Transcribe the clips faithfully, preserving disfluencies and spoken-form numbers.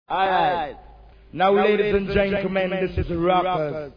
Alright. Now, ladies and gentlemen, this is the Rockers.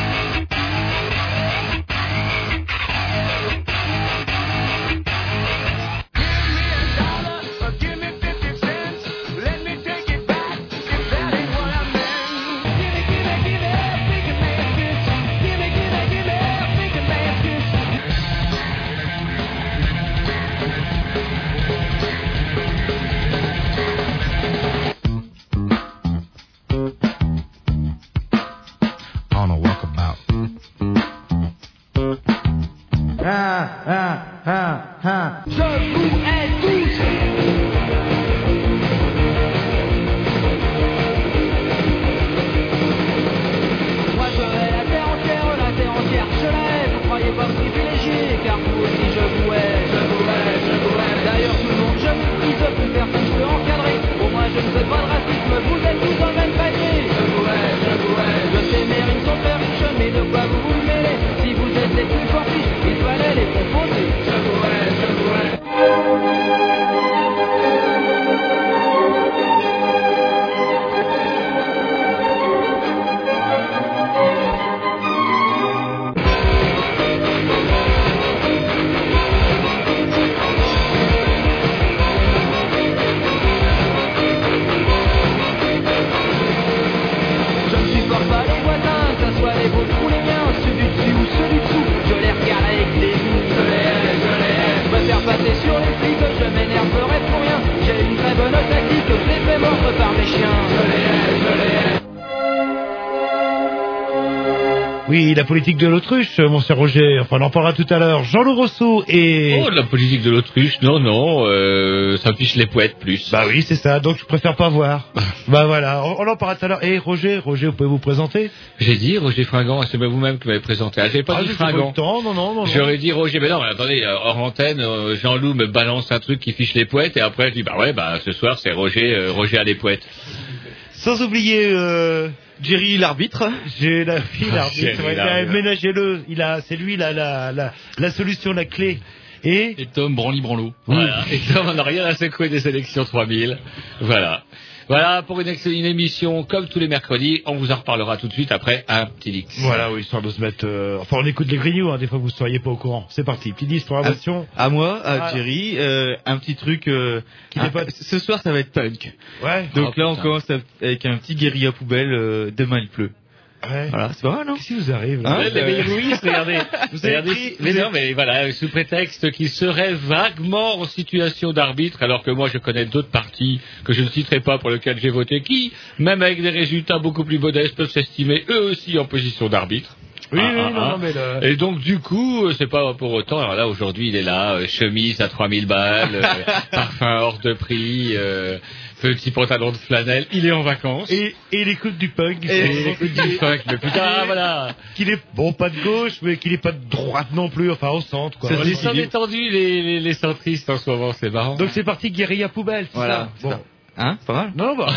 Oui, la politique de l'autruche, mon cher Roger, enfin on en parlera tout à l'heure. Jean-Loup Rousseau et... Oh, la politique de l'autruche, non, non, euh, ça fiche les poètes plus. Bah oui, c'est ça, donc je préfère pas voir. Bah voilà, on, on en parlera tout à l'heure. Et Roger, Roger, vous pouvez vous présenter? J'ai dit Roger Fringant, c'est vous-même qui m'avez présenté. Ah, j'avais pas ah, dit Fringant. Pas temps, non, non, non. J'aurais dit Roger, mais non, mais attendez, hors antenne, euh, Jean-Loup me balance un truc qui fiche les poètes, et après je dis, bah ouais, bah ce soir c'est Roger, euh, Roger à les poètes. Sans oublier... Euh... Jerry l'arbitre. J'ai la fille l'arbitre. Ouais, il a ménagé-le. Il a, c'est lui la, la, la, la solution, la clé. Et, et Tom branly branlo. Voilà. Et Tom on n'a rien à secouer des élections trois mille. Voilà. Voilà pour une, ex- une émission comme tous les mercredis. On vous en reparlera tout de suite après un petit Dix. Voilà, oui, histoire de se mettre. Euh... Enfin, on écoute les grignoux. Hein, des fois, vous ne seriez pas au courant. C'est parti. Petit Dix, programmation. À, à moi, à ah. Jerry, euh, un petit truc. Euh, qui un, pas... Ce soir, ça va être punk. Ouais. Donc oh, là, on putain. commence avec un petit guérilla poubelle. Euh, demain, il pleut. Ouais. Voilà, c'est pas mal, non? Qu'est-ce qui vous arrive, là? Hein, les Louis, regardez. Vous regardez pris, mais non, mais voilà, sous prétexte qu'ils seraient vaguement en situation d'arbitre, alors que moi, je connais d'autres partis que je ne citerai pas pour lesquels j'ai voté, qui, même avec des résultats beaucoup plus modestes, peuvent s'estimer eux aussi en position d'arbitre. Oui, ah, oui, ah, non, ah. non, mais le... Et donc, du coup, c'est pas pour autant, alors là, aujourd'hui, il est là, euh, chemise à trois mille balles, euh, parfum hors de prix, euh, petit pantalon de flanelle, il est en vacances. Et, et il écoute du punk. Et il écoute du punk, mais putain, voilà. Qu'il est, bon, pas de gauche, mais qu'il est pas de droite non plus, enfin, au centre, quoi. Ils sont détendus, les, les, les centristes, en ce moment, c'est marrant. Donc, c'est parti, guérilla poubelle, c'est voilà, ça. Bon. Hein? Pas mal? Non, bah,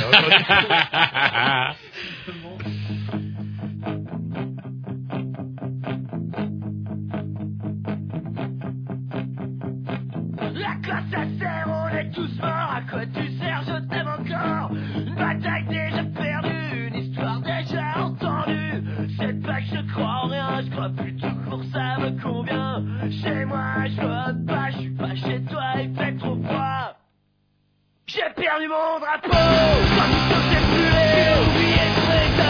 La classe à serre, on est tous morts. À quoi tu sers, je t'aime encore. Une bataille déjà perdue, une histoire déjà entendue. C'est pas que je crois en rien, je crois plutôt que pour ça me convient. Chez moi, je vote pas, je suis pas chez toi, il fait trop froid. J'ai perdu mon drapeau, quand tout se fait brûler. J'ai oublié de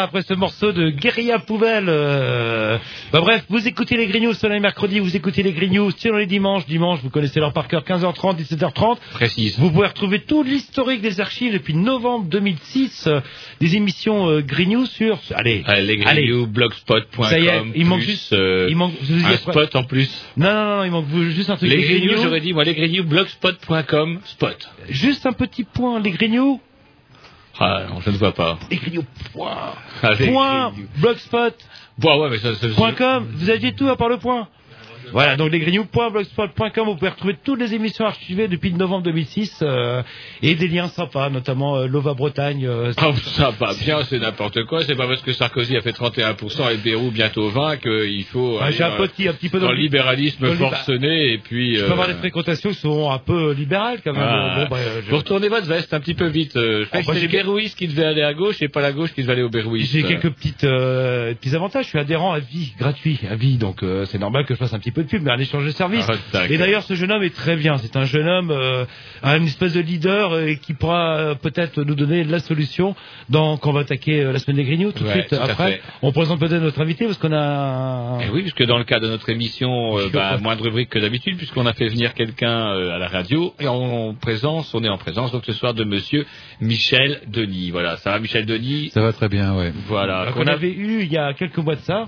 après ce morceau de Guérilla Poubelle. Euh... Bah, bref, vous écoutez les Grignoux sur les mercredis, vous écoutez les Grignoux sur les dimanches. Dimanche, vous connaissez leur par cœur, quinze heures trente, dix-sept heures trente. Précise. Vous pouvez retrouver tout l'historique des archives depuis novembre deux mille six, euh, des émissions euh, Grignoux sur... Allez, allez, les Grignoux, blogspot point com. Ça y est, il manque plus, juste... Euh, il manque, un après... spot en plus. Non, non, non, il manque juste un truc. Les, les Grignoux, Grignoux, j'aurais dit, moi, les Grignoux, blogspot point com, spot. Juste un petit point, les Grignoux. Ah, non, je ne vois pas. Les Grignoux, point. Ah, point, blogspot. Bon, ouais, mais ça, ça, point com, vous aviez tout à part le point. Voilà, donc lesgrignoux point blogspot point com, vous pouvez retrouver toutes les émissions archivées depuis novembre deux mille six euh, et des liens sympas, notamment euh, Lova Bretagne. Euh, oh, ça va bien, c'est n'importe quoi. C'est pas parce que Sarkozy a fait trente et un pour cent et Bayrou bientôt vingt qu'il faut... Ah, j'ai un petit, un petit peu dans le dans libéralisme dans forcené et puis... Je euh... peux avoir des fréquentations qui sont un peu libérales quand même. Ah, bon, bah, je... Vous retournez votre veste un petit peu vite. Euh, je crois oh, que c'est le Berrouis qui devait aller à gauche et pas la gauche qui devait aller au Berrouis. J'ai quelques petites, euh, petits avantages. Je suis adhérent à vie, gratuit, à vie. Donc euh, c'est normal que je fasse un petit peu de pub, mais un échange de service. Ah, et d'ailleurs, ce jeune homme est très bien. C'est un jeune homme, euh, une espèce de leader euh, qui pourra euh, peut-être nous donner la solution dans, quand on va attaquer euh, la semaine des Grignoux tout de ouais, suite. Après, on présente peut-être notre invité parce qu'on a... Un... Et oui, puisque dans le cas de notre émission, euh, bah, moins de rubriques que d'habitude, puisqu'on a fait venir quelqu'un euh, à la radio et en, en présence, on est en présence donc ce soir de monsieur Michel Denis. Voilà, ça va Michel Denis? Ça va très bien, ouais. Voilà. Qu'on avait eu il y a quelques mois de ça.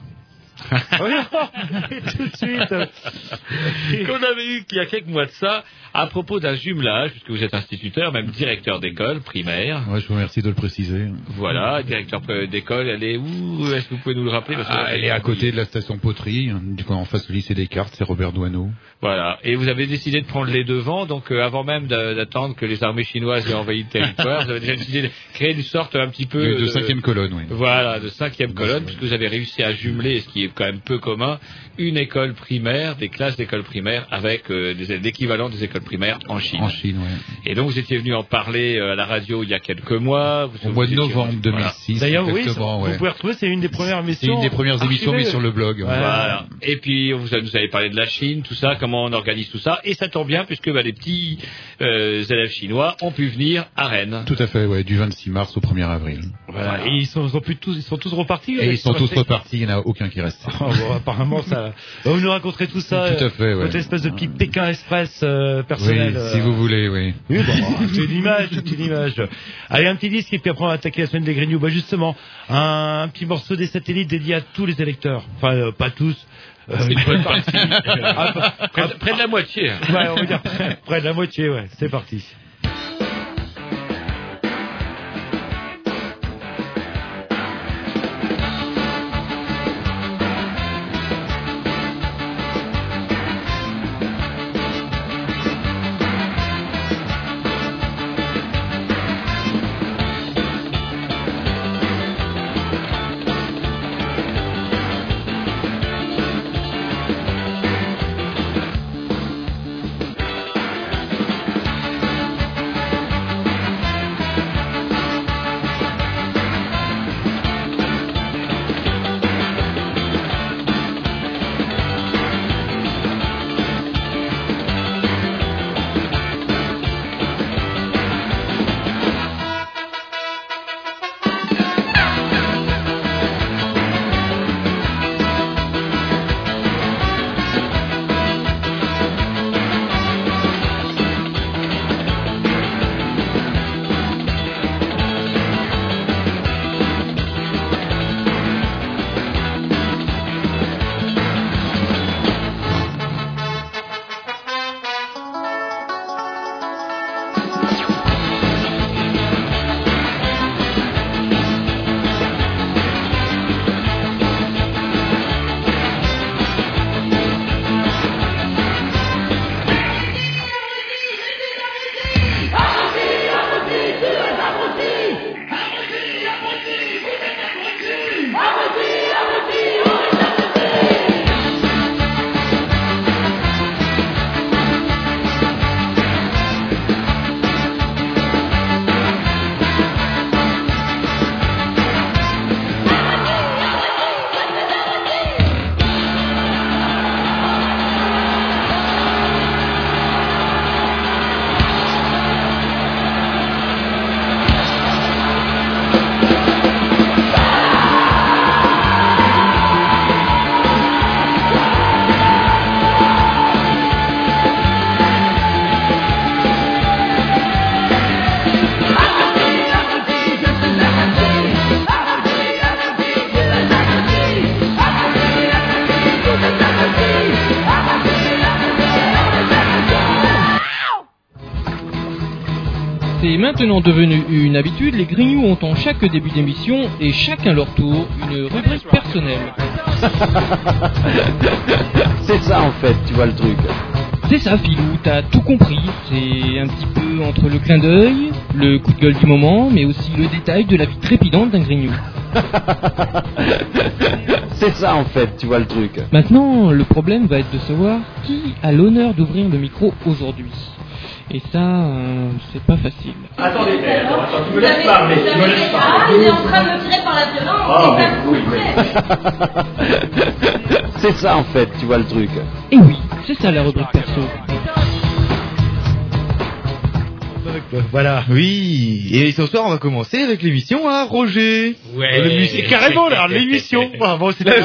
Tout de suite. Qu'on avait eu il y a quelques mois de ça, à propos d'un jumelage, puisque vous êtes instituteur, même directeur d'école primaire. Ouais, je vous remercie de le préciser. Voilà, directeur d'école, elle est où? Est-ce que vous pouvez nous le rappeler? Parce que ah, elle est à côté de la station Poterie, du coup en face du lycée Descartes, c'est Robert Douaneau. Voilà, et vous avez décidé de prendre les devants, donc euh, avant même d'attendre que les armées chinoises aient envahi le territoire, vous avez déjà décidé de créer une sorte un petit peu... De, de cinquième colonne, oui. Voilà, de cinquième colonne, puisque vous avez réussi à jumeler, ce qui est quand même peu commun, une école primaire, des classes d'école primaire avec euh, l'équivalent des écoles primaires en Chine. En Chine, oui. Et donc vous étiez venu en parler euh, à la radio il y a quelques mois. Vous, Au mois de novembre deux mille six. Voilà. D'ailleurs, oui, ouais. vous pouvez retrouver, c'est une des premières émissions. C'est une des premières émissions mises sur le blog. Ouais. Voilà. Et puis vous nous avez parlé de la Chine, tout ça, comment on organise tout ça, et ça tombe bien puisque bah, les petits euh, élèves chinois ont pu venir à Rennes. Tout à fait, ouais, du vingt-six mars au premier avril. Voilà. Et ils sont, ils sont plus tous, ils sont tous repartis. Et ils sont tous repartis, il n'y en a aucun qui reste. Oh, bon, apparemment, ça. Vous nous raconterez tout ça. Tout à fait, ouais. Votre espèce de petit Pékin Express euh, personnel. Oui, euh... si vous voulez, oui. Oui, bon, c'est une image, c'est une image. Allez, un petit disque et puis après on va attaquer la semaine des Grignoux. Bah justement, un, un petit morceau des satellites dédié à tous les électeurs. Enfin, euh, pas tous. Euh, une bonne partie. ah, près, près de la moitié. Ouais, on va dire près, près de la moitié, ouais. C'est parti. Thank C'est maintenant devenu une habitude, les Grignoux ont en chaque début d'émission et chacun leur tour une rubrique personnelle. C'est ça en fait, tu vois le truc. C'est ça, Philou, t'as tout compris. C'est un petit peu entre le clin d'œil, le coup de gueule du moment, mais aussi le détail de la vie trépidante d'un Grignou. C'est ça en fait, tu vois le truc. Maintenant, le problème va être de savoir qui a l'honneur d'ouvrir le micro aujourd'hui. Et ça, euh, c'est pas facile. Attendez, attends, attends, tu me laisses parler, tu me laisses parler. Ah, il est en train de me tirer par la violence. Oh, mais oui, oui. C'est ça en fait, tu vois le truc. Et oui, c'est ça la rubrique perso. Voilà. Oui. Et ce soir, on va commencer avec l'émission à Roger. Ouais. C'est carrément là, l'émission. Bon, bon, c'est la,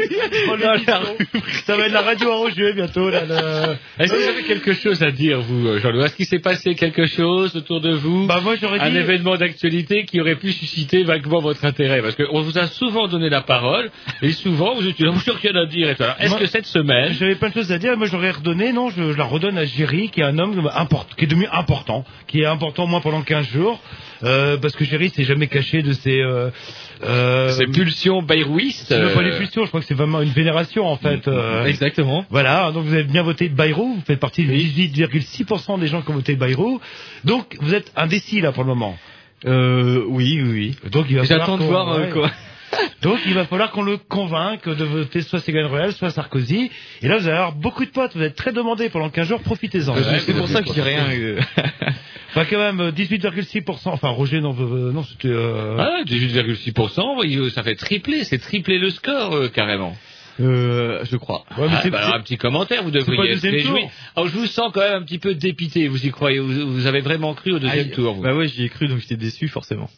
la, ça va être la radio à Roger bientôt. Là, là. Est-ce que vous avez quelque chose à dire, vous, Jean-Louis? Est-ce qu'il s'est passé quelque chose autour de vous? Bah, moi, j'aurais dit... Un événement d'actualité qui aurait pu susciter vaguement votre intérêt? Parce qu'on vous a souvent donné la parole, et souvent, vous êtes là, vous n'avez rien à dire. Et tout. Alors, est-ce moi, que cette semaine... J'avais plein de choses à dire, moi, j'aurais redonné, non, je, je la redonne à Géry, qui est un homme import, qui est devenu important, qui est important, moi, pendant quinze jours, euh, parce que Géry s'est jamais caché de ses... Euh, euh, ses pulsions bayrouistes. C'est même pas les pulsions, je crois que c'est vraiment une vénération, en fait. Euh, Exactement. Voilà, donc vous avez bien voté Bayrou, vous faites partie des dix-huit virgule six pour cent des gens qui ont voté Bayrou, donc vous êtes indécis, là, pour le moment. Euh, oui, oui, oui. Donc il va J'attends de voir ouais. euh, quoi. Donc il va falloir qu'on le convainque de voter soit Ségolène Royal, soit Sarkozy. Et là vous allez avoir beaucoup de potes, vous êtes très demandés pendant quinze jours, profitez-en. Ouais, c'est pour ça que je dis rien. Euh... Enfin quand même dix-huit virgule six pour cent, enfin Roger non, euh, non c'était... Euh... Ah, dix-huit virgule six pour cent, ça fait tripler, c'est tripler le score euh, carrément. Euh, je crois. Ouais, mais ah, c'est, bah alors un petit commentaire, vous devriez être réjoui. Alors je vous sens quand même un petit peu dépité, vous y croyez, vous, vous avez vraiment cru au deuxième ah, tour vous. Bah ouais, j'y ai cru, donc j'étais déçu forcément.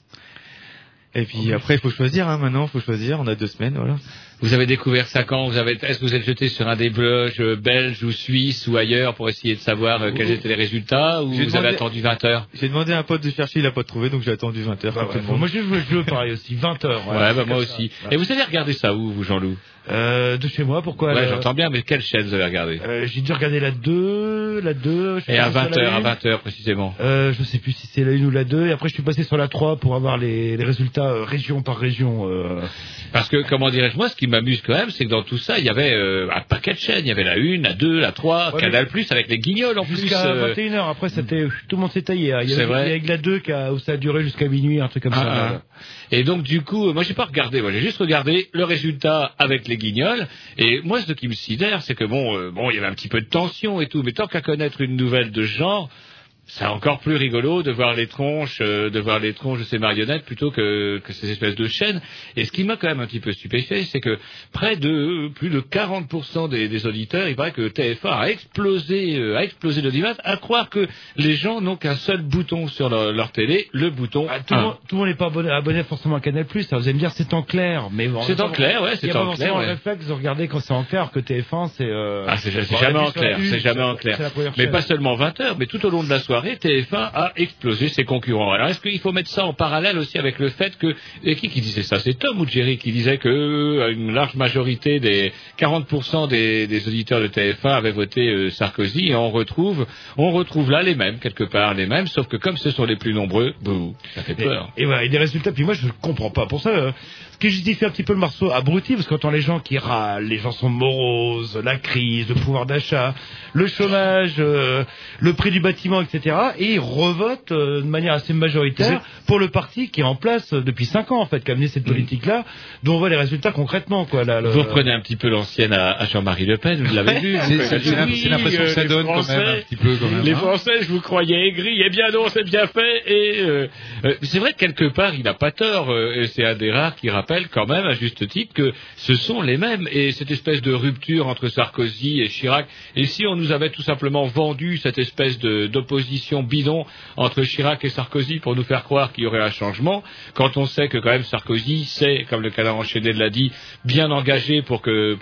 Et puis okay. Après, il faut choisir, hein, maintenant, il faut choisir, on a deux semaines, voilà. Vous avez découvert ça quand? Vous avez, est-ce que vous êtes jeté sur un des blogs belges ou suisses ou ailleurs pour essayer de savoir euh, quels étaient les résultats, ou j'ai vous demandé, avez attendu vingt heures? J'ai demandé à un pote de chercher, il a pas trouvé, donc j'ai attendu vingt heures. Bah ouais, moi j'ai joué le jeu pareil aussi, vingt heures. Ouais, ouais bah moi aussi. Ouais. Et vous avez regardé ça où, vous, Jean-Loup? Euh, de chez moi, pourquoi? Ouais, le... j'entends bien, mais quelle chaîne vous avez regardé? euh, J'ai dû regarder la deux, la deux. Et à vingt heures, à vingt heures précisément. Euh, je sais plus si c'est la une ou la deux, et après je suis passé sur la trois pour avoir les, les résultats euh, région par région. Euh... Parce que, comment dirais-je, moi, ce qui m'amuse quand même, c'est que dans tout ça, il y avait euh, un paquet de chaînes. Il y avait la une, la deux, la trois, ouais, Canal Plus avec les guignols en jusqu'à plus. Jusqu'à vingt et une heures, après c'était, tout le monde s'est taillé. Il y avait, vrai. Il y avait la deux qui a, où ça a duré jusqu'à minuit, un truc comme ah, ça. Ah. Et donc, du coup, moi j'ai pas regardé, moi j'ai juste regardé le résultat avec les guignols. Et moi, ce qui me sidère, c'est que bon, euh, bon, il y avait un petit peu de tension et tout, mais tant qu'à connaître une nouvelle de ce genre, c'est encore plus rigolo de voir les tronches, euh, de voir les tronches de ces marionnettes plutôt que, que ces espèces de chaînes. Et ce qui m'a quand même un petit peu stupéfait, c'est que près de plus de quarante pour cent des, des auditeurs, il paraît que T F un a explosé, euh, a explosé l'audimat, à croire que les gens n'ont qu'un seul bouton sur leur, leur télé, le bouton ah, tout, le monde, tout le monde n'est pas abonné, abonné forcément à Canal Plus. Vous allez me dire c'est en clair, mais bon, c'est en clair, ouais, c'est en clair. Il y a forcément le réflexe de regarder quand c'est en clair que T F un c'est. Euh... Ah, c'est, c'est bon, jamais en clair, c'est jamais en clair. Mais pas seulement vingt heures, mais tout au long de la soirée, T F un a explosé ses concurrents. Alors est-ce qu'il faut mettre ça en parallèle aussi avec le fait que, et qui qui disait ça, c'est Tom ou Jerry qui disait que une large majorité des quarante pour cent des, des auditeurs de T F un avaient voté euh, Sarkozy, et on retrouve on retrouve là les mêmes, quelque part les mêmes, sauf que comme ce sont les plus nombreux, bouh, ça fait peur. Et, et voilà, et des résultats, puis moi je ne comprends pas. Pour ça, euh, ce qui justifie un petit peu le morceau abruti, parce que quand on les gens qui râlent, les gens sont moroses, la crise, le pouvoir d'achat, le chômage, euh, le prix du bâtiment, et cetera, et ils revotent euh, de manière assez majoritaire pour le parti qui est en place depuis cinq ans, en fait, qui a mené cette politique-là, dont on voit les résultats concrètement, quoi. Là, le... Vous reprenez un petit peu l'ancienne à, à Jean-Marie Le Pen, vous l'avez vu. C'est, c'est, c'est, oui, c'est l'impression euh, que ça donne Français, quand même un petit peu, quand même. Les hein. Français, je vous croyais aigris, eh bien non, c'est bien fait, et euh, euh, c'est vrai que quelque part, il n'a pas tort, euh, et c'est un des rares qui rappelle quand même, à juste titre, que ce sont les mêmes, et cette espèce de rupture entre Sarkozy et Chirac, et si on nous avait tout simplement vendu cette espèce de, d'opposition bidon entre Chirac et Sarkozy pour nous faire croire qu'il y aurait un changement, quand on sait que quand même Sarkozy s'est, comme le canard enchaîné l'a dit, bien engagé pour que, pour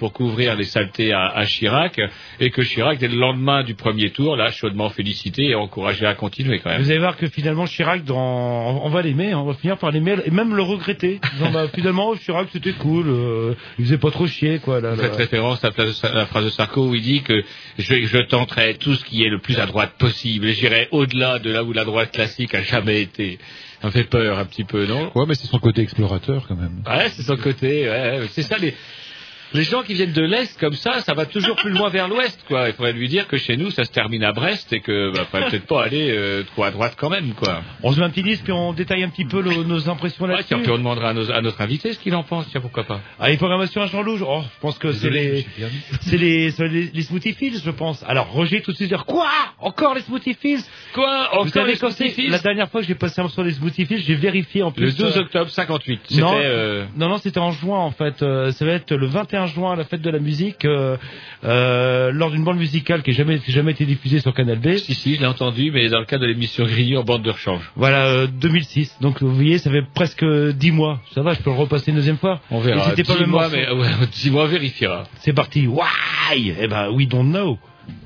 pour couvrir les saletés à, à Chirac, et que Chirac, dès le lendemain du premier tour, l'a chaudement félicité et encouragé à continuer quand même. Vous allez voir que finalement Chirac, dans... on va l'aimer, on va finir par l'aimer et même le regretter. Disant, bah, finalement Chirac c'était cool, euh, il faisait pas trop chier quoi. Là, Vous faites là. référence à la, la phrase de Sarko où il dit que je, je tenterai tout ce qui est le plus à droite possible et j'irai au-delà de là où la droite classique a jamais été. Ça me fait peur un petit peu, non? Ouais, mais c'est son côté explorateur quand même. Ouais, c'est son côté. Ouais, c'est ça les. Les gens qui viennent de l'Est comme ça, ça va toujours plus loin vers l'Ouest, quoi. Il faudrait lui dire que chez nous, ça se termine à Brest et que bah, faudrait peut-être pas aller euh, trop à droite quand même, quoi. On se met un petit disque puis on détaille un petit peu le, nos impressions ouais, là-dessus. Tiens, puis on demandera à, nos, à notre invité ce qu'il en pense, tiens, pourquoi pas. Ah, les programmations à Jean-Loup, oh, je pense que Désolé, c'est les, c'est les, c'est les, les Smoothie Fields, je pense. Alors, Roger tout de suite dire, quoi? Encore les Smoothie Fields? Quoi? Encore Vous savez, les Smoothie Fields? La dernière fois que j'ai passé sur les Smoothie Fields, j'ai vérifié en plus. Le douze octobre cinquante-huit. C'était, non, euh... non, non, c'était en juin, en fait. Euh, ça va être le vingt et un juin, la fête de la musique, euh, euh, lors d'une bande musicale qui n'a jamais, jamais été diffusée sur Canal B. Si, si, je l'ai entendu, mais dans le cadre de l'émission Grignou en bande de rechange. Voilà, euh, deux mille six. Donc, vous voyez, ça fait presque dix mois. Ça va, je peux le repasser une deuxième fois. On verra. Et c'était pas le même mois, mais, ouais, dix mois, on vérifiera. C'est parti. Why? Eh ben, we don't know.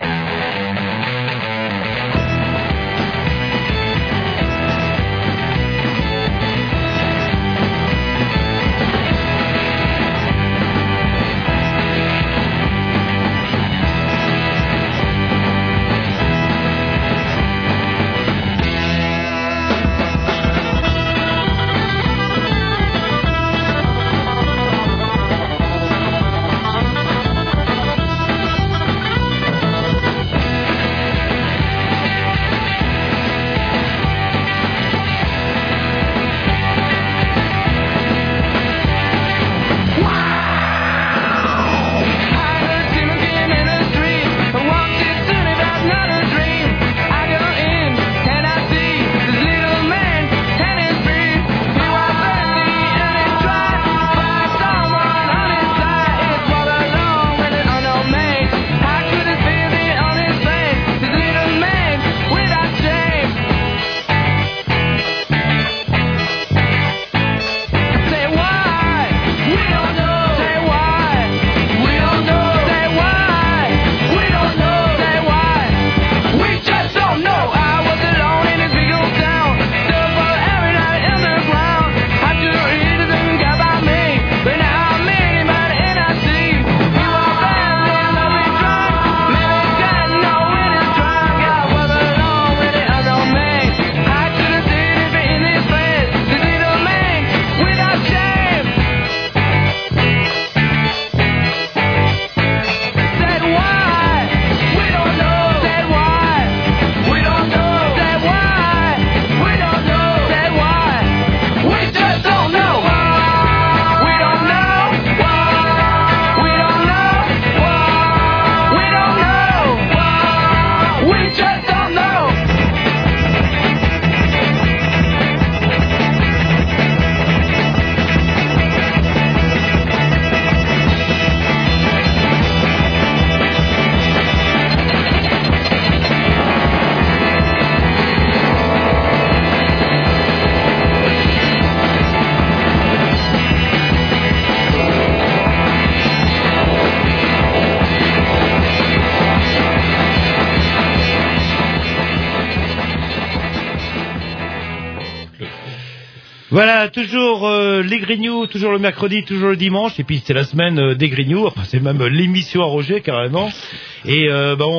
Voilà, toujours euh, les Grignoux, toujours le mercredi, toujours le dimanche, et puis c'est la semaine euh, des Grignoux, enfin c'est même euh, l'émission à Roger carrément. Et euh, bah,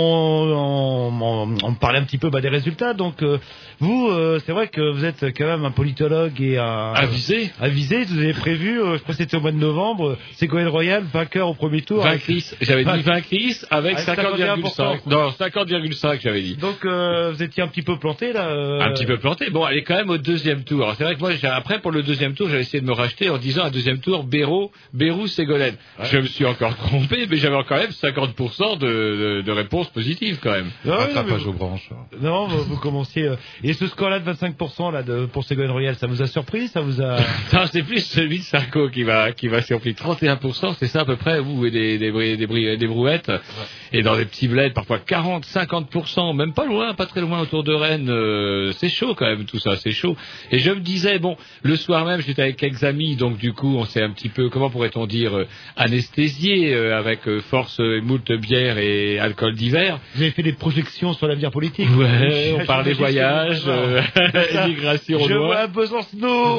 on, on, on, on parlait un petit peu bah, des résultats. Donc euh, vous, euh, c'est vrai que vous êtes quand même un politologue et un avisé. Euh, avisé. Vous avez prévu, euh, je crois que c'était au mois de novembre, Ségolène Royal vainqueur au premier tour. Vaincris. J'avais dit vaincris avec cinquante virgule cinq. Non, cinquante virgule cinq j'avais dit. Donc euh, vous étiez un petit peu planté là. Euh... Un petit peu planté. Bon, elle est quand même au deuxième tour. Alors c'est vrai que moi, j'ai, après pour le deuxième tour, j'avais essayé de me racheter en disant un deuxième tour Béraud, Bérou, Ségolène. Ouais. Je me suis encore trompé, mais j'avais quand même cinquante pour cent de de, de réponses positives quand même. Non, Rattrapage vous, aux branches. non, vous, vous commenciez. Euh, et ce score-là de vingt-cinq pour cent là de, pour Ségolène Royal, ça vous a surpris, ça vous a Non, c'est plus celui de Sarko qui va qui va surprendre. trente et un pour cent, c'est ça à peu près. Vous et des des, des, des, des brouettes ouais. Et dans des petits bleds parfois quarante, cinquante pour cent, même pas loin, pas très loin autour de Rennes. Euh, c'est chaud quand même tout ça, c'est chaud. Et je me disais bon, le soir même j'étais avec quelques amis, donc du coup on s'est un petit peu, comment pourrait-on dire, euh, anesthésié euh, avec euh, force euh, moult bière et alcool d'hiver. Vous avez fait des projections sur l'avenir politique. Ouais, on parlait voyage, euh, immigration au Je loin. vois Besancenot,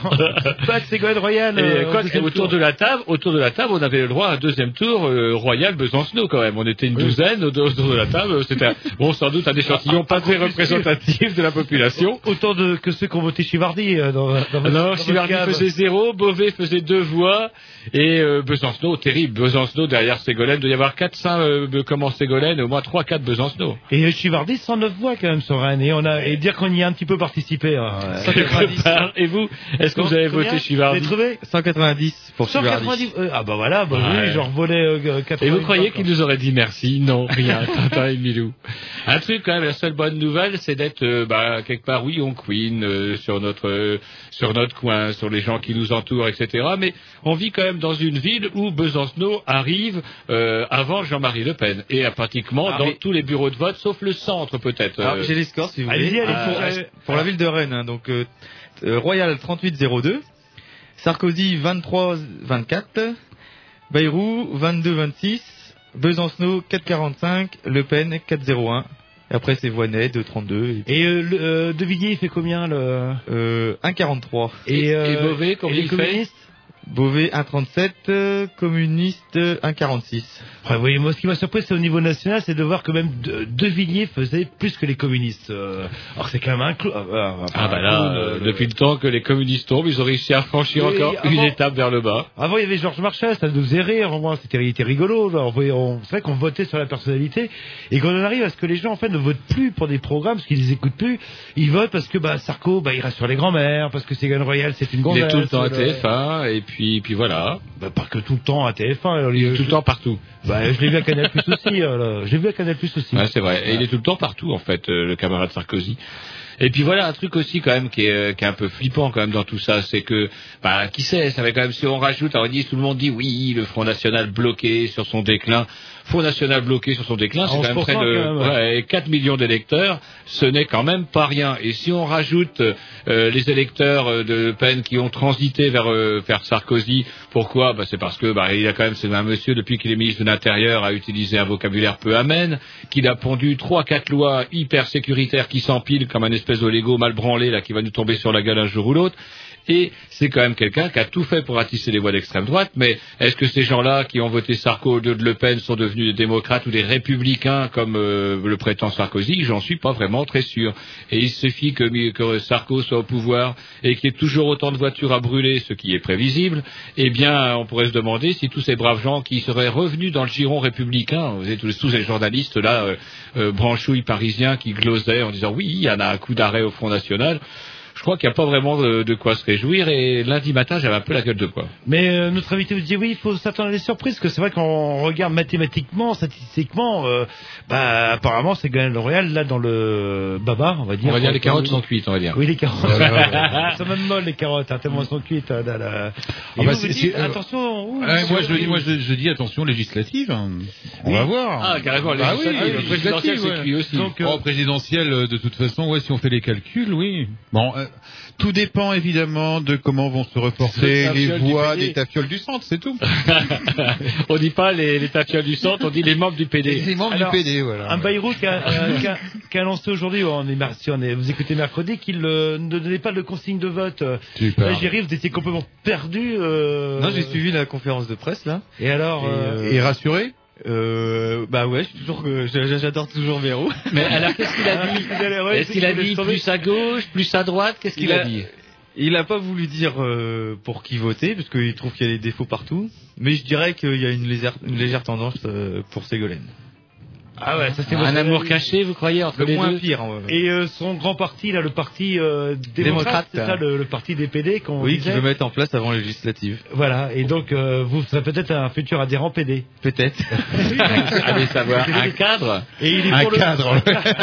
pas de Ségolène Royal. Et euh, quoi, au et autour de la table, autour de la table, on avait le droit à un deuxième tour euh, Royal Besancenot quand même. On était une douzaine autour de la table. C'était un, bon, sans doute un échantillon pas très représentatif de la population. Autant de que ceux qui ont voté Chivardi euh, dans, dans votre, Non, dans Chivardi votre faisait zéro, Beauvais faisait deux voix et euh, Besancenot, terrible. Besancenot derrière Ségolène, il doit y avoir quatre cinq euh, comment Ségolène, au moins trois quatre Besancenot. Et euh, Chivardi cent neuf voix quand même sur Rennes. Et on a et dire qu'on y a un petit peu participé. Hein. cent quatre-vingt-dix. Et vous, est-ce que vous avez voté Chivardi? Vous avez trouvé cent quatre-vingt-dix pour cent quatre-vingt-dix. Chivardi. Euh, ah bah voilà, bah Ouais. oui, j'en revolais euh, quatre-vingt-dix. Et vous croyez qu'il nous aurait dit merci? Non, rien. Tintin et Milou. Un truc quand même, la seule bonne nouvelle, c'est d'être euh, bah, quelque part, oui, on queen euh, sur notre euh, sur notre coin, sur les gens qui nous entourent, et cetera. Mais on vit quand même dans une ville où Besancenot arrive euh, avant Jean-Marie Le Pen et à pratiquement Ah, dans mais... tous les bureaux de vote, sauf le centre peut-être. Alors, Euh, j'ai les scores si vous Allez-y, voulez. allez-y, pour, allez-y. pour la ville de Rennes, hein, donc euh, euh, Royal trente-huit zéro deux, Sarkozy vingt-trois vingt-quatre, Bayrou vingt-deux vingt-six, Besancenot quatre quarante-cinq, Le Pen quatre zéro un. Et après c'est Voynet deux trente-deux. Et euh, le, euh, De Villiers, il fait combien le Euh, un quarante-trois. et, et euh, Beauvais, et combien les il fait? communistes? Beauvais un trente-sept, euh, communiste un quarante-six. Ouais, oui, moi, ce qui m'a surpris, c'est au niveau national, c'est de voir que même De, de Villiers faisait plus que les communistes. Euh, alors c'est quand même un clou. Ah, Ah bah là, euh, depuis le temps que les communistes tombent, ils ont réussi à franchir Oui, encore avant- une étape vers le bas. Avant, il y avait Georges Marchal, ça nous faisait rire. Moi, c'était, il était rigolo. Genre, on voyait- on- c'est vrai qu'on votait sur la personnalité. Et quand on arrive à ce que les gens, en fait, ne votent plus pour des programmes, parce qu'ils les écoutent plus, ils votent parce que, bah, Sarko, bah, il reste sur les grands-mères, parce que Ségolène Royal, c'est une Il gonzesse. est tout le temps à le- T F un, et puis, puis voilà. Bah, pas que tout le temps à T F un. alors, Il est je- tout le temps partout. Bah, je l'ai vu à Canal Plus aussi. euh, là. Je l'ai vu à Canal Plus aussi. Ouais, c'est vrai. Et il est tout le temps partout, en fait, euh, le camarade Sarkozy. Et puis voilà, un truc aussi quand même qui est, euh, qui est un peu flippant quand même dans tout ça, c'est que, bah, qui sait, ça va quand même, si on rajoute, alors on dit, tout le monde dit oui, le Front National bloqué sur son déclin. Front National bloqué sur son déclin, c'est quand même près de quand même, ouais. ouais, quatre millions d'électeurs, ce n'est quand même pas rien. Et si on rajoute euh, les électeurs euh, de Le Pen qui ont transité vers, euh, vers Sarkozy, pourquoi? Bah, c'est parce que bah, il a quand même, c'est un monsieur, depuis qu'il est ministre de l'Intérieur, a utilisé un vocabulaire peu amène, qu'il a pondu trois, quatre lois hyper sécuritaires qui s'empilent comme un espèce de Lego mal branlé là qui va nous tomber sur la gueule un jour ou l'autre. Et c'est quand même quelqu'un qui a tout fait pour ratisser les voix d'extrême droite, mais est-ce que ces gens-là qui ont voté Sarko au lieu de Le Pen sont devenus des démocrates ou des républicains comme euh, le prétend Sarkozy? J'en suis pas vraiment très sûr. Et il suffit que, que Sarko soit au pouvoir et qu'il y ait toujours autant de voitures à brûler, ce qui est prévisible, eh bien on pourrait se demander si tous ces braves gens qui seraient revenus dans le giron républicain, vous avez tous, tous ces journalistes là, euh, euh, branchouilles parisiens qui glosaient en disant oui, il y en a un coup d'arrêt au Front National. Je crois qu'il n'y a pas vraiment de, de quoi se réjouir et lundi matin j'avais un peu la gueule de bois. Mais euh, notre invité vous dit oui, il faut s'attendre à des surprises, parce que c'est vrai qu'on regarde mathématiquement, statistiquement, euh, bah apparemment c'est Ségolène Royal là dans le baba, on va dire. On va dire les carottes sont cuites, on va dire. Oui, les carottes. Elles sont même molles les carottes, hein, tellement elles sont cuites. Hein, là, là. Et Ah vous, bah, vous c'est- dites, c'est- euh, attention. ouh, Ouais, moi, je, oui. moi je, je dis attention législative. hein. On Oui. va voir. Ah, carrément, les Bah oui, législatives, les le présidentiel, législatives, c'est cuit aussi. Donc, euh, Oh, présidentielle, euh, de toute façon, ouais, si on fait les calculs, oui. Bon, euh, tout dépend évidemment de comment vont se reporter Le les tafiole du voix P D. des tafioles du centre, c'est tout. On dit pas les, les tafioles du centre, on dit les membres du P D. Les membres Alors, du P D, voilà. Un Bayrou qui a, euh, qui a, qui a annoncé aujourd'hui, on est, mar- si on est, vous écoutez mercredi, qu'il euh, ne donnait pas de consigne de vote. Super. Là, j'y vous étiez complètement perdu. Euh... Non, j'ai suivi la conférence de presse là. Et alors Et, euh, euh, Et rassuré? Euh, bah ouais, je suis toujours, euh, j'a- j'adore toujours Véro. Mais alors, qu'est-ce qu'il a dit? Est-ce qu'il a dit plus à gauche, plus à droite? Qu'est-ce qu'il Il a a- dit? Il a pas voulu dire euh, pour qui voter, parce qu'il trouve qu'il y a des défauts partout. Mais je dirais qu'il y a une légère, une légère tendance euh, pour Ségolène. Ah ouais, ça c'est Un votre amour avis. caché, vous croyez, entre Le les moins deux pire. ouais. Et euh, son grand parti, là, le parti euh, démocrate, Démocrate, c'est ça, le, le parti des P D qu'on Oui, disait. qui veut mettre en place avant les législatives. Voilà, et donc euh, vous serez peut-être un futur adhérent P D. Peut-être. Allez savoir, un cadre. Et il est Un pour le- cadre.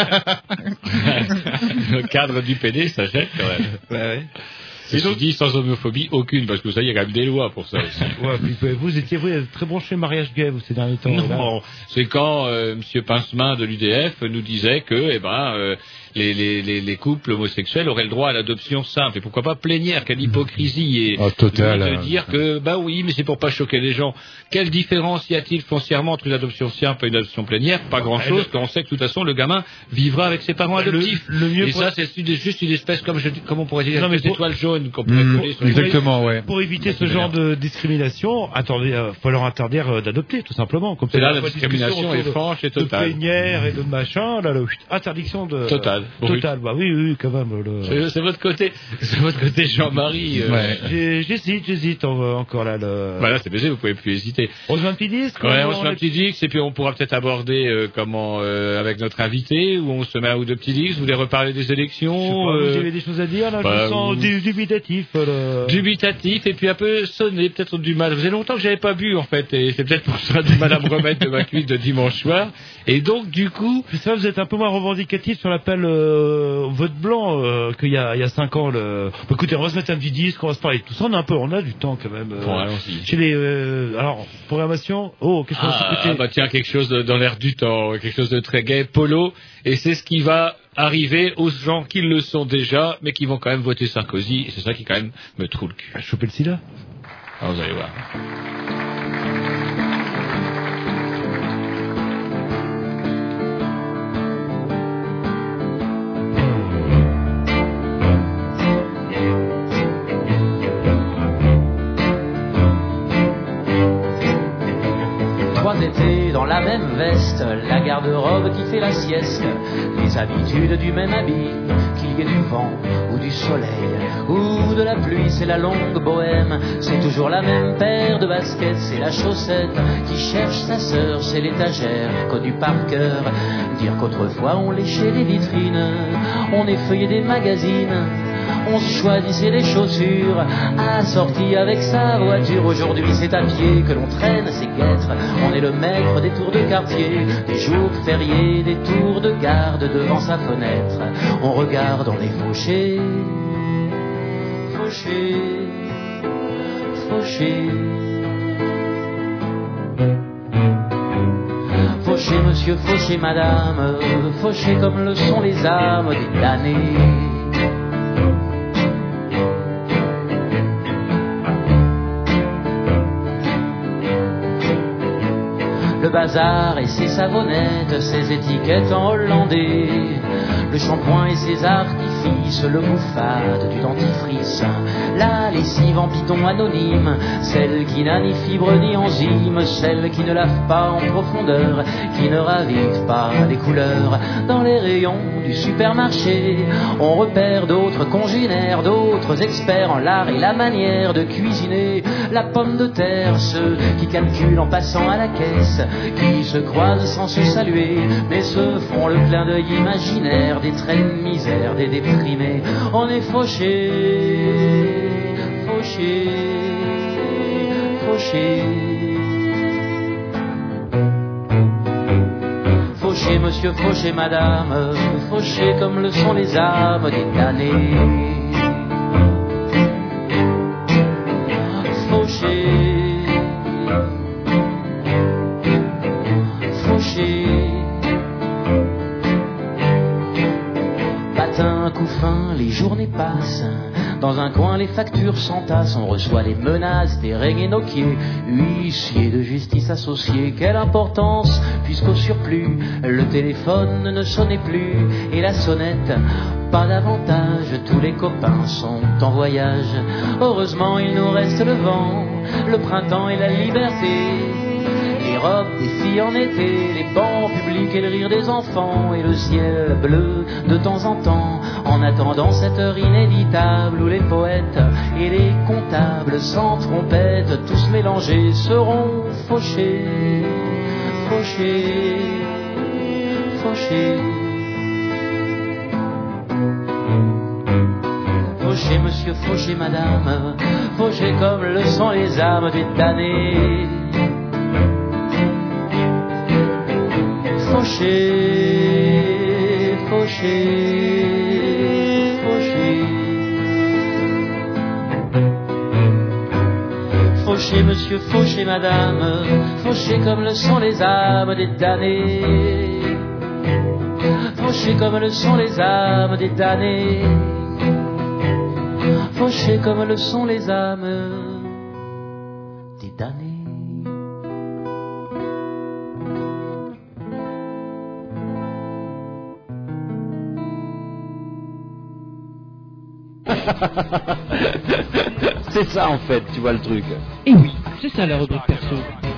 Le cadre du P D, ça jette quand même. Ouais, ouais. Et donc, dit sans homophobie aucune, parce que ça, il y a quand même des lois pour ça aussi. Ouais, puis, euh, vous étiez vous, très bon chez mariage gay, vous, ces derniers temps. là. Non, c'est quand euh, M. Pincemin de l'U D F nous disait que, eh ben, euh, les, les, les, les couples homosexuels auraient le droit à l'adoption simple. Et pourquoi pas plénière? Quelle hypocrisie! Et Oh, total, lui de hein. dire que, bah oui, mais c'est pour pas choquer les gens. Quelle différence y a-t-il foncièrement entre une adoption simple et une adoption plénière? Pas grand-chose, quand on sait que de toute façon le gamin vivra avec ses parents Le- adoptifs. le mieux et pour- ça, c'est une- juste une espèce, comme je dis, comme on pourrait dire, Non, une mais espèce pour- d'étoile jaune qu'on pourrait Mmh, coller sur les- exactement, ouais. Pour éviter ce genre de discrimination, attendez, euh, faut leur interdire euh, d'adopter, tout simplement. Comme C'est ça, là, il y la a pas de discrimination discussion est autour de- franche et de totale. plénière et de machin, là, le, chut, interdiction de... Totale. Total, bah oui, oui, quand même. le- C'est c'est votre côté, c'est votre côté Jean-Marie. euh, Ouais. J'ai- J'hésite, j'hésite en- encore là. Le... Voilà, c'est baisé, vous pouvez plus hésiter. On se met un petit disque Ouais, on on se met un est- petit disque et puis on pourra peut-être aborder euh, comment euh, avec notre invité ou on se met un ou deux petits disques. Vous voulez reparler des Je sais élections pas, euh, vous avez des choses à dire là? bah, Je me sens vous- dé- dubitatif. euh, le- dubitatif et puis un peu sonné, peut-être du mal. Ça faisait longtemps que j'avais pas bu en fait et c'est peut-être pour ça du mal à me remettre de ma cuite de dimanche soir. Et donc du coup, Puis ça, vous êtes un peu moins revendicatif sur l'appel euh, vote blanc euh, qu'il y a il y a cinq ans. Le... Bah, écoutez, on va se mettre un petit disque, on va se parler de tout ça. On a un peu, on a du temps quand même. euh, bon, allons-y. Chez les euh, alors programmation. Oh, qu'est-ce qu'on va Ah, s'écouter? bah tiens, quelque chose de- dans l'air du temps, quelque chose de très gai, Polo, et c'est ce qui va arriver aux gens qui le sont déjà, mais qui vont quand même voter Sarkozy, et c'est ça qui quand même me trouve le cul. Ah, choper le sida. Alors vous allez voir. Trois étés dans la même veste, la garde-robe qui fait la sieste, les habitudes du même habit, qu'il y ait du vent ou du soleil ou de la pluie, c'est la longue bohème, c'est toujours la même paire de baskets, c'est la chaussette qui cherche sa sœur, c'est l'étagère connue par cœur, dire qu'autrefois on léchait les vitrines, on effeuillait des magazines, on se choisissait des chaussures assorties avec sa voiture. Aujourd'hui c'est à pied que l'on traîne ses guêtres. On est le maître des tours de quartier, des jours fériés, des tours de garde devant sa fenêtre. On regarde, on est fauché, fauché, fauché. Fauché monsieur, fauché madame, fauché comme le sont les âmes des damnés. Le bazar et ses savonnettes, ses étiquettes en hollandais, le shampoing et ses artifices, le bouffade du dentifrice, la lessive en bidon anonyme, celle qui n'a ni fibre ni enzyme, celle qui ne lave pas en profondeur, qui ne ravive pas les couleurs. Dans les rayons du supermarché, on repère d'autres congénères, d'autres experts en l'art et la manière de cuisiner la pomme de terre, ceux qui calculent en passant à la caisse, qui se croisent sans se saluer, mais se font le clin d'œil imaginaire des traits de misère, des déprimés. On est fauché, fauché, fauché. Fauché monsieur, fauché madame, fauché comme le sont les âmes des damnés. Fauché, fauché. Patin, coup fin, les journées passent. Dans un coin, les factures s'entassent. On reçoit les menaces des Noquier, huissiers de justice associés. Quelle importance, puisqu'au surplus, le téléphone ne sonnait plus. Et la sonnette, pas davantage. Tous les copains sont en voyage. Heureusement, il nous reste le vent, le printemps et la liberté. Les robes des filles en été, les bancs publics et le rire des enfants, et le ciel bleu de temps en temps, en attendant cette heure inévitable où les poètes et les comptables sans trompette, tous mélangés, seront fauchés, fauchés, Fauché. Fauché, monsieur, fauché, madame, fauché comme le sont les âmes des damnés. Fauché, fauché, fauché. Fauché, monsieur, fauché, madame, fauché comme le sont les âmes des damnés. Fauché comme le sont les âmes des damnés. Fauché comme le sont les âmes des damnés. C'est ça en fait, tu vois le truc. Et oui, c'est ça la rubrique perso.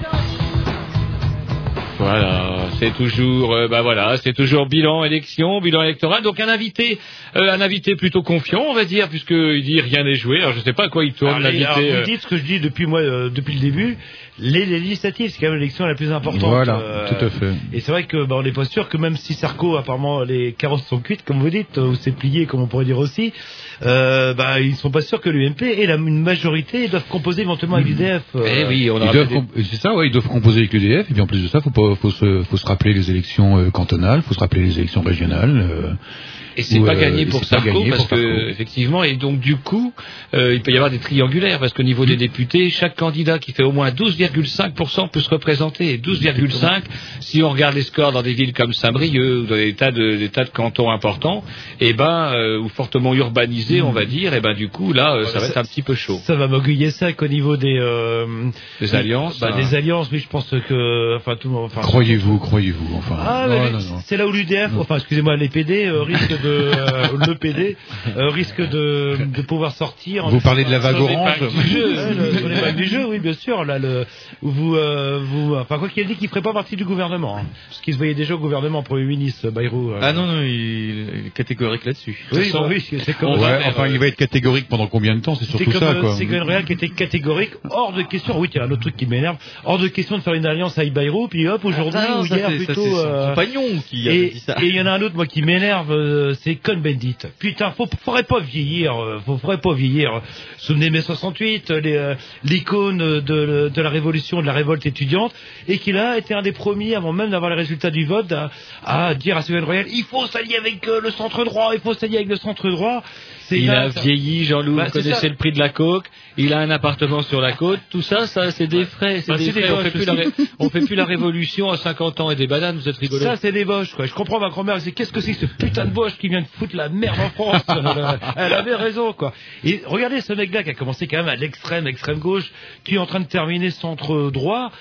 Voilà, c'est toujours, euh, bah voilà, c'est toujours bilan élection, bilan électoral. Donc un invité, euh, un invité plutôt confiant, on va dire, puisque il dit rien n'est joué. Alors je sais pas à quoi il tourne alors, l'invité. alors, vous euh... dites ce que je dis depuis moi, euh, depuis le début. Les, les législatives, c'est quand même l'élection la plus importante. Voilà, euh, tout à fait. Et c'est vrai que bah, on n'est pas sûr que même si Sarko, apparemment, les carottes sont cuites, comme vous dites, ou c'est plié, comme on pourrait dire aussi, euh, bah ils sont pas sûrs que l'U M P ait la, une majorité et doivent composer éventuellement avec l'U D F. Euh, Eh oui, on Ils aura doivent des... comp- c'est ça, ouais, ils doivent composer avec l'U D F, et puis en plus de ça, faut pas, faut se, faut se rappeler les élections euh, cantonales, faut se rappeler les élections régionales. Euh, Et c'est où, pas euh, gagné et pour c'est pas Sarko, gagné parce pour Sarko. que, effectivement, et donc du coup, euh, il peut y avoir des triangulaires, parce qu'au niveau des députés, chaque candidat qui fait au moins douze virgule cinq pour cent peut se représenter. Et douze virgule cinq, si on regarde les scores dans des villes comme Saint-Brieuc, ou dans des tas de, des tas de cantons importants, et ben, euh, ou fortement urbanisés, on va dire, et ben du coup, là, euh, ça va être un petit peu chaud. Ça va m'aiguiller sec au niveau des euh, Des alliances, bah, hein. des alliances. Oui, je pense que, enfin tout le monde. Enfin, Croyez-vous, croyez-vous, enfin. Ah, non, mais non, non. c'est là où l'U D F, enfin excusez-moi, les P D euh, risquent de, euh, le P D euh, risque de, de pouvoir sortir. Vous parlez de la vague Sur les orange. bacs du jeu, ouais, le- sur les bacs du jeu, oui, bien sûr. Là, le, où vous, euh, vous, enfin quoi qu'il ait dit, qu'il ferait pas partie du gouvernement, hein, parce qu'il se voyait déjà au gouvernement Premier ministre, Bayrou. Euh. Ah non, non, il, il est catégorique là-dessus. Oui, bah, oui, c'est comme. Ouais, ça. enfin, il va être catégorique pendant combien de temps? C'est C'est surtout comme ça, euh, quoi. Ségolène Royal qui était catégorique, hors de question. Oui, il y a un autre truc qui m'énerve. Hors de question de faire une alliance avec Bayrou, puis hop, aujourd'hui Ah non, ou ça, hier c'est- ça, plutôt. c'est son euh, compagnon qui a et dit ça. et il y en a un autre moi qui m'énerve, euh, c'est Cohn-Bendit. Putain, faut, faudrait pas vieillir, euh, faut, faudrait pas vieillir. Souvenez mai soixante-huit, les, euh, l'icône de, de la révolution, de la révolte étudiante, et qu'il a été un des premiers, avant même d'avoir les résultats du vote, à, à dire à Ségolène Royal, il faut s'allier avec euh, le centre droit, il faut s'allier avec le centre droit. C'est Il là, a ça- vieilli, Jean-Loup, Bah, vous c'est connaissez ça. le prix de la coke, il a un appartement sur la côte, tout ça, ça c'est des frais, c'est Bah, des c'est des frais. On fait, boches plus la aussi. ré- on fait plus la révolution à cinquante ans et des bananes, vous êtes rigolo. Ça, c'est des boches, quoi. Je comprends ma grand-mère, elle dit, qu'est-ce que c'est que ce putain de boche qui vient de foutre la merde en France? Elle avait raison, quoi. Et regardez ce mec-là qui a commencé quand même à l'extrême, extrême gauche, qui est en train de terminer centre droit.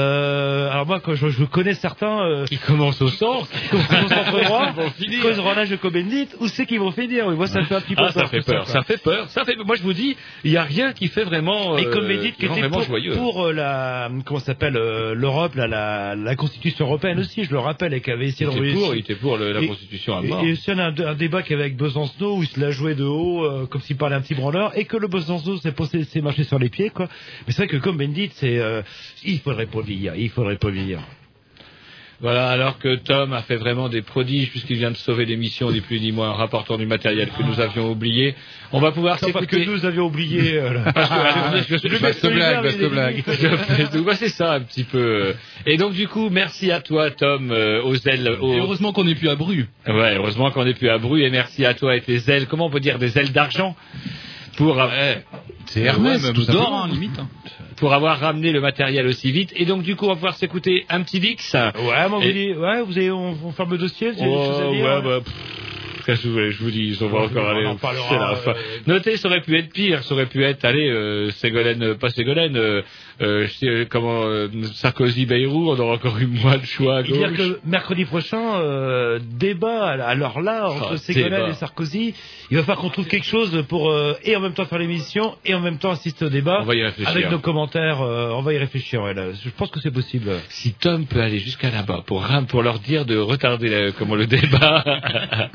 Euh, alors moi, quand je, je connais certains, euh, Qui commence au centre. qui commencent au centre droit, Ils vont finir. cause relâche de Cohn-Bendit, où c'est qu'ils vont finir? Oui, moi, ça me fait un petit peu Ah, peur. ça fait tout peur, quoi. ça fait peur, ça fait. Moi, je vous dis, il y a rien qui fait vraiment. Et euh, Cohn-Bendit qui rend était vraiment pour, joyeux. pour euh, la, comment ça s'appelle, euh, l'Europe, la, la, la Constitution européenne aussi, je le rappelle, et qui avait essayé Il était d'envoyer. pour, il était pour le- la Et- Constitution à Et, mort. et aussi, on a un, un débat qu'il y avait avec Besancenot où il se l'a joué de haut, euh, comme s'il parlait un petit branleur, et que le Besancenot s'est posé, s'est marché sur les pieds, quoi. Mais c'est vrai que comme Bendit, c'est, euh, il faudrait pas vieillir, il faudrait pas vieillir. Voilà, alors que Tom a fait vraiment des prodiges puisqu'il vient de sauver l'émission ni plus ni moins en rapportant du matériel que nous avions oublié. On va pouvoir C'est parce que s'écouter. nous avions oublié. Euh, là. Parce que- parce que- Le Basse mec blague, solidaire, basse il est- blague. Je fais tout. Ouais, c'est ça un petit peu. Et donc du coup, merci à toi Tom euh, aux ailes. aux- Et heureusement qu'on n'est plus à Bru. Ouais, heureusement qu'on n'est plus à Bru et merci à toi et tes ailes. Comment on peut dire des ailes d'argent pour C'est Hermès, Ouais, tout même d'or, simplement. hein, limite. hein. pour avoir ramené le matériel aussi vite. Et donc du coup, on va pouvoir s'écouter un petit Vix. Ouais, moi, vous Et- dis, ouais, vous avez, on, on ferme le dossier, vous avez des choses à Oh, dire? ouais, bah, pff, qu'est-ce que vous voulez, je vous dis, on va On encore en aller, parlera, c'est la fin. euh, Notez, ça aurait pu être pire, ça aurait pu être, allez, euh, Ségolène, euh, pas Ségolène, euh, euh, je sais, euh, comment, euh, Sarkozy-Bayrou, on aura encore eu moins de choix à Il dire gauche. que mercredi prochain, euh, débat, alors là, entre Ah, Ségolène débat. et Sarkozy, il va falloir qu'on trouve quelque chose pour, euh, et en même temps faire l'émission, et en même temps assister au débat. On va y réfléchir. Avec nos commentaires, euh, on va y réfléchir, ouais, là. Je pense que c'est possible. Si Tom peut aller jusqu'à là-bas pour, ram- pour leur dire de retarder la- comment le débat.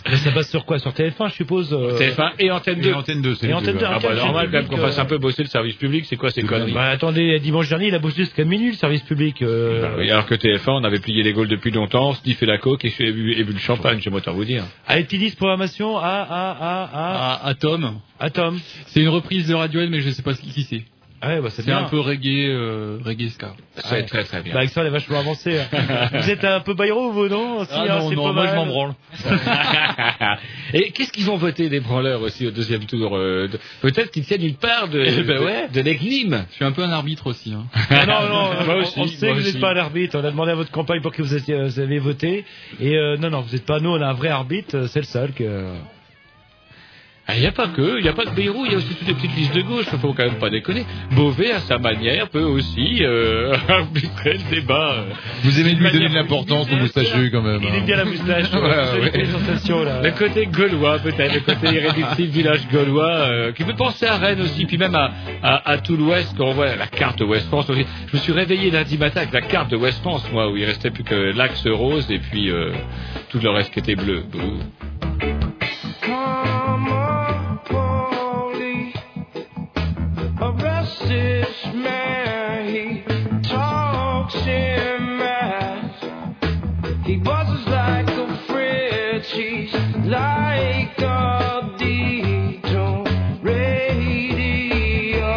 Mais ça passe sur quoi? Sur T F un, je suppose. euh... T F un et Antenne deux. Et Antenne deux, c'est Et les Antenne deux, deux, ouais. Ah bah Quel normal quand même qu'on public, fasse un peu bosser le service public, c'est quoi ces conneries? Bah attendez, dimanche dernier, il a bossé jusqu'à minuit le service public. Euh... Bah oui, alors que T F un, on avait plié les Gaules depuis longtemps, sniffé la coke et bu, et bu le champagne, j'aime autant vous dire. Allez, petit dix, programmation, à, à, à, à... À Atom. Atom. C'est une reprise de Radiohead, mais je sais pas qui qui c'est. Ah ouais, bah c'est C'est bien. un peu reggae, euh, reggae ska. C'est Ouais. très très bien. Bah, avec ça, elle est vachement avancée. hein. Vous êtes un peu Bayrou, vous, non? Si, Ah hein, non, c'est non, pas moi mal. je m'en branle. Et qu'est-ce qu'ils vont voter des branleurs aussi au deuxième tour euh, de... Peut-être qu'ils tiennent une part de, Eh ben de, ouais. de l'énigme. Je suis un peu un arbitre aussi. Hein. Ah non, non, Moi on, aussi, on sait moi que vous aussi. n'êtes pas un arbitre. On a demandé à votre campagne pour que vous, étiez, vous avez voté. Et euh, non, non, vous n'êtes pas nous, on a un vrai arbitre, c'est le seul que... Il n'y a pas que, il n'y a pas que Bayrou, il y a aussi toutes les petites listes de gauche, il faut quand même pas déconner. Beauvais, à sa manière, peut aussi euh, arbitrer le débat. euh. Vous aimez D'une lui donner manière de l'importance au moustachu quand même. Il hein. aime bien la moustache. Ouais, ouais, ouais. les sensations, là. Le côté gaulois, peut-être, le côté irréductible village gaulois, euh, qui peut penser à Rennes aussi, puis même à, à, à tout l'Ouest, quand on voit la carte de West France. Aussi. Je me suis réveillé lundi matin avec la carte de West France, moi, où il restait plus que l'axe rose et puis euh, tout le reste qui était bleu. Bouh. A restless man, he talks in mass. He buzzes like a fridge, he's like a digital radio.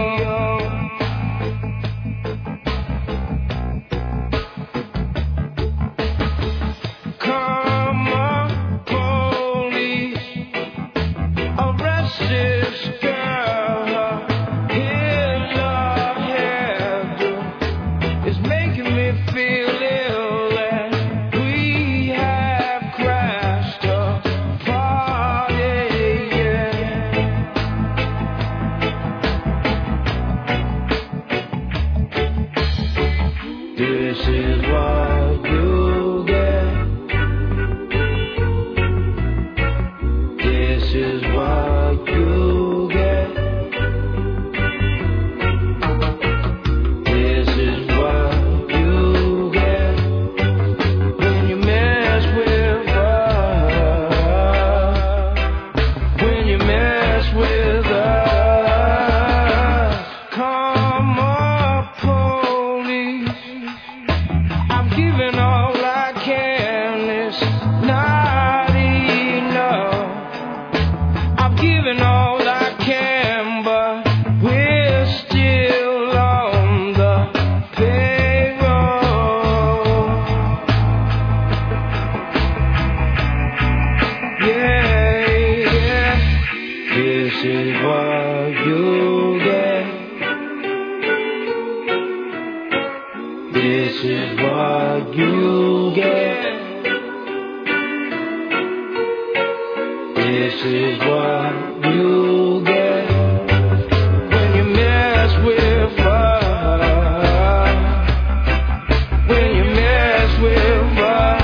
Come on, police, a restless girl. In the head is making me feel ill, and we have crashed a party. Yeah. This is what you get. This is what you get. This is what you get when you mess with us. When you mess with us. Come on, police. I'm giving all I can. It's not enough. I'm giving all I can, but we're still on the payroll. Yeah, yeah. This is what you get. This is what you get. This is what you get when you mess with us. When you mess with us.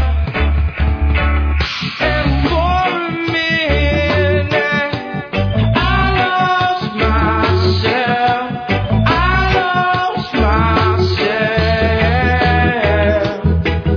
And for a minute, I lost myself. I lost myself.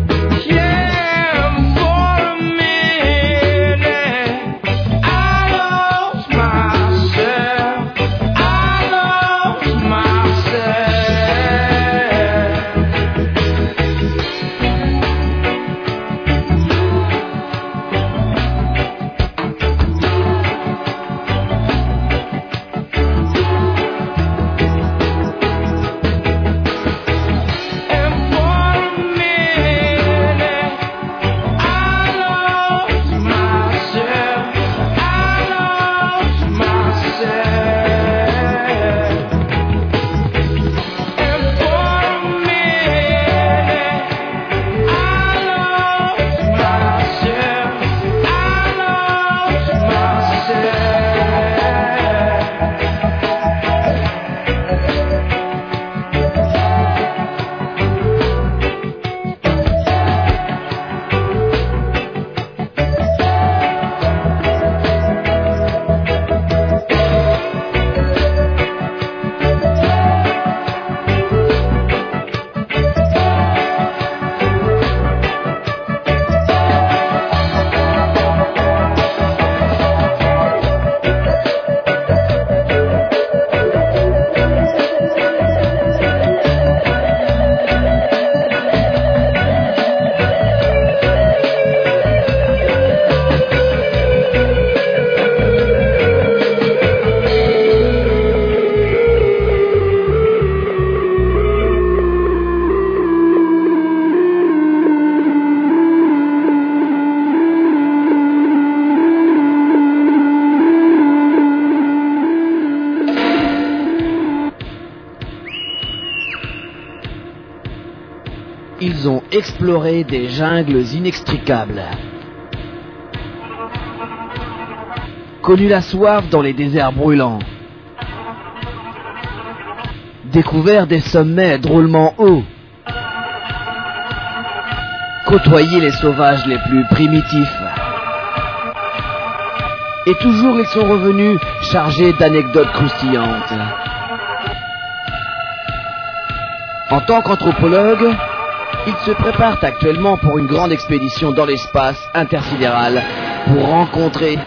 ils ont exploré des jungles inextricables. Connu la soif dans les déserts brûlants. Découvert des sommets drôlement hauts. Côtoyer les sauvages les plus primitifs. Et toujours ils sont revenus chargés d'anecdotes croustillantes. En tant qu'anthropologues, ils se préparent actuellement pour une grande expédition dans l'espace intersidéral pour rencontrer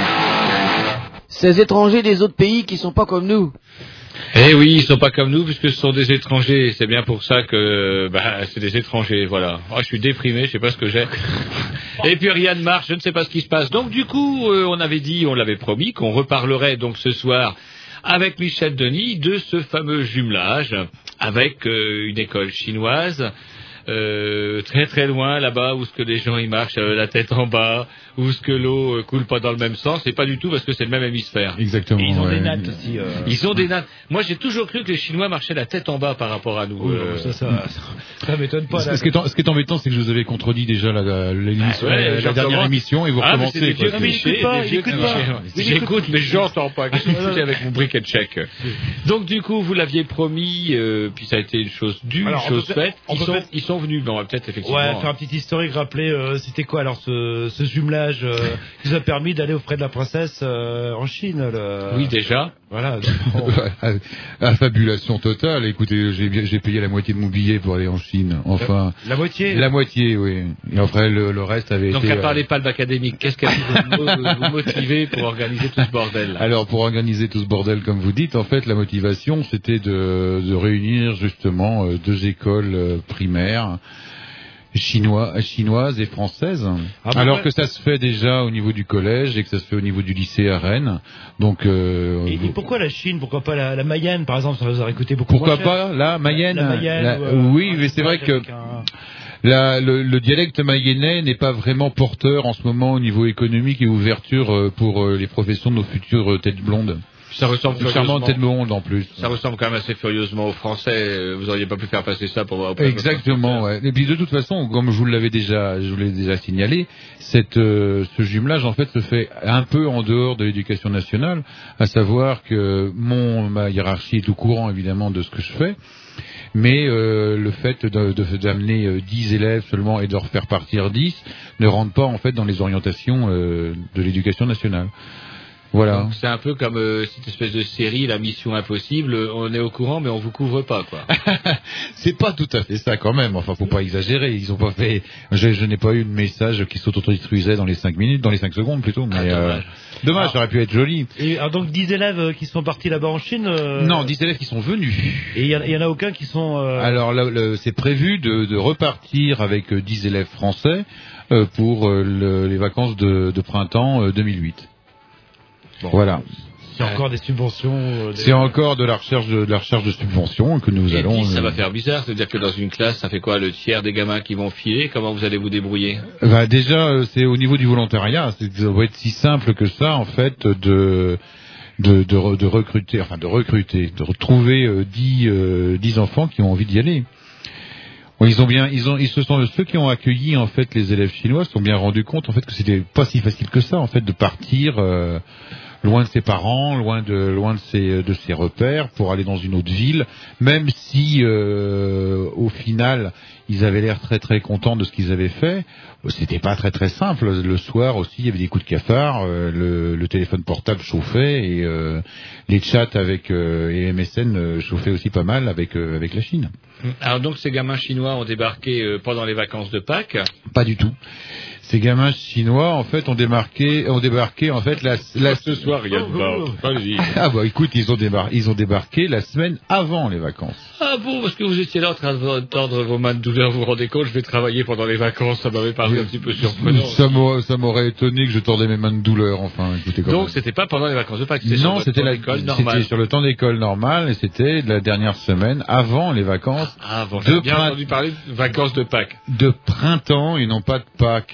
ces étrangers des autres pays qui sont pas comme nous. Eh oui, ils sont pas comme nous puisque ce sont des étrangers. C'est bien pour ça que bah, c'est des étrangers, voilà. Oh, je suis déprimé, je sais pas ce que j'ai. Et puis rien ne marche, je ne sais pas ce qui se passe. Donc du coup, euh, on avait dit, on l'avait promis qu'on reparlerait donc ce soir avec Michel Denis de ce fameux jumelage avec euh, une école chinoise. Euh, très très loin là-bas où ce que les gens ils marchent euh, la tête en bas, où ce que l'eau euh, coule pas dans le même sens, et pas du tout parce que c'est le même hémisphère. Exactement. Et ils ont ouais. des nattes aussi. Euh... Ils ont des nattes. Moi j'ai toujours cru que les Chinois marchaient la tête en bas par rapport à nous. Oui, euh... ça, ça, ça, ça m'étonne pas. Ce, Là. ce, qui est, ce qui est embêtant, c'est que je vous avais contredit déjà la, la, l'émission, Ah ouais, la, la dernière émission et vous ah, recommencez. Mais c'est des quoi, vieux c'est- clichés, pas, des vieux j'écoute clichés. pas. Si j'écoute, mais j'entends pas. Qu'est-ce que je fais avec mon briquet de chèque? Donc du coup, vous l'aviez promis, euh, puis ça a été une chose due, Alors, une chose on peut faite. fait- on Ils peut sont, fait- ils sont venus. Mais on va peut-être effectivement. Ouais, faire un petit historique, rappeler euh, c'était quoi alors ce, ce jumelage euh, qui nous a permis d'aller auprès de la princesse euh, en Chine. Le... Oui, déjà. Voilà. Affabulation totale. Écoutez, j'ai, bien- j'ai payé la moitié de mon billet pour aller en Chine. Enfin, La moitié. la moitié, oui. Et après, le, le reste avait Donc été. à part euh, les palmes académiques, qu'est-ce qui a pu vous, vous motiver pour organiser tout ce bordel là? Alors, pour organiser tout ce bordel, comme vous dites, en fait, la motivation, c'était de, de réunir justement euh, deux écoles euh, primaires chinois, chinoises et françaises. Ah bon, alors ouais. que ça se fait déjà au niveau du collège et que ça se fait au niveau du lycée à Rennes. Donc, euh, Et, et pourquoi la Chine? Pourquoi pas la, la Mayenne, par exemple? Ça vous aurait coûté beaucoup pourquoi moins cher. pas la Mayenne, La Mayenne. la- ou, euh, oui, un mais c'est vrai village que avec un- La, le, le dialecte mayennais n'est pas vraiment porteur en ce moment au niveau économique et ouverture euh, pour euh, les professions de nos futures euh, têtes blondes. Ça ressemble Une charmante tête blonde en plus. Ça ressemble quand même assez furieusement aux Français. Vous auriez pas pu faire passer ça pour. pour Exactement. Ouais. Et puis de toute façon, comme je vous l'avais déjà, je vous l'ai déjà signalé, cette, euh, ce jumelage en fait se fait un peu en dehors de l'éducation nationale, à savoir que mon ma hiérarchie est au courant évidemment de ce que je fais. Mais euh, le fait de, de, d'amener euh, dix élèves seulement et de refaire partir dix ne rentre pas en fait dans les orientations euh, de l'éducation nationale. Voilà. Donc, c'est un peu comme euh, cette espèce de série, La Mission Impossible. On est au courant, mais on vous couvre pas, quoi. C'est pas tout à fait ça quand même. Enfin, faut pas exagérer. Ils ont pas fait. Je, je n'ai pas eu de message qui s'auto-détruisait dans les cinq minutes, dans les cinq secondes plutôt. Mais Ah, euh, dommage. dommage, Alors, ça aurait pu être joli. Et alors, donc dix élèves euh, qui sont partis là-bas en Chine. euh, Non, dix élèves qui sont venus. Et il y, en- il y en a aucun qui sont. euh, Alors là, le- c'est prévu de, de repartir avec euh, dix élèves français euh, pour euh, le- les vacances de, de printemps euh, deux mille huit. bon, Voilà. C'est encore des subventions. euh, des- C'est encore de la recherche de, de la recherche de subventions que nous Et allons. dix, ça euh, va faire bizarre. C'est-à-dire que dans une classe, ça fait quoi? Le tiers des gamins qui vont filer? Comment vous allez vous débrouiller? Bah déjà, euh, c'est au niveau du volontariat. C'est, ça va être si simple que ça, en fait, de de, de, re- de recruter, enfin de recruter, de retrouver euh, dix euh, dix enfants qui ont envie d'y aller. Bon, ils ont bien, ils ont, ils se sont ceux qui ont accueilli en fait les élèves chinois se sont bien rendus compte en fait que c'était pas si facile que ça en fait de partir euh, loin de ses parents, loin de loin de ses de ses repères pour aller dans une autre ville, même si euh, au final ils avaient l'air très très contents de ce qu'ils avaient fait. C'était pas très très simple. Le soir aussi, il y avait des coups de cafard, euh, le, le téléphone portable chauffait et euh, les chats avec euh, et M S N euh, chauffaient aussi pas mal avec euh, avec la Chine. Alors donc, ces gamins chinois ont débarqué euh, pendant les vacances de Pâques. Pas du tout. Ces gamins chinois, en fait, ont débarqué, ont débarqué, en fait, la, la... Ce soir, il y a de bord. Allez-y. Ah bah écoute, ils ont débarqué, ils ont débarqué la semaine avant les vacances. Ah bon, parce que vous étiez là en train de tordre vos mains de douleur, vous vous rendez compte, je vais travailler pendant les vacances, ça m'avait paru un petit peu surprenant. Ça m'aurait, ça m'aurait étonné que je tordais mes mains de douleur, enfin, écoutez quand Donc même. c'était pas pendant les vacances de Pâques, c'était sur Non, votre c'était temps la, d'école c'était normale. sur le temps d'école normale et c'était la dernière semaine avant les vacances. Ah bon, de j'ai bien prin- entendu parler de vacances de Pâques. De printemps et non pas de Pâques.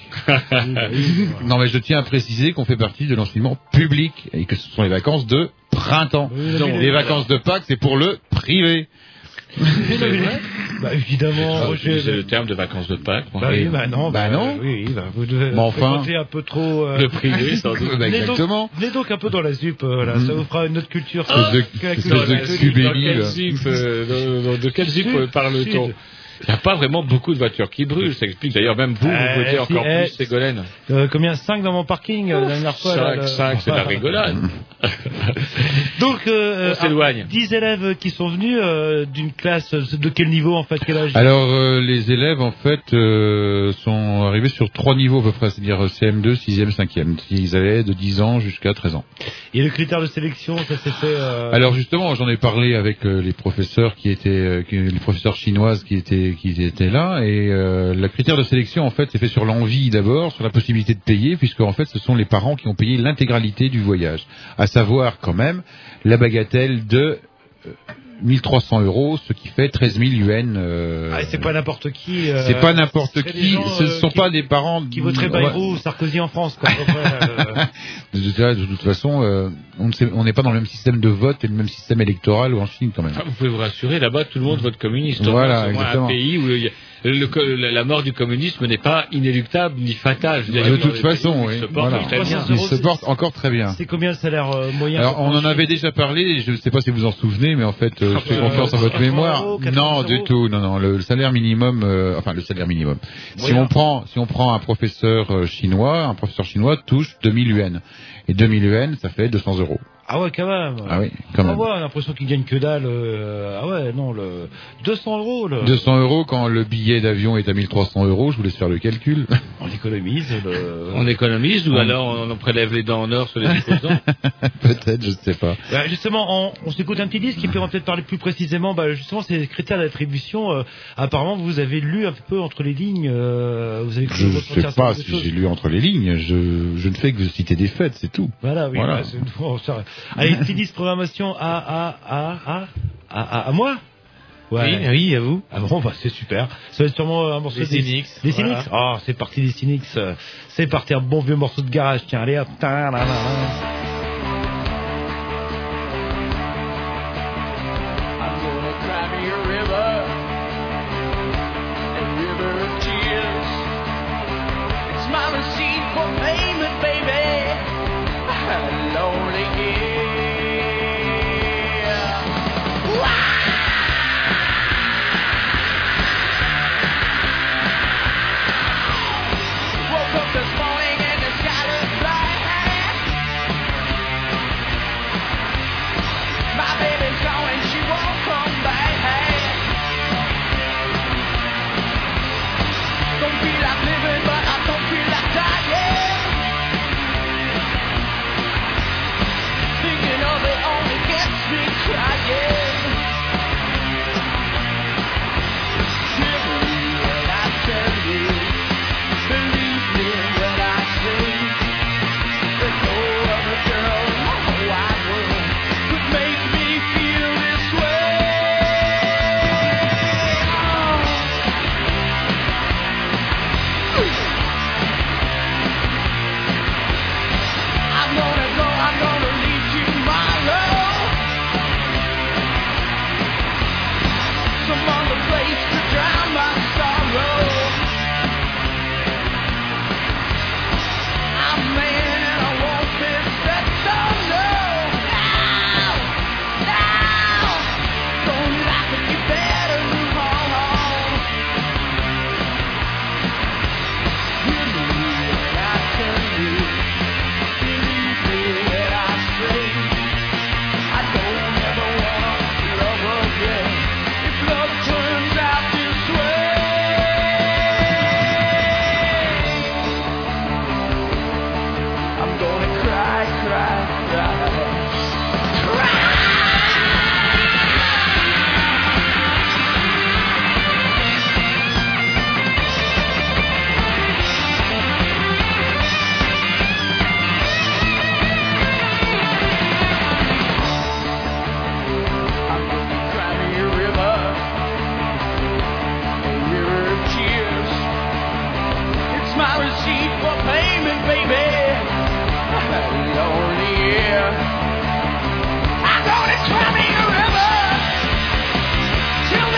Non mais je tiens à préciser qu'on fait partie de l'enseignement public et que ce sont les vacances de printemps. Oui, Donc, oui, les oui, vacances de Pâques, c'est pour le privé. Bah évidemment, ah, Roger. C'est le terme de vacances de Pâques. Bah oui, bah non, bah, bah non. Oui, bah vous devez bon, enfin, un peu trop. Euh, le privé, sans doute. Bah, exactement. Venez donc, donc un peu dans la Z U P, euh, là, mmh. ça vous fera une autre culture. Ah, de, que la culture de Cubélie. De quelle Z U P parle-t-on? Il n'y a pas vraiment beaucoup de voitures qui brûlent, ça explique. D'ailleurs, même vous, vous votez euh, encore si, plus, Ségolène. Euh, combien? cinq dans mon parking, euh, la dernière fois? cinq, cinq, c'est la rigolade. Donc, euh, on s'éloigne. dix élèves qui sont venus euh, d'une classe, de quel niveau, en fait, quel âge? Alors, euh, les élèves, en fait, euh, sont arrivés sur trois niveaux, à peu près, c'est-à-dire C M deux, sixième, cinquième. Ils avaient de dix ans jusqu'à treize ans. Et le critère de sélection, ça s'est fait... Euh... Alors, justement, j'en ai parlé avec euh, les professeurs qui étaient, euh, qui, les professeurs chinoises qui étaient qui étaient là, et euh, le critère de sélection en fait c'est fait sur l'envie d'abord, sur la possibilité de payer, puisque en fait ce sont les parents qui ont payé l'intégralité du voyage, à savoir quand même la bagatelle de euh, mille trois cents euros, ce qui fait treize mille yuan. Euh... Ah, c'est pas n'importe qui. Euh... C'est pas n'importe qui. Gens, ce ne sont qui, pas des parents qui voteraient Bayrou ou Sarkozy en France. Quoi, euh... de, de toute façon, euh, on n'est pas dans le même système de vote et le même système électoral en Chine quand même. Ah, vous pouvez vous rassurer, là-bas tout le monde vote communiste. Voilà, c'est exactement. Un pays où le, le, la mort du communisme n'est pas inéluctable ni fatale. De, de toute façon, oui. Se voilà. Il se porte encore très bien. C'est combien le salaire euh, moyen? Alors, on en avait déjà parlé. Je ne sais pas si vous en souvenez, mais en fait, euh, je fais confiance à votre mémoire. Euros, non, du tout. Non, non. Le, le salaire minimum, euh, enfin le salaire minimum. Si on prend, si on prend un professeur euh, chinois, un professeur chinois touche deux mille yuan. Et deux mille yuan, ça fait deux cents euros. Ah ouais, quand même. Ah oui, quand même. Ah ouais, on a l'impression qu'il gagne que dalle. Euh, ah ouais, non, le deux cents euros. Le... deux cents euros quand le billet d'avion est à mille trois cents euros, je vous laisse faire le calcul. On économise. Le... On économise ou on... alors on, on prélève les dents en or sur les déposants? Peut-être, je ne sais pas. Bah, justement, on, on s'écoute un petit disque qui pourra peut-être parler plus précisément. Bah, justement, ces critères d'attribution. Euh, apparemment, vous avez lu un peu entre les lignes. Euh, vous avez je ne sais pas si j'ai lu entre les lignes. Je, je ne fais que citer des faits, c'est tout. Voilà, oui. Voilà. Bah, c'est... Bon, ça... Allez, petit disque programmation à à à à à à, à moi. Ouais. Oui, oui, à vous. Ah bon, bah c'est super. Ça va être sûrement un morceau des Cynics. Des Cynics. Ah, voilà. Oh, c'est parti des Cynics. C'est parti un bon vieux morceau de garage. Tiens, allez hop. Till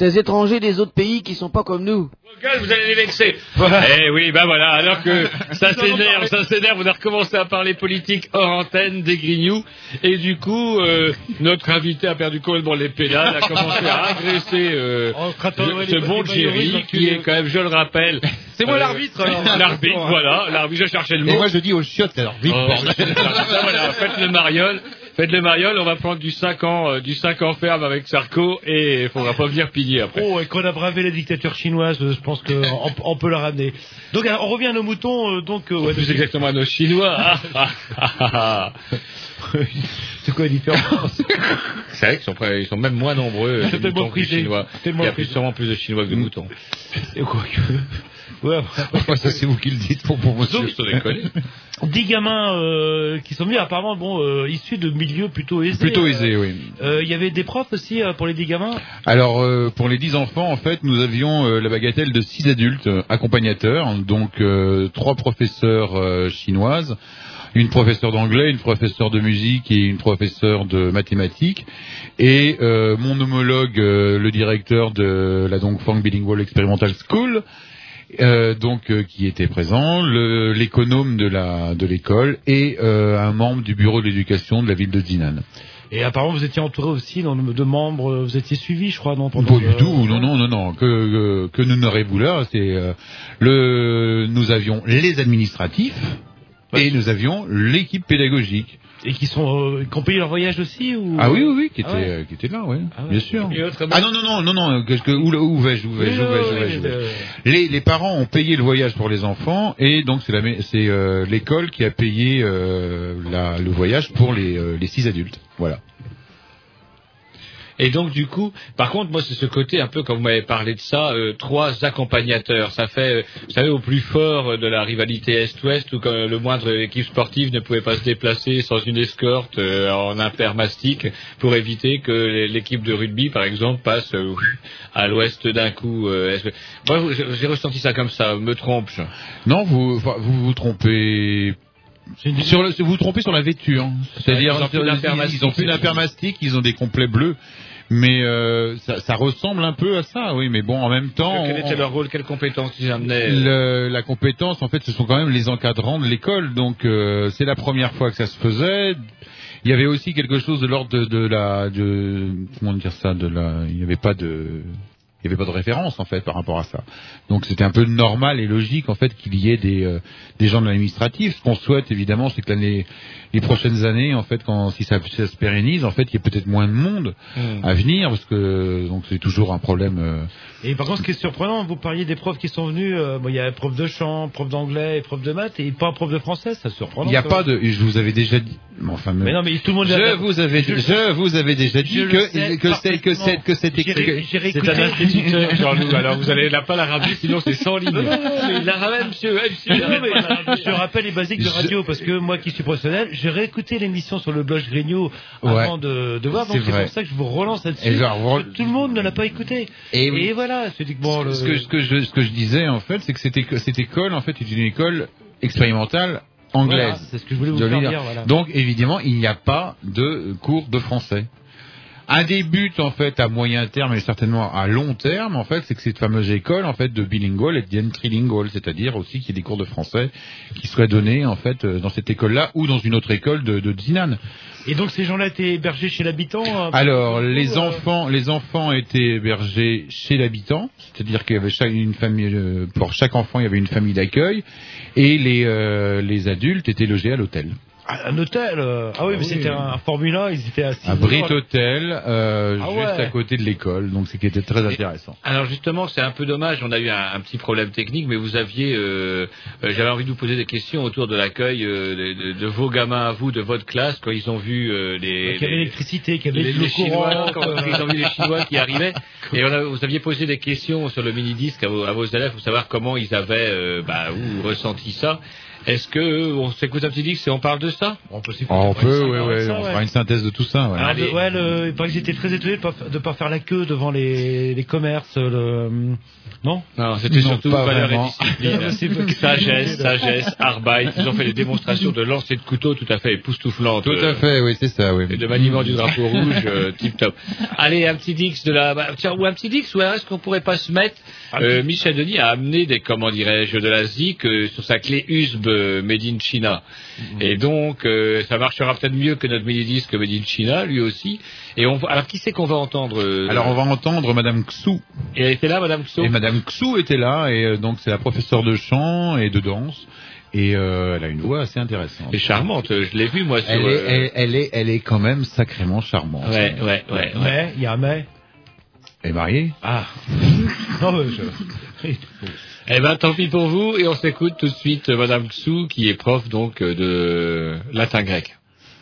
Ces étrangers des autres pays qui sont pas comme nous. Vous allez les vexer. Eh oui, ben voilà, alors que ça s'énerve, ça s'énerve, on a recommencé à parler politique hors antenne, des grignoux, et du coup, euh, notre invité a perdu complètement les pédales, a commencé à agresser euh, ce, ce bon Jerry, qui est quand même, je le rappelle... C'est moi euh, l'arbitre. L'arbitre, voilà, l'arbitre, je cherchais le mot. Et moi je dis aux chiottes, l'arbitre. Oh, voilà, faites le mariole. Faites le mariole, on va prendre du cinq ans, euh, du cinq ans ferme avec Sarko et il faudra pas venir piller après. Oh, et qu'on a bravé la dictature chinoise, je pense qu'on on peut la ramener. Donc, on revient à nos moutons, euh, donc, euh, ouais, plus exactement à nos Chinois. Ah, ah, ah, ah. C'est quoi la différence? C'est vrai qu'ils sont, ils sont même moins nombreux, les moutons que les Chinois. Il y a plus, sûrement plus de Chinois que de moutons. Et quoi que... Ouais, ouais, ça c'est vous qui le dites pour, pour monsieur. Dix gamins euh, qui sont venus apparemment bon euh, issus de milieux plutôt aisés. Plutôt aisés, euh, oui. Il euh, y avait des profs aussi euh, pour les dix gamins. Alors euh, pour les dix enfants, en fait, nous avions euh, la bagatelle de six adultes euh, accompagnateurs, donc euh, trois professeurs euh, chinoises, une professeure d'anglais, une professeure de musique et une professeure de mathématiques, et euh, mon homologue, euh, le directeur de la Dongfang Bilingual Experimental School. Euh, donc euh, qui était présent, le, l'économe de la de l'école et euh, un membre du bureau de l'éducation de la ville de Jinan. Et apparemment vous étiez entouré aussi de membres, vous étiez suivi, je crois, non? Pas du euh... tout, non, non, non, non. Que que, que nous n'aurons là, c'est euh, le, nous avions les administratifs ouais. Et nous avions l'équipe pédagogique. Et qui sont euh, qui ont payé leur voyage aussi ou... Ah oui oui oui qui était ah ouais. euh, qui était là, ouais, ah ouais. Bien sûr. Ah non non non non non que, que, où où vais-je où vais-je où vais-je où vais-je, où vais-je. Les les parents ont payé le voyage pour les enfants et donc c'est la c'est euh, l'école qui a payé euh, la, le voyage pour les euh, les six adultes. Voilà. Et donc du coup, par contre, moi c'est ce côté un peu comme vous m'avez parlé de ça, euh, trois accompagnateurs. Ça fait, euh, vous savez, au plus fort de la rivalité Est-Ouest, où quand le moindre équipe sportive ne pouvait pas se déplacer sans une escorte euh, en impermastique pour éviter que l'équipe de rugby, par exemple, passe euh, à l'Ouest d'un coup. Euh, moi, j'ai ressenti ça comme ça. Me trompe-je? Non, vous vous vous trompez. Sur le, vous vous trompez sur la vêture, c'est-à-dire ils ont plus d'impermastique, ils ont plus d'impermastique, ils ont des complets bleus, mais euh, ça, ça ressemble un peu à ça, oui, mais bon, en même temps. Quel était on, leur rôle, quelle compétence ils amenaient? le, La compétence, en fait, ce sont quand même les encadrants de l'école, donc euh, c'est la première fois que ça se faisait. Il y avait aussi quelque chose de l'ordre de, de la, de, comment dire ça, de la, il n'y avait pas de. Il n'y avait pas de référence en fait par rapport à ça. Donc c'était un peu normal et logique en fait qu'il y ait des euh, des gens de l'administratif. Ce qu'on souhaite évidemment, c'est que l'année, les prochaines années en fait, quand si ça, ça se pérennise, en fait, il y a peut-être moins de monde mmh. à venir parce que donc c'est toujours un problème. Euh... Et par contre, ce qui est surprenant, vous parliez des profs qui sont venus. Euh, bon, il y a prof de chant, prof d'anglais, et prof de maths, et pas un prof de français. Ça surprend. Il n'y a pas de. Je vous avais déjà dit. Enfin, mais non, mais tout le monde. Je a... vous avais. Je, je vous avais déjà dit que que c'est que c'est que c'était. J'ai réécouté. Jean-Loup, alors vous allez là pas la ramener, sinon c'est sans ligne. Il la ramène, monsieur. Je rappelle les basiques de radio, parce que moi qui suis professionnel, j'ai réécouté l'émission sur le blog Grignoux avant ouais. de, de voir, donc c'est, c'est pour ça que je vous relance là-dessus. Genre, tout le monde ne l'a pas écouté. Et, et oui. voilà, c'est dit que bon. Le... Ce que, ce que je, ce que je disais en fait, c'est que c'était, cette école en fait est une école expérimentale anglaise. Voilà, c'est ce que je voulais vous faire dire. Voilà. Donc évidemment, il n'y a pas de cours de français. Un des buts en fait à moyen terme et certainement à long terme en fait, c'est que cette fameuse école en fait de bilingual et de trilingual, c'est-à-dire aussi qu'il y ait des cours de français qui soient donnés en fait dans cette école-là ou dans une autre école de, de Jinan. Et donc ces gens-là étaient hébergés chez l'habitant? Alors les euh... enfants, les enfants étaient hébergés chez l'habitant, c'est-à-dire qu'il y avait chaque, une famille pour chaque enfant, il y avait une famille d'accueil, et les euh, les adultes étaient logés à l'hôtel. Un hôtel euh... Ah oui, ah mais oui. C'était un Formula, ils étaient assis. Un Brit Hotel, euh, ah juste ouais. à côté de l'école, donc c'est qui était très intéressant. Et alors justement, c'est un peu dommage, on a eu un, un petit problème technique, mais vous aviez, euh, euh, j'avais envie de vous poser des questions autour de l'accueil euh, de, de, de vos gamins à vous, de votre classe, quand ils ont vu euh, les... Qu'il y avait l'électricité, qu'il y avait les, les Chinois, quand ils ont vu les Chinois qui arrivaient, et on a, vous aviez posé des questions sur le mini-disque à vos, à vos élèves pour savoir comment ils avaient euh, bah, ou ressenti ça. Est-ce que on s'écoute un petit disque et on parle de ça? ça? On peut s'y Oh, on peut, ouais, ouais, ça, on ouais. fera une synthèse de tout ça. Ouais. Alors, de- ouais, le, il paraît que j'étais très étonné de pas, de pas faire la queue devant les, les commerces, le, non? Non, c'était Non, surtout pas valeur vraiment. et discipline. sagesse, sagesse, arbeit. Ils ont fait des démonstrations de lancer de couteau tout à fait époustouflantes. Tout à fait, oui, c'est ça, oui. Et de maniement du drapeau rouge, euh, tip top. Allez, un petit Dix de la, bah, tiens, ou un petit Dix, ou alors est-ce qu'on pourrait pas se mettre, euh, Michel Denis a amené des, comment dirais-je, de la Z I C euh, sur sa clé U S B euh, Made in China. Mmh. Et donc, euh, ça marchera peut-être mieux que notre mini-disque Made in China, lui aussi. Et on va, alors qui c'est qu'on va entendre euh, Alors on va entendre Madame Xu. Et elle était là, Madame Xu. Et Madame Xu était là, et euh, donc c'est la professeure de chant et de danse. Et euh, elle a une voix assez intéressante. Et charmante, je l'ai vue moi sur... Elle est, euh... elle, elle est, elle est quand même sacrément charmante. Ouais, ouais, ouais. Mais, il y a un mais. Elle est mariée? Ah. Non, mais je... Eh ben, tant pis pour vous, et on s'écoute tout de suite Madame Xu, qui est prof donc de latin grec.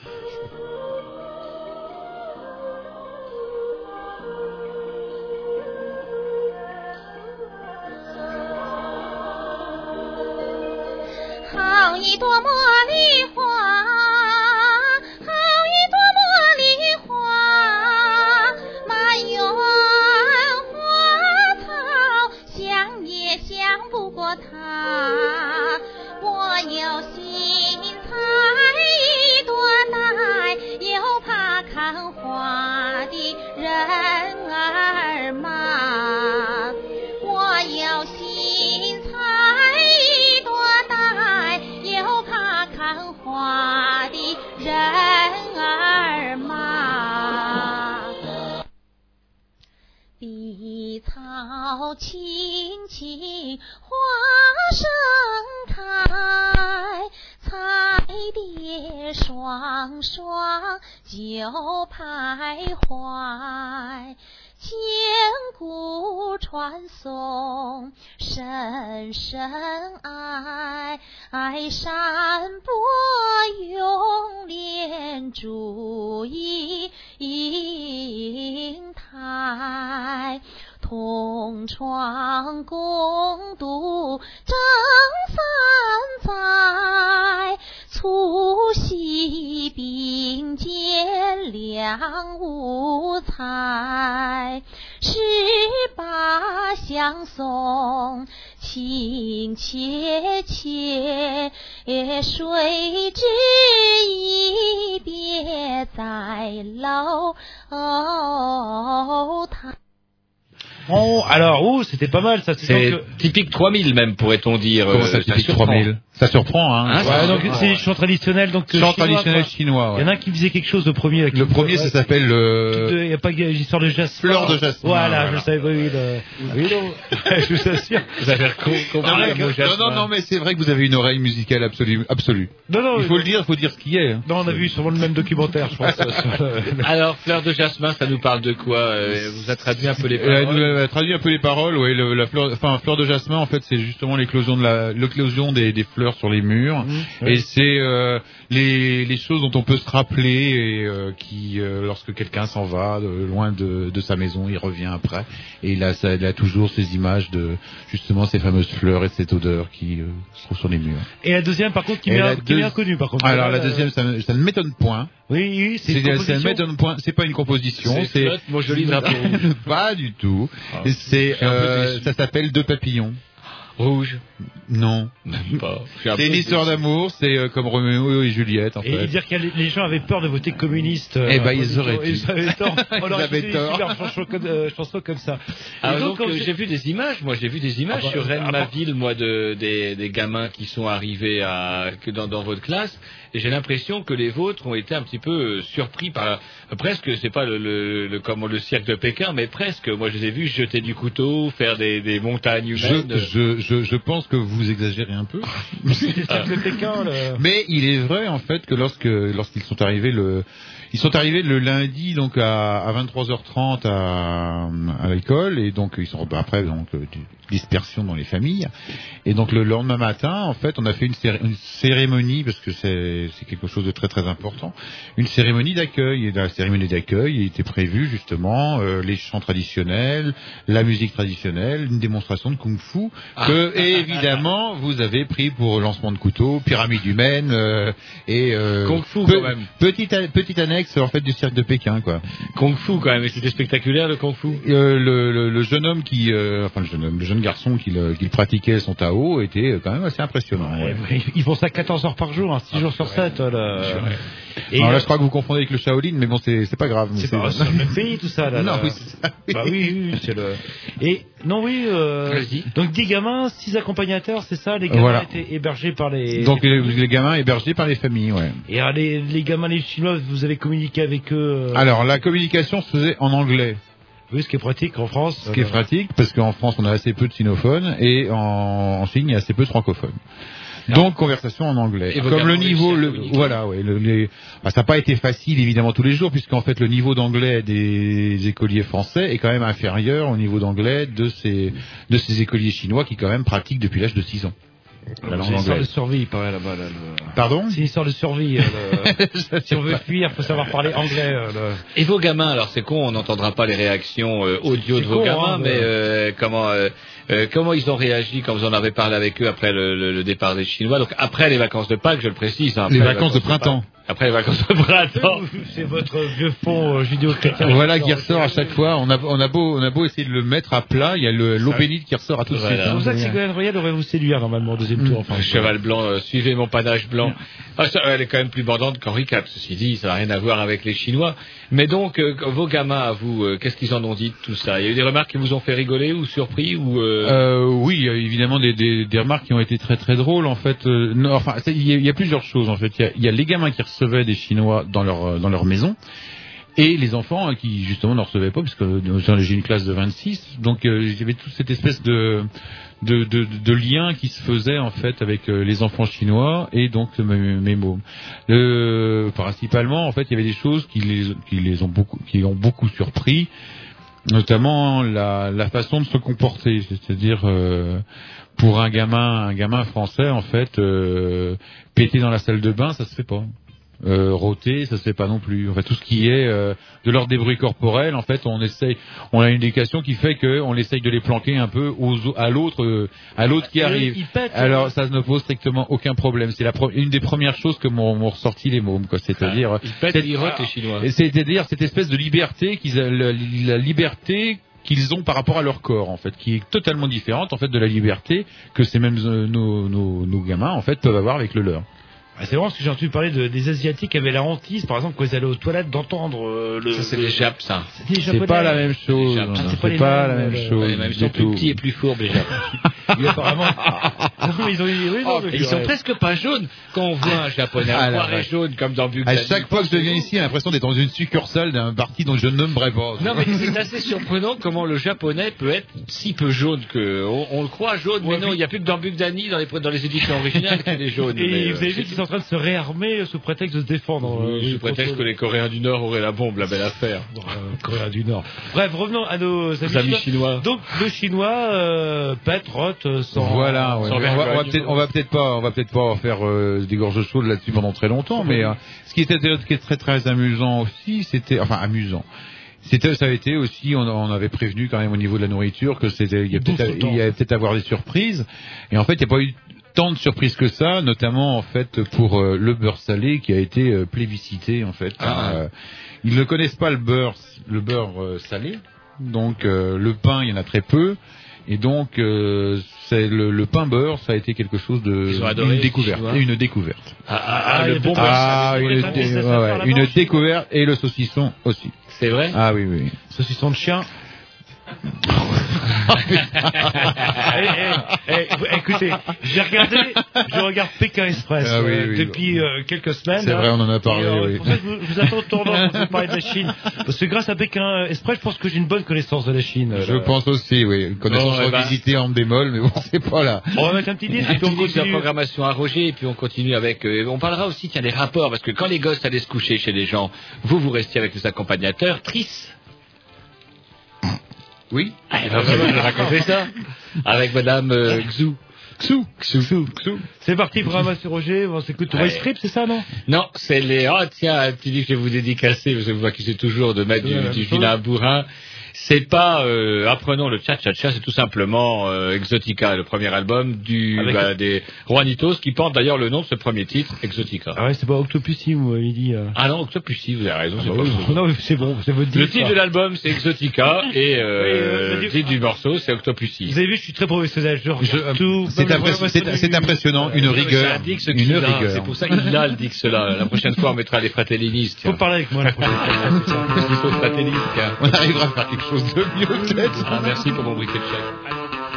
Oh, alors, ouh, c'était pas mal, ça. C'est que... typique trois mille même, pourrait-on dire. Comment ça, euh, typique ça trois mille? Ça surprend, hein. hein ouais, donc c'est chant traditionnel, donc chant traditionnel chinois. Il y en a un qui disait quelque chose de premier. Là, qui le premier, ça s'appelle le. Il n'y a pas l'histoire de jasmin. Fleur de jasmin. Voilà, voilà. Je savais pas. Oui, le... oui non. Je vous assure. Vous avez compris le mot jasmin. Non, non, non, mais c'est vrai que vous avez une oreille musicale absolue, absolue. Non, non. Il faut le dire, il faut dire ce qu'il y est. Non, on a vu sûrement le même documentaire, je pense. Alors, Fleur de jasmin, ça nous parle de quoi? Vous a traduit un peu les paroles. Elle a traduit un peu les paroles. Oui, la fleur, enfin, Fleur de jasmin, en fait, c'est justement l'éclosion de la, l'éclosion des, des fleurs sur les murs. Mmh, et oui. c'est euh, les, les choses dont on peut se rappeler et euh, qui, euh, lorsque quelqu'un s'en va de, loin de, de sa maison, il revient après et il a, ça, il a toujours ces images de justement ces fameuses fleurs et cette odeur qui euh, se trouve sur les murs. Et la deuxième, par contre, qui m'est deux... inconnue, par contre. Alors la deuxième, ça, ça ne m'étonne point. Oui, oui, c'est une composition. Ça ne m'étonne point. C'est pas une composition. C'est, c'est... Flotte, mon joli drapeau. Pas du tout. Ah, c'est, euh, ça s'appelle Deux papillons. Rouge. Non. Pas. C'est une histoire d'amour, c'est euh, comme Roméo et Juliette, en et fait. Et dire que les gens avaient peur de voter communiste. Euh, eh ben, ils auraient dû. Ils avaient tort. Ils avaient tort. Super chansons comme, euh, chansons comme ça. Ah, donc, donc j'ai... j'ai vu des images, moi, j'ai vu des images ah bah, sur Rennes-ma-Ville, moi, de, des, des gamins qui sont arrivés à, que dans, dans votre classe. Et j'ai l'impression que les vôtres ont été un petit peu surpris par, euh, presque, c'est pas le, le, le, comme le cirque de Pékin, mais presque. Moi, je les ai vus jeter du couteau, faire des, des montagnes humaines. Je, je, je, je pense que vous exagérez un peu. Ah. Le Pékin, le... Mais il est vrai, en fait, que lorsque, lorsqu'ils sont arrivés le, ils sont arrivés le lundi, donc, à, à vingt-trois heures trente à, à l'école, et donc, ils sont, après, donc, dispersion dans les familles. Et donc le lendemain matin, en fait, on a fait une, céré- une cérémonie, parce que c'est, c'est quelque chose de très très important, une cérémonie d'accueil. Et dans la cérémonie d'accueil, il était prévu justement euh, les chants traditionnels, la musique traditionnelle, une démonstration de kung-fu, que évidemment vous avez pris pour lancement de couteau, pyramide humaine euh, et euh, kung-fu pe- quand même. Petite, a- petite annexe en fait du cirque de Pékin, quoi. Kung-fu quand même, et c'était spectaculaire le kung-fu. Euh, le, le, le jeune homme qui, euh, enfin le jeune homme, le jeune garçon qui le, qui le pratiquait son Tao était quand même assez impressionnant. Ouais. Ouais, ils font ça quatorze heures par jour, hein, six jours sur sept. Là. Et Alors là, euh, je crois que vous confondez avec le Shaolin, mais bon, c'est, c'est pas grave. C'est pas c'est le même pays tout ça là. Non, là. oui, c'est ça. Oui. Bah oui, oui, c'est le. Et non, oui. Euh, donc dix gamins, six accompagnateurs, c'est ça. Les gamins Voilà. étaient hébergés par les. Donc les, les gamins hébergés par les familles, ouais. Et alors, les, les gamins, les Chinois, vous avez communiqué avec eux. Euh... Alors la communication se faisait en anglais. Oui, ce qui est pratique en France. Ce qui est pratique, parce qu'en France, on a assez peu de sinophones, et en, en Chine, il y a assez peu de francophones. Donc, conversation en anglais. Et Comme le niveau, le, voilà, ouais, le, les, bah, ça n'a pas été facile, évidemment, tous les jours, puisqu'en fait, le niveau d'anglais des écoliers français est quand même inférieur au niveau d'anglais de ces, de ces écoliers chinois qui, quand même, pratiquent depuis l'âge de six ans. La langue C'est une histoire de anglaise. survie, il paraît là-bas. Là, le... Pardon? C'est une histoire de survie. Euh, le... si on veut fuir, il faut savoir parler anglais. Euh, le... Et vos gamins, alors c'est con, on n'entendra pas les réactions euh, audio C'est de vos con, gamins, hein, mais ouais. euh, comment euh, euh, comment ils ont réagi quand vous en avez parlé avec eux après le, le, le départ des Chinois, donc après les vacances de Pâques, je le précise. Hein, après Les vacances de printemps. Pâques. Après les vacances de printemps. C'est votre vieux fond euh, judéo-chrétien. Voilà qui ressort à chaque fois. On a, on a beau, on a beau essayer de le mettre à plat, il y a le, l'eau bénite qui ressort à tout de Voilà. suite. C'est hein. pour ça que Ségolène Royal aurait vous séduire normalement au deuxième tour. Enfin, Le cheval blanc, euh, suivez mon panache blanc. Ah, ça, elle est quand même plus bandante qu'Henri quatre, ceci dit, ça n'a rien à voir avec les Chinois. Mais donc, euh, vos gamins, à vous, euh, qu'est-ce qu'ils en ont dit de tout ça? Il y a eu des remarques qui vous ont fait rigoler ou surpris ou euh... Euh, oui, il y a évidemment des, des, des remarques qui ont été très très drôles en fait. Euh, non, enfin, c'est- il y, a, il y a plusieurs choses en fait. Il y a, il y a les gamins qui recevaient des Chinois dans leur euh, dans leur maison. Et les enfants hein, qui justement ne recevaient pas, parce que euh, j'ai une classe de vingt-six, donc euh, il y avait toute cette espèce de de, de, de lien qui se faisait en fait avec euh, les enfants chinois et donc euh, mes, mes mômes. Euh, principalement, en fait, il y avait des choses qui les qui les ont beaucoup qui ont beaucoup surpris, notamment la, la façon de se comporter, c'est-à-dire euh, pour un gamin un gamin français en fait euh, péter dans la salle de bain, ça se fait pas. Euh, rôter, ça se fait pas non plus. En fait, tout ce qui est euh, de l'ordre des bruits corporels, en fait, on essaye, on a une éducation qui fait que on essaye de les planquer un peu aux, à l'autre, euh, à l'autre qui Et arrive. ils pètent, Alors, euh. ça ne pose strictement aucun problème. C'est la pro- une des premières choses que m'ont, m'ont ressorti les mômes, quoi. C'est-à-dire, Ils pètent, c'est- ils rotent, les Chinois. et c'est-à-dire cette espèce de liberté qu'ils, a- la, la liberté qu'ils ont par rapport à leur corps, en fait, qui est totalement différente, en fait, de la liberté que ces mêmes euh, nos, nos, nos gamins, en fait, peuvent avoir avec le leur. Ah, c'est vraiment ce que j'ai entendu parler de, des Asiatiques qui avaient la hantise, par exemple, quand ils allaient aux toilettes, d'entendre euh, le. Ça, c'est le- les Japs, ça. C'était les C'est Japonais. pas la même chose. Ah, c'est hein. pas les C'est pas mêmes, la même euh, chose. Ouais, même ils du sont plus tout. petits et plus fourbes, les Japs. Oui, apparemment. Non, mais ils ont dit, oui, non, Oh, mais et ils sont ouais. presque pas jaunes quand on voit un japonais. Ah, On la croirait vache. jaune comme dans À Bugsnax. chaque fois que je viens ici, j'ai l'impression d'être dans une succursale d'un parti dont je ne nommerai pas. Non, mais c'est assez surprenant comment le japonais peut être si peu jaune que on, on le croit jaune, mais non, il n'y a plus que dans Bugdani dans les dans les éditions originales qu'il est jaune. Et mais, vous avez euh, vu c'est qu'ils sont en train de se réarmer sous prétexte de se défendre. euh, sous prétexte que les Coréens du Nord auraient la bombe, la belle affaire. Bon, euh, Corée du Nord. Bref, revenons à nos amis, Les amis chinois. Donc, le chinois euh, pète, rote, euh, sans... Voilà, ouais. sans on, va, on va vergogne. peut-être, on va peut-être pas, on va peut-être pas faire euh, des gorges chaudes là-dessus pendant très longtemps, mais euh, ce qui était, ce qui est très très amusant aussi, c'était, enfin amusant. C'était, ça a été aussi, on, on avait prévenu quand même au niveau de la nourriture que c'était, il y a peut-être, il y allait peut-être avoir des surprises, et en fait, il n'y a pas eu tant de surprises que ça, notamment en fait pour euh, le beurre salé qui a été euh, plébiscité en fait. Ah. Euh, ils ne connaissent pas le beurre, le beurre euh, salé, donc euh, le pain, il y en a très peu. Et donc, euh, c'est le, le pain beurre, ça a été quelque chose de Ils ont adoré, une les découverte, Chinois. une découverte. Ah, ah, Ah, ah, il y le a bon peut-être- beurre Ah, salé. une, les dé- familles, ça ouais, se fait faire ouais, la une manche. découverte et le saucisson aussi. C'est vrai. Ah oui, oui. Saucisson de chien. Eh, eh, eh, écoutez, j'ai regardé, je regarde Pékin Express Ah oui, euh, oui. depuis euh, quelques semaines. C'est hein. vrai, on en a parlé, Et, euh, oui. Pour ça, je vous, je vous attends au tournant pour vous parler de la Chine. Parce que grâce à Pékin Express, je pense que j'ai une bonne connaissance de la Chine. Je euh. pense aussi, oui. Une connaissance Bon, eh ben. revisitée en bémol, mais bon, c'est pas là. On va mettre un petit disque Un et puis on petit disque de continue. programmation à Roger et puis on continue avec. Euh, on parlera aussi tiens des rapports parce que quand les gosses allaient se coucher chez les gens, vous vous restiez avec les accompagnateurs. Tris. Oui. Ah, ben, je vais raconter ça. Avec Madame euh, Xou. Xou. Xou. Xou. Xou. C'est parti pour ramasser Roger. On s'écoute Ouais. Roy Strip, c'est ça, non? Non, c'est les... Ah, tiens, tu dis que je vais vous dédicacer, parce que vous accusez toujours de mettre du, du vilain bourrin. C'est pas euh, Apprenons le cha-cha-cha, c'est tout simplement euh, Exotica, le premier album du Avec bah, le... des Juanitos, qui porte d'ailleurs le nom de ce premier titre, Exotica. Ah ouais, c'est pas Octopussy, vous m'avez dit. Euh... Ah non, Octopussy, vous avez raison, Ah c'est bah pas oui, ça. non, c'est bon, c'est votre Le titre, titre ça. de l'album, c'est Exotica, et euh, Oui, euh, le titre du morceau, c'est Octopussy. Vous avez vu, je suis très professionnel. Je regarde tout. C'est impré- c'est- c'est impressionnant, une rigueur. C'est un Dix Une qu'il a, rigueur. c'est pour ça qu'il a le Dix là. La prochaine fois, on mettra les fratellinistes. Faut parler avec moi la prochaine fois. Il faut fratelliste, tiens. On arrivera à faire quelque chose de mieux, peut-être. Ah, merci pour mon briquet de chèque.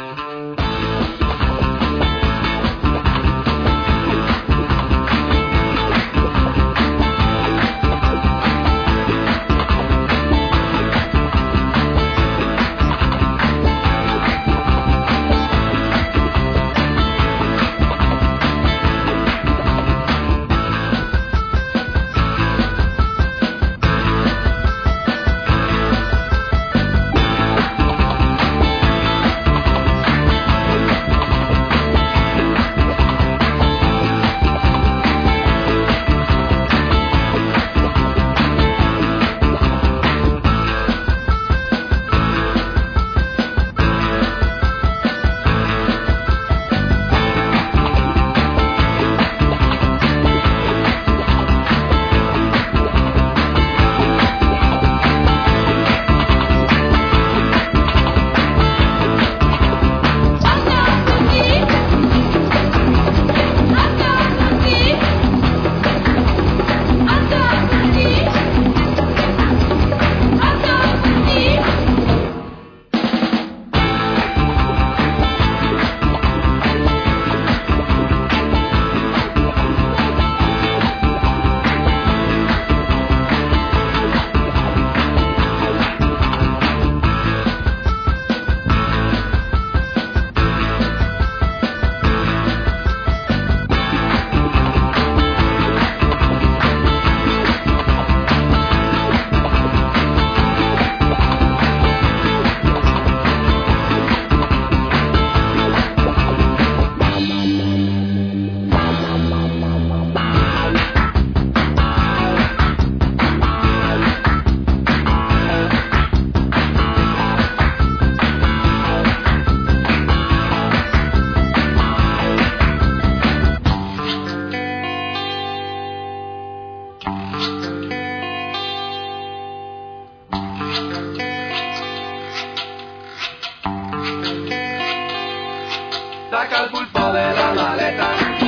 Saca el pulpo de la maleta.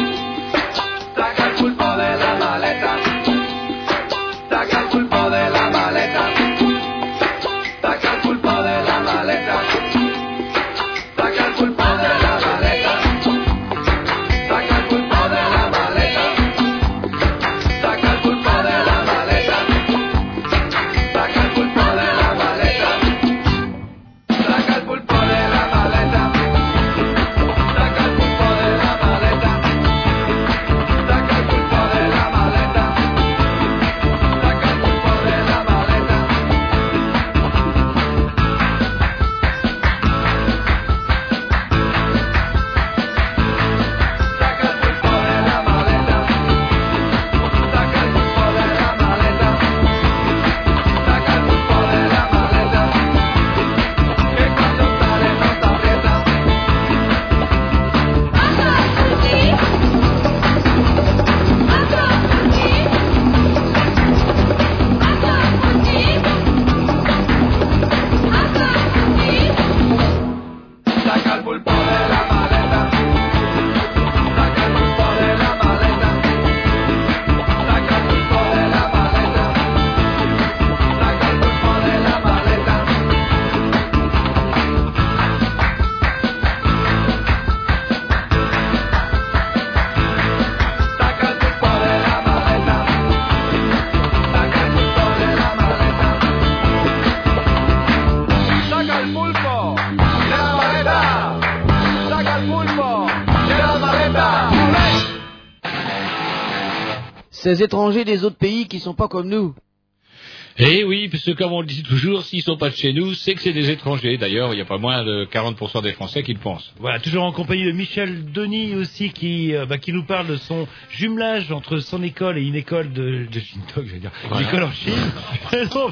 Saca el pulpo de la maleta. Saca el pulpo de la maleta. Saca el pulpo de la maleta. Saca el pulpo de la maleta. Saca el pulpo de la maleta. Saca el pulpo de la maleta. Saca el pulpo de la maleta. Saca el pulpo de la maleta. Saca el pulpo de la maleta. Saca el pulpo de la maleta. Saca el pulpo de la maleta. Saca el pulpo de la maleta. Saca el pulpo de la maleta. Saca el pulpo de la maleta. Que cuando sale nos aprieta. Saca el pulpo de la maleta. Saca el pulpo de la maleta. Saca el pulpo de la maleta. Saca el pulpo de la maleta. Saca el pulpo de la maleta. Saca el pulpo de la maleta. Saca el pulpo de la maleta. Saca el pulpo de la maleta. Ces étrangers des autres pays qui sont pas comme nous. Eh oui, parce que comme on le dit toujours, s'ils sont pas de chez nous, c'est que c'est des étrangers. D'ailleurs, il y a pas moins de quarante pour cent des Français qui le pensent. Voilà, toujours en compagnie de Michel Denis aussi, qui, euh, bah, qui nous parle de son jumelage entre son école et une école de, de Shinto, je veux dire, Voilà. une école en Chine. Non,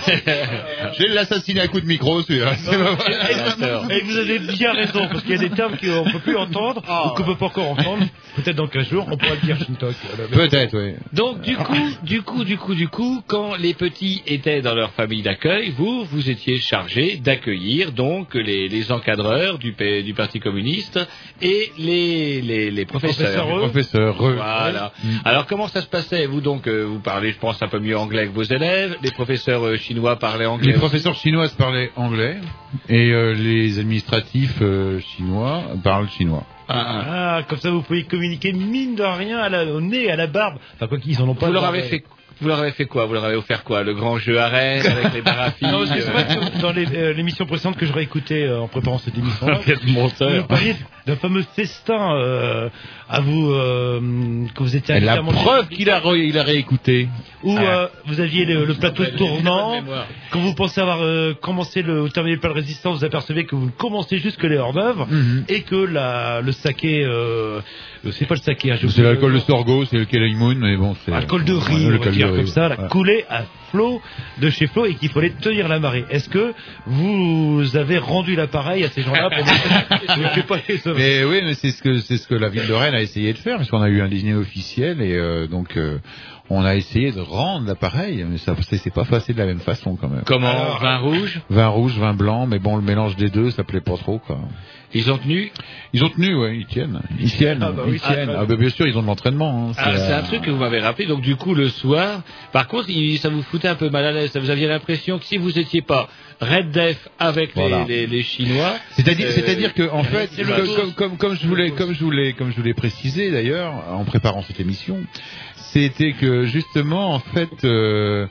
Je vais l'assassiner à coup de micro, celui-là. et, et vous avez bien raison, parce qu'il y a des termes qu'on ne peut plus entendre, ou qu'on ne peut pas encore entendre. Peut-être dans quinze jours, on pourra le dire Shinto. Peut-être, oui. Donc du coup, du coup, du coup, du coup, quand les petits étaient dans leur famille d'accueil, vous, vous étiez chargé d'accueillir donc les, les encadreurs du, P- du Parti communiste et les, les, les professeurs. Les professeurs. eux. Voilà. Mm. Alors comment ça se passait? Vous donc, euh, vous parlez, je pense, un peu mieux anglais que vos élèves. Les professeurs euh, chinois parlaient anglais. Les aussi. professeurs chinoises parlaient anglais et euh, les administratifs euh, chinois parlent chinois. Ah, comme ça vous pouvez communiquer mine de rien à la, au nez, à la barbe. Enfin, quoi qu'ils en ont pas. Vous leur dans- avez fait Vous leur avez fait quoi? Vous leur avez offert quoi? Le grand jeu à Rennes avec les barafilles? Non, parce que c'est vrai que dans les, euh, l'émission précédente que je réécoutais euh, en préparant cette émission, Quel menteur. vous parliez d'un fameux festin euh, à vous euh, que vous étiez invité La à manger. preuve qu'il a, re- il a réécouté. Où Ah. euh, vous aviez le, le plateau Ouais, j'ai tournant. pas de mémoire. Quand vous pensez avoir euh, commencé le ou terminé le plat de résistance, vous apercevez que vous commencez juste que les hors d'œuvre Mhm. et que la, le saké, euh, c'est pas le saké, hein, je C'est l'alcool de Sorgo, c'est le Kelimoun, mais bon, c'est... alcool de riz, Ouais, on le va alcool dire de comme riz. ça, la Ouais. coulée à flot de chez Flo et qu'il fallait tenir la marée. Est-ce que vous avez rendu l'appareil à ces gens-là pour ne sais pas les sauver? Mais oui, mais c'est ce que c'est ce que la ville de Rennes a essayé de faire, parce qu'on a eu un dîner officiel et euh, donc euh, on a essayé de rendre l'appareil, mais ça c'est, c'est pas facile de la même façon quand même. Comment? Alors, Vin rouge? Vin rouge, vin blanc, mais bon, le mélange des deux, ça plaît pas trop quoi. Ils ont tenu? Ils ont tenu, ouais, ils tiennent, ils tiennent, Ah bah oui, ils tiennent. ah, Ah bah bien sûr, ils ont de l'entraînement. Hein, Ah, c'est euh, un truc que vous m'avez rappelé. Donc du coup, le soir, par contre, il- ça vous foutait un peu mal à l'aise. Ça vous aviez l'impression que si vous étiez pas Red Def avec Voilà. les, les, les Chinois, C'est-à-dire, euh, c'est-à-dire que en fait, c'est le comme, dos. comme, comme, comme je voulais, comme je voulais, comme je voulais préciser d'ailleurs en préparant cette émission, c'était que justement en fait, euh,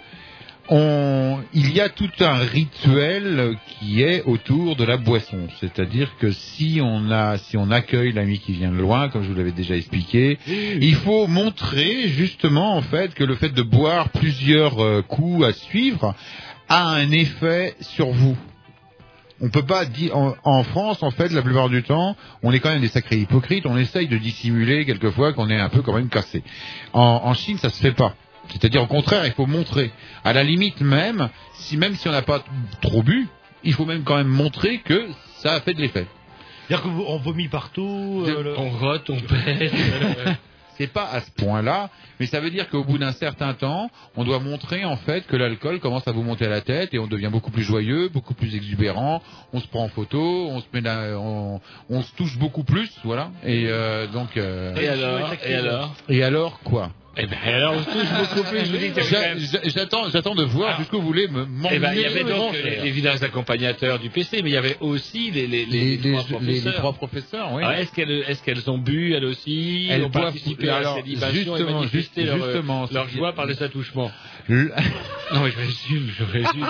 on, il y a tout un rituel qui est autour de la boisson. C'est-à-dire que si on a, si on accueille l'ami qui vient de loin, comme je vous l'avais déjà expliqué, il faut montrer justement en fait que le fait de boire plusieurs euh, coups à suivre a un effet sur vous. On peut pas dire en, en France en fait la plupart du temps on est quand même des sacrés hypocrites, on essaye de dissimuler quelquefois qu'on est un peu quand même cassé. En, en Chine ça se fait pas. C'est-à-dire au contraire il faut montrer. À la limite même si même si on n'a pas trop bu, il faut même quand même montrer que ça a fait de l'effet. C'est-à-dire qu'on vomit partout. euh, le- on vote, on pèse. C'est pas à ce point-là, mais ça veut dire qu'au bout d'un certain temps, on doit montrer en fait que l'alcool commence à vous monter à la tête et on devient beaucoup plus joyeux, beaucoup plus exubérant. On se prend en photo, on se met là, on, on se touche beaucoup plus, voilà. Et euh, donc. Euh, Et alors? Et alors? Et alors quoi? Eh ben alors, on se touche beaucoup plus. Je vous dis que J'a- j'a- J'attends, j'attends de voir Alors, jusqu'où vous voulez me m'emmener. Eh ben, il y avait me donc brancher. les, les vilains accompagnateurs du P C, mais il y avait aussi les, les, Les- les, les- trois les- les professeurs. trois professeurs, oui. Alors, est-ce qu'elles, est-ce qu'elles ont bu, elles aussi? Elles ont boivent- participé à la alors, célébration et justement, manifesté juste- leur, justement, leur c'est- joie par les attouchements? Le- Non, mais je résume, je résume.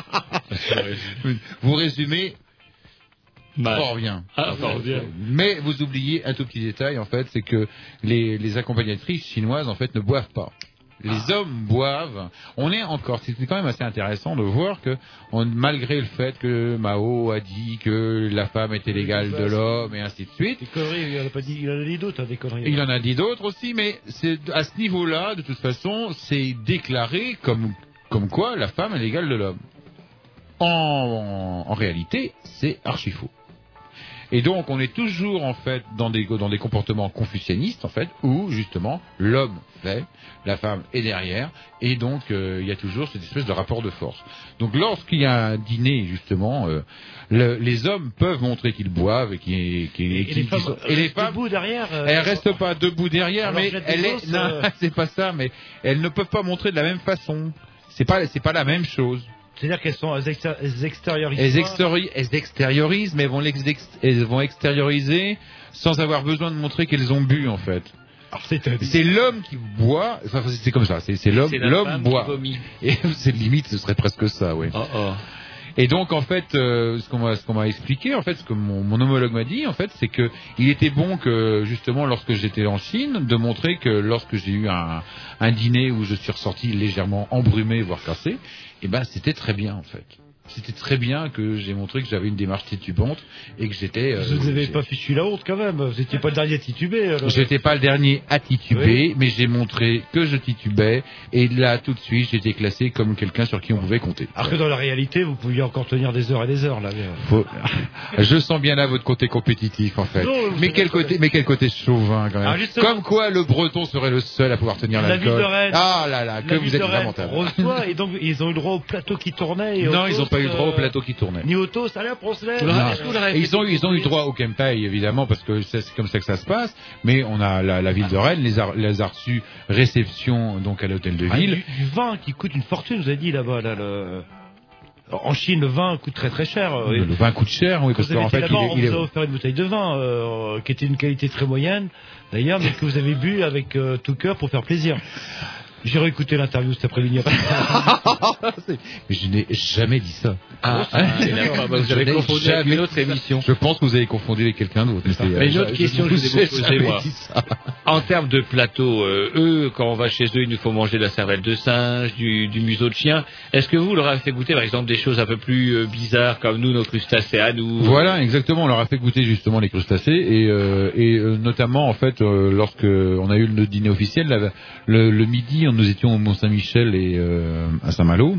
Je résume. Vous résumez Mal. fort bien. Ah, fort bien. Mais vous oubliez un tout petit détail, en fait, c'est que les, les accompagnatrices chinoises, en fait, ne boivent pas. Les Ah. hommes boivent. On est encore, c'est quand même assez intéressant de voir que, on, malgré le fait que Mao a dit que la femme était l'égale de l'homme et ainsi de suite, Des conneries, il en a pas dit, il en a dit d'autres, hein, des conneries. il en a dit d'autres aussi, mais c'est à ce niveau-là, de toute façon, c'est déclaré comme comme quoi la femme est l'égale de l'homme. En, en, en réalité, c'est archi faux. Et donc, on est toujours en fait dans des dans des comportements confucianistes en fait, où justement l'homme fait, la femme est derrière, et donc euh, il y a toujours cette espèce de rapport de force. Donc, lorsqu'il y a un dîner justement, euh, le, les hommes peuvent montrer qu'ils boivent et qu'ils qu'ils- Et, qu'ils- les qu'ils femmes, sont- et les restent femmes debout derrière. euh, elles restent pas debout derrière, Alors, mais jette des elles est, fausses, non, euh. c'est pas ça, mais elles ne peuvent pas montrer de la même façon. C'est pas, c'est pas la même chose. C'est-à-dire qu'elles sont, elles exté- elles extériorisent. Elles, pas. extéri- elles extériorisent, mais elles vont, l'ex- elles vont extérioriser sans avoir besoin de montrer qu'elles ont bu, en fait. Alors, c'est-à-dire- C'est l'homme qui boit, enfin, c'est comme ça, c'est, c'est l'homme, C'est la l'homme femme qui boit. vomit. Et c'est limite, ce serait presque ça, oui. Oh, oh. Et donc en fait, euh, ce qu'on m'a ce qu'on m'a expliqué, en fait, ce que mon, mon homologue m'a dit, en fait, c'est que il était bon que justement lorsque j'étais en Chine, de montrer que lorsque j'ai eu un, un dîner où je suis ressorti légèrement embrumé, voire cassé, eh ben c'était très bien en fait. C'était très bien que j'ai montré que j'avais une démarche titubante et que j'étais... Euh, vous n'avez pas fichu la honte quand même, vous n'étiez pas le dernier à tituber. Je n'étais pas le dernier à tituber, oui. mais j'ai montré que je titubais et là tout de suite j'étais classé comme quelqu'un sur qui on pouvait compter. Alors que dans la réalité vous pouviez encore tenir des heures et des heures là. Faut... Je sens bien là votre côté compétitif en fait. Non, mais, quel côté, mais quel côté chauvin quand même. Alors, comme quoi le Breton serait le seul à pouvoir tenir l'alcool. La ville de Rennes. Ah là là, que vous êtes lamentable. Reçoit et donc ils ont eu le droit au plateau qui tournait. Et non, ils n'ont pas eu le droit au plateau qui tournait. Ni au toast, allez, on se lève. Ils ont, ils ont eu droit au Kempai, évidemment, parce que c'est comme ça que ça se passe. Mais on a la, la ville de Rennes, les a, les a reçus réception donc à l'hôtel de ville. Ah, du, du vin qui coûte une fortune, vous avez dit là-bas. Là, le... En Chine, le vin coûte très très cher. Le, le vin coûte cher, oui, parce qu'en fait, il est, on il est... vous a offert une bouteille de vin euh, qui était d'une qualité très moyenne, d'ailleurs, mais que vous avez bu avec euh, tout cœur pour faire plaisir. J'ai réécouté l'interview cet après-midi. Mais je n'ai jamais dit ça. Ah, ah vous avez confondu avec une autre émission. Je pense que vous avez confondu avec quelqu'un d'autre. Mais une autre je, question que je vous ai posée, moi. En termes de plateau, euh, eux, quand on va chez eux, il nous faut manger de la cervelle de singe, du, du museau de chien. Est-ce que vous leur avez fait goûter, par exemple, des choses un peu plus euh, bizarres, comme nous, nos crustacés à nous? Voilà, exactement. On leur a fait goûter justement les crustacés et, euh, et euh, notamment, en fait, euh, lorsque on a eu le dîner officiel, là, le, le midi, on nous étions au Mont-Saint-Michel et euh, à Saint-Malo.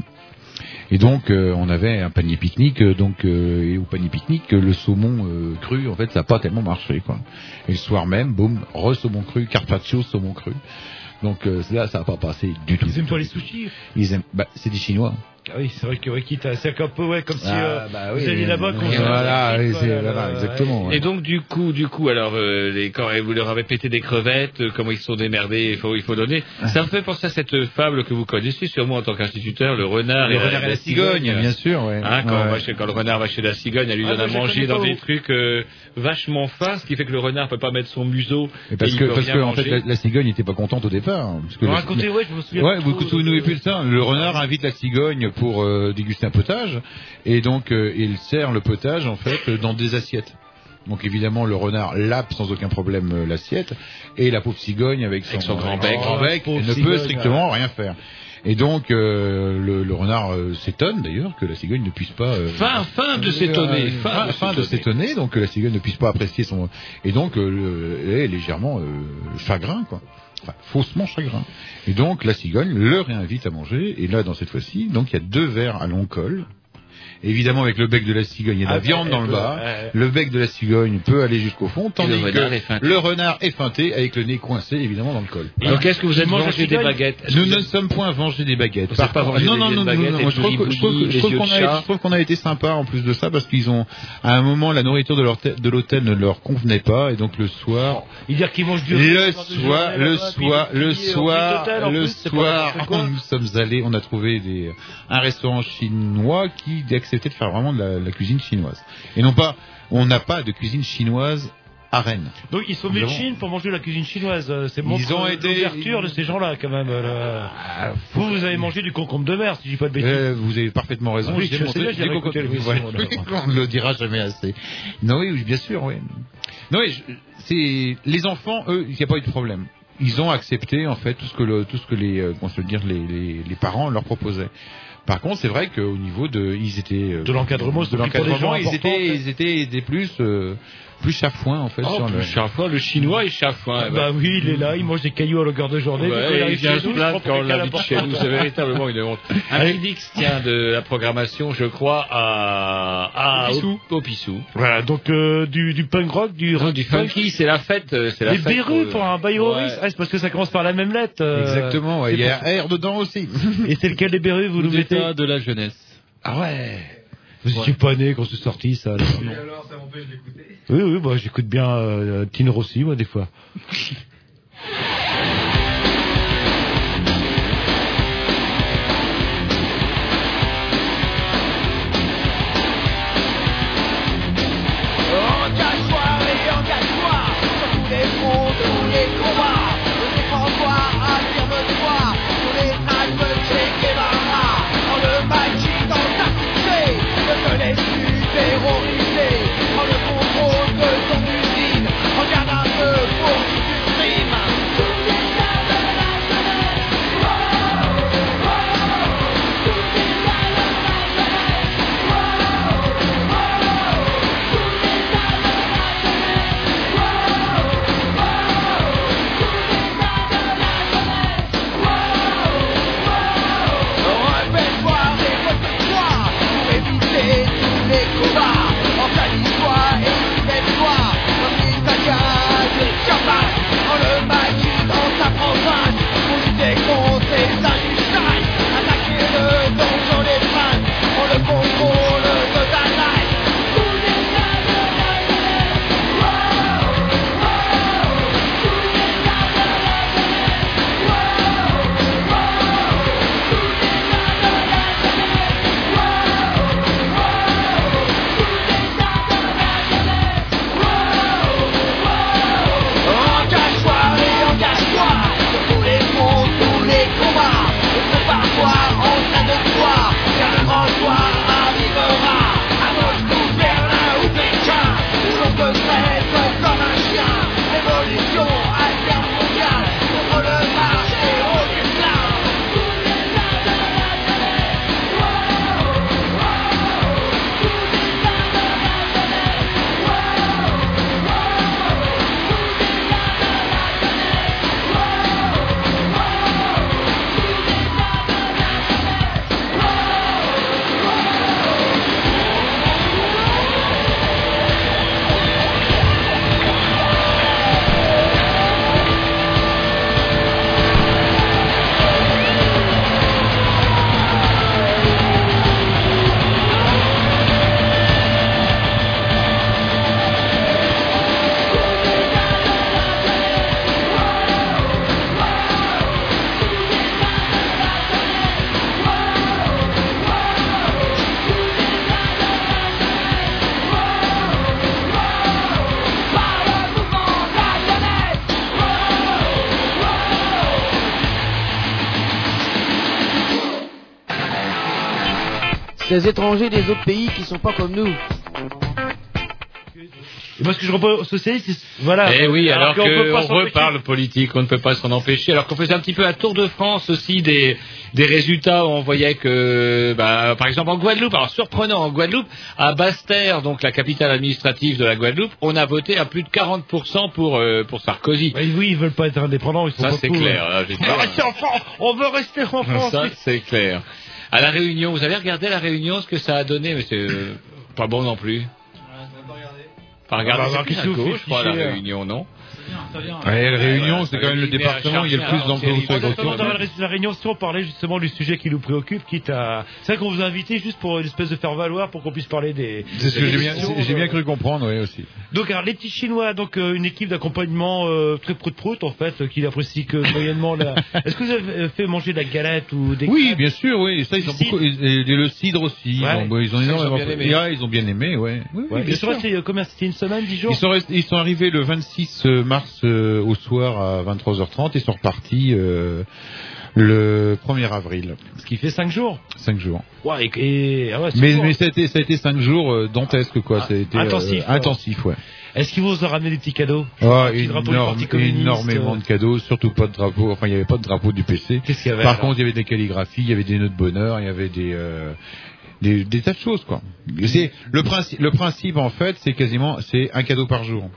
Et donc euh, on avait un panier pique-nique, donc euh, et au panier pique-nique le saumon euh, cru, en fait, ça n'a pas tellement marché, quoi. Et le soir même, boum, re-saumon cru, carpaccio, saumon cru. Donc euh, là, ça n'a pas passé du tout. Ils aiment pas les sushis. Ils aiment, bah, c'est des Chinois. Ah oui, c'est vrai que ouais, quitte à, c'est un peu ouais, comme si ah, euh, bah oui, vous alliez là-bas. Qu'on voilà, oui, c'est, voilà, voilà, exactement. Ouais. Et donc du coup, du coup, alors euh, les, quand vous leur avez pété des crevettes, euh, comment ils se sont démerdés, il faut, il faut donner. Ah. Ça me fait penser à cette fable que vous connaissez sûrement en tant qu'instituteur, le renard, le et, renard la, et la cigogne, cigogne, bien sûr. Ouais. Hein, quand, ouais. on va chez, quand le renard va chez la cigogne, elle lui donne ah, à manger dans des trucs euh, vachement fins, ce qui fait que le renard peut pas mettre son museau. Et parce et que, il parce que en manger. fait, la, la cigogne n'était pas contente au départ. Hein, parce que racontez, ouais, je me souviens. Ouais, vous vous souvenez plus de ça. Le renard invite la cigogne pour euh, déguster un potage et donc euh, il sert le potage en fait dans des assiettes. Donc évidemment le renard lappe sans aucun problème euh, l'assiette et la pauvre cigogne avec son, avec son grand bec, grand bec ne cigogne, peut strictement ouais. rien faire. Et donc euh, le, le renard euh, s'étonne d'ailleurs que la cigogne ne puisse pas euh, fin fin de s'étonner, euh, fin, fin de s'étonner, donc que la cigogne ne puisse pas apprécier son et donc euh, elle est légèrement euh, chagrin quoi. Enfin, faussement chagrin. Et donc la cigogne le réinvite à manger et là dans cette fois-ci donc il y a deux verres à long col. Évidemment, avec le bec de la cigogne, il y a de la ah, viande dans le bas. Euh... Le bec de la cigogne peut aller jusqu'au fond, tandis le que le renard est feinté avec le nez coincé, évidemment, dans le col. Et donc, est-ce que vous êtes vengé des baguettes? Nous ne sommes point vengés des baguettes. Par pas vengé non, non, non, non, non. Je trouve, je trouve, je trouve qu'on a, je trouve qu'on a été sympa en plus de ça parce qu'ils ont, à un moment, la nourriture de leur de l'hôtel ne leur convenait pas et donc le soir. Il dire qu'ils mangent du le soir, le soir, le soir, le soir, nous sommes allés, on a trouvé des un restaurant chinois qui acceptait de faire vraiment de la La, la cuisine chinoise. Et non pas, on n'a pas de cuisine chinoise à Rennes. Donc ils sont venus de Chine pour manger la cuisine chinoise. C'est mon ils ont été l'ouverture de ces gens-là quand même. Là. Ah, vous, vous avez mangé du concombre de mer, si je dis pas de bêtises. Euh, vous avez parfaitement raison. Ah, oui, j'ai montré du concombre de mer. On ne le dira jamais assez. Non, oui, bien sûr, oui. Non, oui, je, c'est les enfants, eux, il n'y a pas eu de problème. Ils ont accepté en fait tout ce que le, tout ce que les, comment se dire, les, les, les parents leur proposaient. Par contre, c'est vrai qu'au niveau de, ils étaient de l'encadrement, de l'encadrement, ils étaient, ils étaient des plus, euh, plus chafouins en fait. Oh, sur plus le... chafouin, le chinois est chafouin. Ah, bah oui, il est là, il mange des cailloux à longueur de journée. Ouais, il vient se plaindre quand on l'invite chez nous, c'est véritablement une honte. Un Ridix tient de la programmation, je crois, à, à au, au Pissou. Voilà, donc euh, du, du punk rock, du non, du funky, c'est la fête, c'est la les fête. Les Berus pour un Bayeroris, ouais. Ah, c'est parce que ça commence par la même lettre. Euh, Exactement, ouais, il y a R dedans aussi. Et c'est lequel des Berus vous nous mettez? De la jeunesse. Ah ouais. Vous étiez ouais. pas né quand c'est sorti ça. Alors, et alors, ça m'empêche d'écouter. Oui, oui, bah j'écoute bien euh, Tino Rossi, moi des fois. Engage-toi et engage-toi sur tous les fronts, tous les combats. Défends-toi, affirme-toi sur les traces de Che Guevara. Dans le magique, dans ta couchée, le Ces étrangers des autres pays qui sont pas comme nous. Et moi, ce que je reprends aux socialistes, c'est... Voilà. Eh oui, alors, alors qu'on qu'on reparle politique, on ne peut pas s'en empêcher. Alors qu'on faisait un petit peu un tour de France aussi des, des résultats où on voyait que, bah, par exemple en Guadeloupe, alors surprenant, en Guadeloupe, à Basse-Terre, donc la capitale administrative de la Guadeloupe, on a voté à plus de quarante pour cent pour, euh, pour Sarkozy. Oui, oui, ils veulent pas être indépendants, ils sont Ça, pas c'est cool. clair. Là, j'ai pas- Restez en France, on veut rester en France. Ça, c'est clair. À la Réunion, vous avez regardé la Réunion, ce que ça a donné, mais c'est euh, pas bon non plus. Pas regarder, Ah bah, c'est plus qu'est-ce à que vous gauche, faites je crois, la chier, là Réunion, non? Ouais, la Réunion, ouais, c'est ouais, quand même le ouais, département où il y a le plus Chartier, d'emplois alors, sur Attends, agriculture. dans la, la réunion, si on parlait justement du sujet qui nous préoccupe, quitte à... C'est vrai qu'on vous a invité juste pour une espèce de faire valoir, pour qu'on puisse parler des... C'est ce que des j'ai bien, élections, j'ai bien euh, cru comprendre, oui, aussi. Donc, alors, les petits Chinois, donc euh, une équipe d'accompagnement euh, très prout-prout, en fait, euh, qui apprécie que moyennement la... Est-ce que vous avez euh, fait manger de la galette ou des... Oui, bien sûr, oui, ça, ils Du ont beaucoup, et, et le cidre aussi, Ouais. bon, bon, ils ont Ça, ils ont énormément, bien aimé. Ah, ils ont bien aimé, ouais. Oui, oui, Ouais, bien et sûr. ça, c'est euh, combien? C'était une semaine, dix jours? Ils sont, restés- ils sont arrivés le vingt-six mars euh, au soir à vingt-trois heures trente et sont repartis euh, le premier avril. Ce qui fait cinq jours. Cinq jours. Ouais, et, et- ah ouais, c'est Mais, court. mais ça a été, ça a été cinq jours euh, dantesques, quoi. Ah, ça a été, intensif, euh, ouais. intensif, ouais. Est-ce qu'ils vous ont ramené des petits cadeaux? Ah, Un petit drapeau du énorme- Parti communiste, énormément euh, de cadeaux, surtout pas de drapeau. Enfin, il n'y avait pas de drapeau du P C. Qu'est-ce qu'il y avait, Par alors contre, il y avait des calligraphies, il y avait des nœuds de bonheur, il y avait des, euh, des, des tas de choses, quoi. C'est le principe. Le principe, en fait, c'est quasiment, c'est un cadeau par jour.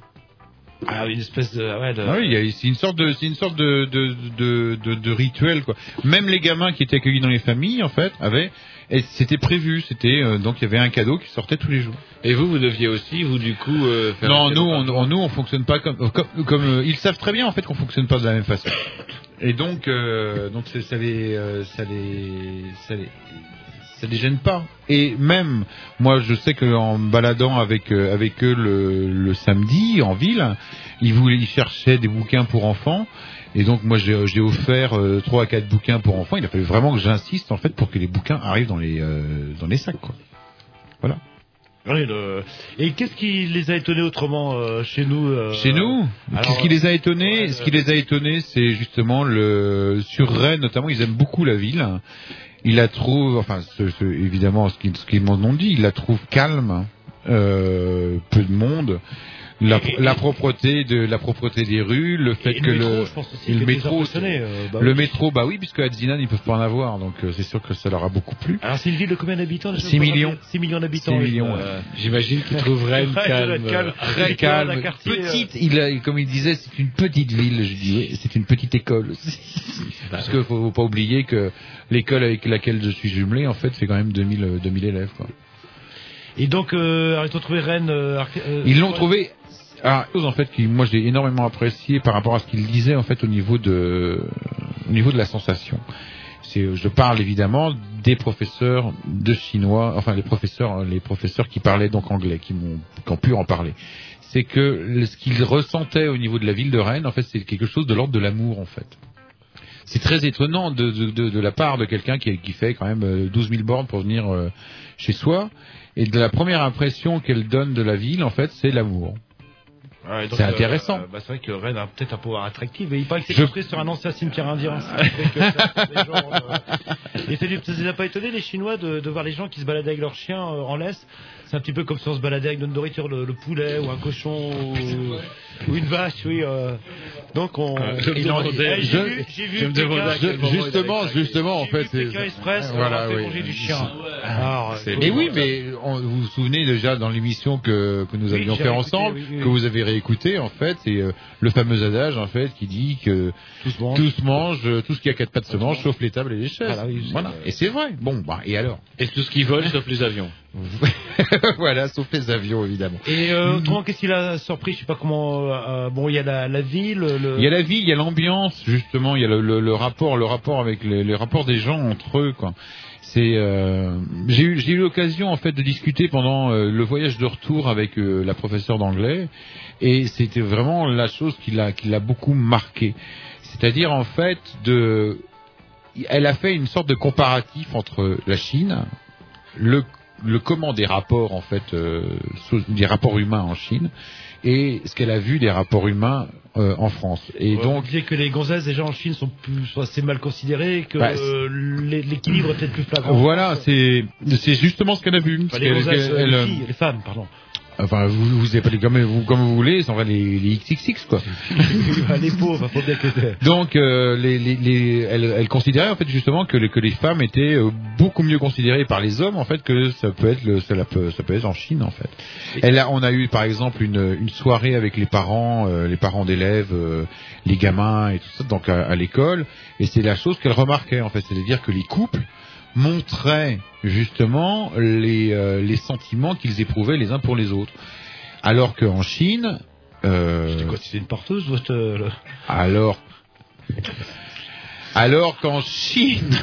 Ah, une espèce de... Ouais, de... Ah oui, il y a- c'est une sorte de, c'est une sorte de, de, de, de, de rituel, quoi. Même les gamins qui étaient accueillis dans les familles, en fait, avaient, et c'était prévu, c'était, euh, donc il y avait un cadeau qui sortait tous les jours. Et vous, vous deviez aussi, vous, du coup, euh, faire... Non, un nous, cadeau on, par on- nous, on fonctionne pas comme, comme, comme euh, ils savent très bien, en fait, qu'on fonctionne pas de la même façon. Et donc, euh, donc c'est- ça les, euh, ça les, ça les, ça les gêne pas. Et même, moi, je sais qu'en me baladant avec euh, avec eux le, le samedi en ville, ils voulaient, ils cherchaient des bouquins pour enfants. Et donc, moi, j'ai j'ai offert euh, trois à quatre bouquins pour enfants. Il a fallu vraiment que j'insiste, en fait, pour que les bouquins arrivent dans les euh, dans les sacs, quoi. Voilà. Oui, le- Et qu'est-ce qui les a étonnés autrement euh, chez nous euh, Chez nous, alors, ce qui les a étonnés, ouais, ce qui les a étonnés, c'est justement le sur Rennes notamment. Ils aiment beaucoup la ville. Ils la trouvent, enfin, ce, ce- évidemment, ce qu'ils ce qu'ils m'en ont dit, ils la trouvent calme, euh, peu de monde. La, la propreté de la propreté des rues, le fait et que le métro, le je pense aussi, et le qui est métro, impressionné, euh, bah le oui. métro, bah oui, puisque à Dzinan ils peuvent pas en avoir, donc euh, c'est sûr que ça leur a beaucoup plu. Alors, c'est une ville de combien d'habitants déjà, Six vous millions. rappelez six millions d'habitants. Six oui. millions, Euh, J'imagine qu'ils trouveraient une Ouais, ça doit calme. être calme. euh, Très Avec calme, un quartier, euh, petite, il a, comme il disait, c'est une petite ville, je dis, oui, c'est une petite école aussi. Parce qu'il faut, faut pas oublier que l'école avec laquelle je suis jumelé, en fait, fait quand même deux mille, euh, deux mille élèves, quoi. Et donc, euh, alors, ils ont trouvé Rennes... euh, arché- euh, Ils l'ont ouais. trouvé, ah, chose, en fait, qui, moi, j'ai énormément apprécié par rapport à ce qu'il disait, en fait, au niveau de, au niveau de la sensation. C'est, je parle évidemment des professeurs de chinois, enfin, les professeurs, les professeurs qui parlaient donc anglais, qui m'ont, qui ont pu en parler. C'est que le- ce qu'ils ressentaient au niveau de la ville de Rennes, en fait, c'est quelque chose de l'ordre de l'amour, en fait. C'est très étonnant de, de, de, de la part de quelqu'un qui, qui fait quand même euh, douze mille bornes pour venir euh, chez soi. Et de la première impression qu'elle donne de la ville, en fait, c'est l'amour. Ouais, donc, C'est intéressant. euh, bah, c'est vrai que Rennes a peut-être un pouvoir attractif. Et il paraît que c'est Je- construit sur un ancien cimetière indien. Ça fait que ça, les gens, euh, Et ça ne les a pas étonné, les Chinois, de, de voir les gens qui se baladaient avec leurs chiens euh, en laisse. C'est un petit peu comme si on se baladait avec notre nourriture, le, le poulet ou un cochon ou, ou une vache, oui. Euh. Donc on. Euh, je me et demandais- eh, je- j'ai vu, j'ai vu je me quelqu'un- demandais à quel moment il Justement, avait craqué. justement, en j'ai fait, vu c'est, quelqu'un express voilà, euh, fait oui. manger du chien. Alors, euh, Et oui, mais on- vous vous souvenez déjà dans l'émission que, que nous Oui, avions j'ai fait réécouté, ensemble, oui, oui, que oui. vous avez réécouté, en fait, c'est euh, le fameux adage, en fait, qui dit que Tout se mange. tout se mange, euh, tout ce qui a quatre pattes se mange, sauf les tables et les chaises. Voilà, oui, Voilà. Et c'est vrai. Bon, bah, et alors? Et tout ce qui vole, sauf les avions. Voilà, sauf les avions, évidemment. Et euh, autrement, qu'est-ce qui l'a surpris? Je sais pas comment. euh, bon, il y a la, la ville. Le... Il y a la vie, il y a l'ambiance, justement, il y a le, le, le rapport, le rapport avec les, les rapports des gens entre eux, quoi. C'est, euh, j'ai eu, j'ai eu l'occasion en fait de discuter pendant euh, le voyage de retour avec euh, la professeure d'anglais, et c'était vraiment la chose qui l'a, qui l'a beaucoup marqué. C'est-à-dire en fait de, elle a fait une sorte de comparatif entre la Chine, le le comment des rapports en fait, euh, des rapports humains en Chine et ce qu'elle a vu des rapports humains euh, en France. Et ouais, donc, vous disiez que les gonzesses déjà en Chine sont plus sont assez mal considérées, que bah, euh, l'équilibre est peut-être plus flagrant. Voilà, c'est c'est justement ce qu'elle a vu. Enfin, les gonzesses, elle, les elle, filles, les femmes, pardon. Enfin, vous vous appelez comme vous comme vous voulez, c'est en vrai les, les X X X quoi. Les pauvres, faut bien que. Donc, euh, les, les, les, elle, elle considérait en fait justement que les, que les femmes étaient euh, beaucoup mieux considérées par les hommes en fait que ça peut être le, ça, peut, ça peut être en Chine en fait. Elle a, on a eu par exemple une, une soirée avec les parents, euh, les parents d'élèves, euh, les gamins et tout ça, donc à, à l'école, et c'est la chose qu'elle remarquait en fait, c'est-à-dire que les couples montraient justement les, euh, les sentiments qu'ils éprouvaient les uns pour les autres. Alors qu'en Chine... Euh, C'était quoi, c'était une partouze votre... Le... Alors... Alors qu'en Chine...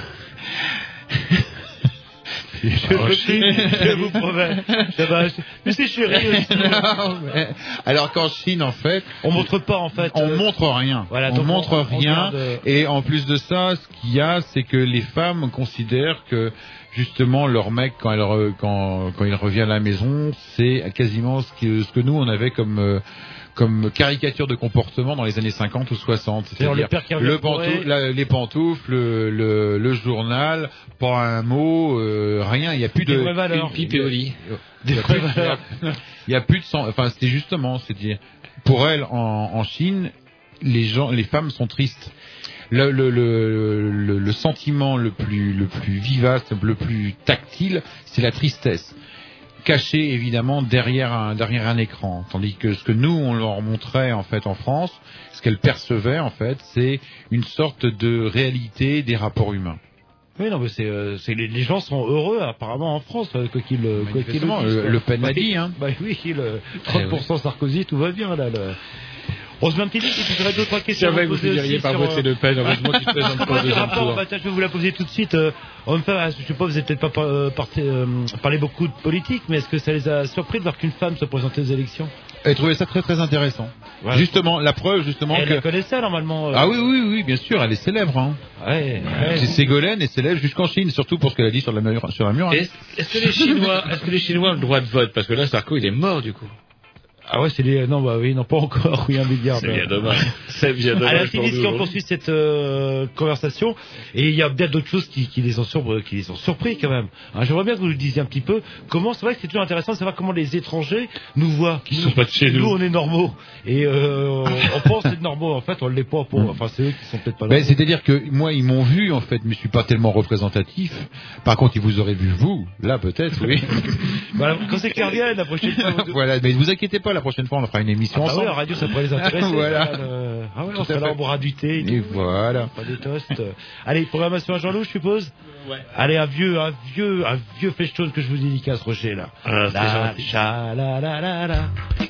Je, oh, Chine, je vous promets. Ça va, mais c'est chéri aussi. Non, mais... Alors qu'en Chine, en fait, on montre pas en fait. On euh... montre rien. Voilà, on montre on, rien. on euh... Et en plus de ça, ce qu'il y a, c'est que les femmes considèrent que justement leur mec, quand, elle re... quand, quand il revient à la maison, c'est quasiment ce que, ce que nous on avait comme euh, comme caricature de comportement dans les années cinquante ou soixante. C'est-à-dire le, le pantouf, la, les pantoufles, le, le, le journal, pas un mot, euh, rien. Il n'y a plus des de vraies valeurs. Une pipe et au lit. Des vraies valeurs. Il n'y a plus de sang. Enfin, c'était justement, c'est-à-dire pour elle en, en Chine, les gens, les femmes sont tristes. Le, le, le, le, le sentiment le plus, le plus vivace, le plus tactile, c'est la tristesse. Caché évidemment derrière un derrière un écran, tandis que ce que nous on leur montrait en fait en France, ce qu'elles percevaient en fait, c'est une sorte de réalité des rapports humains. Oui, non, mais c'est, euh, c'est les, les gens sont heureux apparemment en France, quoi qu'il, quoi qu'il le, le, le Pen a dit, hein. Bah oui, le trente pour cent Sarkozy, tout va bien là. Le... On se met un petit peu, si tu aurais deux trois questions. C'est vrai que vous ne diriez pas voter Le Pen, heureusement qu'il se présente pour le deuxième tour. Bah, je vais vous la poser tout de suite. Euh, enfin, je sais pas, vous n'avez peut-être pas par, euh, parté, euh, parlé beaucoup de politique, mais est-ce que ça les a surpris de voir qu'une femme se présenter aux élections? Elle trouvait ça très très intéressant. Voilà. Justement, la preuve justement elle que... Elle connaissait normalement. Euh... Ah oui, oui, oui, bien sûr, elle est célèbre. Hein. Ouais, ouais. Ségolène est célèbre jusqu'en Chine, surtout pour ce qu'elle a dit sur la mur. Sur la mur est-ce, est-ce que les Chinois, est-ce que les Chinois ont le droit de vote? Parce que là, Sarko, il est mort du coup. Ah ouais, c'est les... Non, bah oui, non, pas encore, oui, un milliard. C'est bien dommage. C'est bien dommage. À la Finition, on poursuit cette euh, conversation, et il y a peut-être d'autres choses qui, qui, les ont sur... qui les ont surpris quand même. Hein, j'aimerais bien que vous nous disiez un petit peu comment, c'est vrai que c'est toujours intéressant de savoir comment les étrangers nous voient. Qui sont pas de chez nous. Nous, on est normaux. Et euh, on, on pense être normaux, en fait, on ne l'est pas pour... Enfin, c'est eux qui sont peut-être pas normaux. Ben, c'est-à-dire que moi, ils m'ont vu, en fait, mais je suis pas tellement représentatif. Par contre, ils vous auraient vu, vous, là, peut-être, oui. Voilà, quand c'est clair bien, la prochaine fois... Vous... Voilà, mais ne vous inquiétez pas, la prochaine fois, on fera une émission ah, ensemble. Ah oui, la radio, ça pourrait les intéresser. Voilà. Euh... Ah oui, on sera là, on boira du thé. Et, et voilà. Pas des toasts. Allez, programmation à Jean-Loup, je suppose. Ouais. Allez, un vieux, un vieux, un vieux festone que je vous dédicace, Roger, là. Ah, la, cha, la, la, la, la.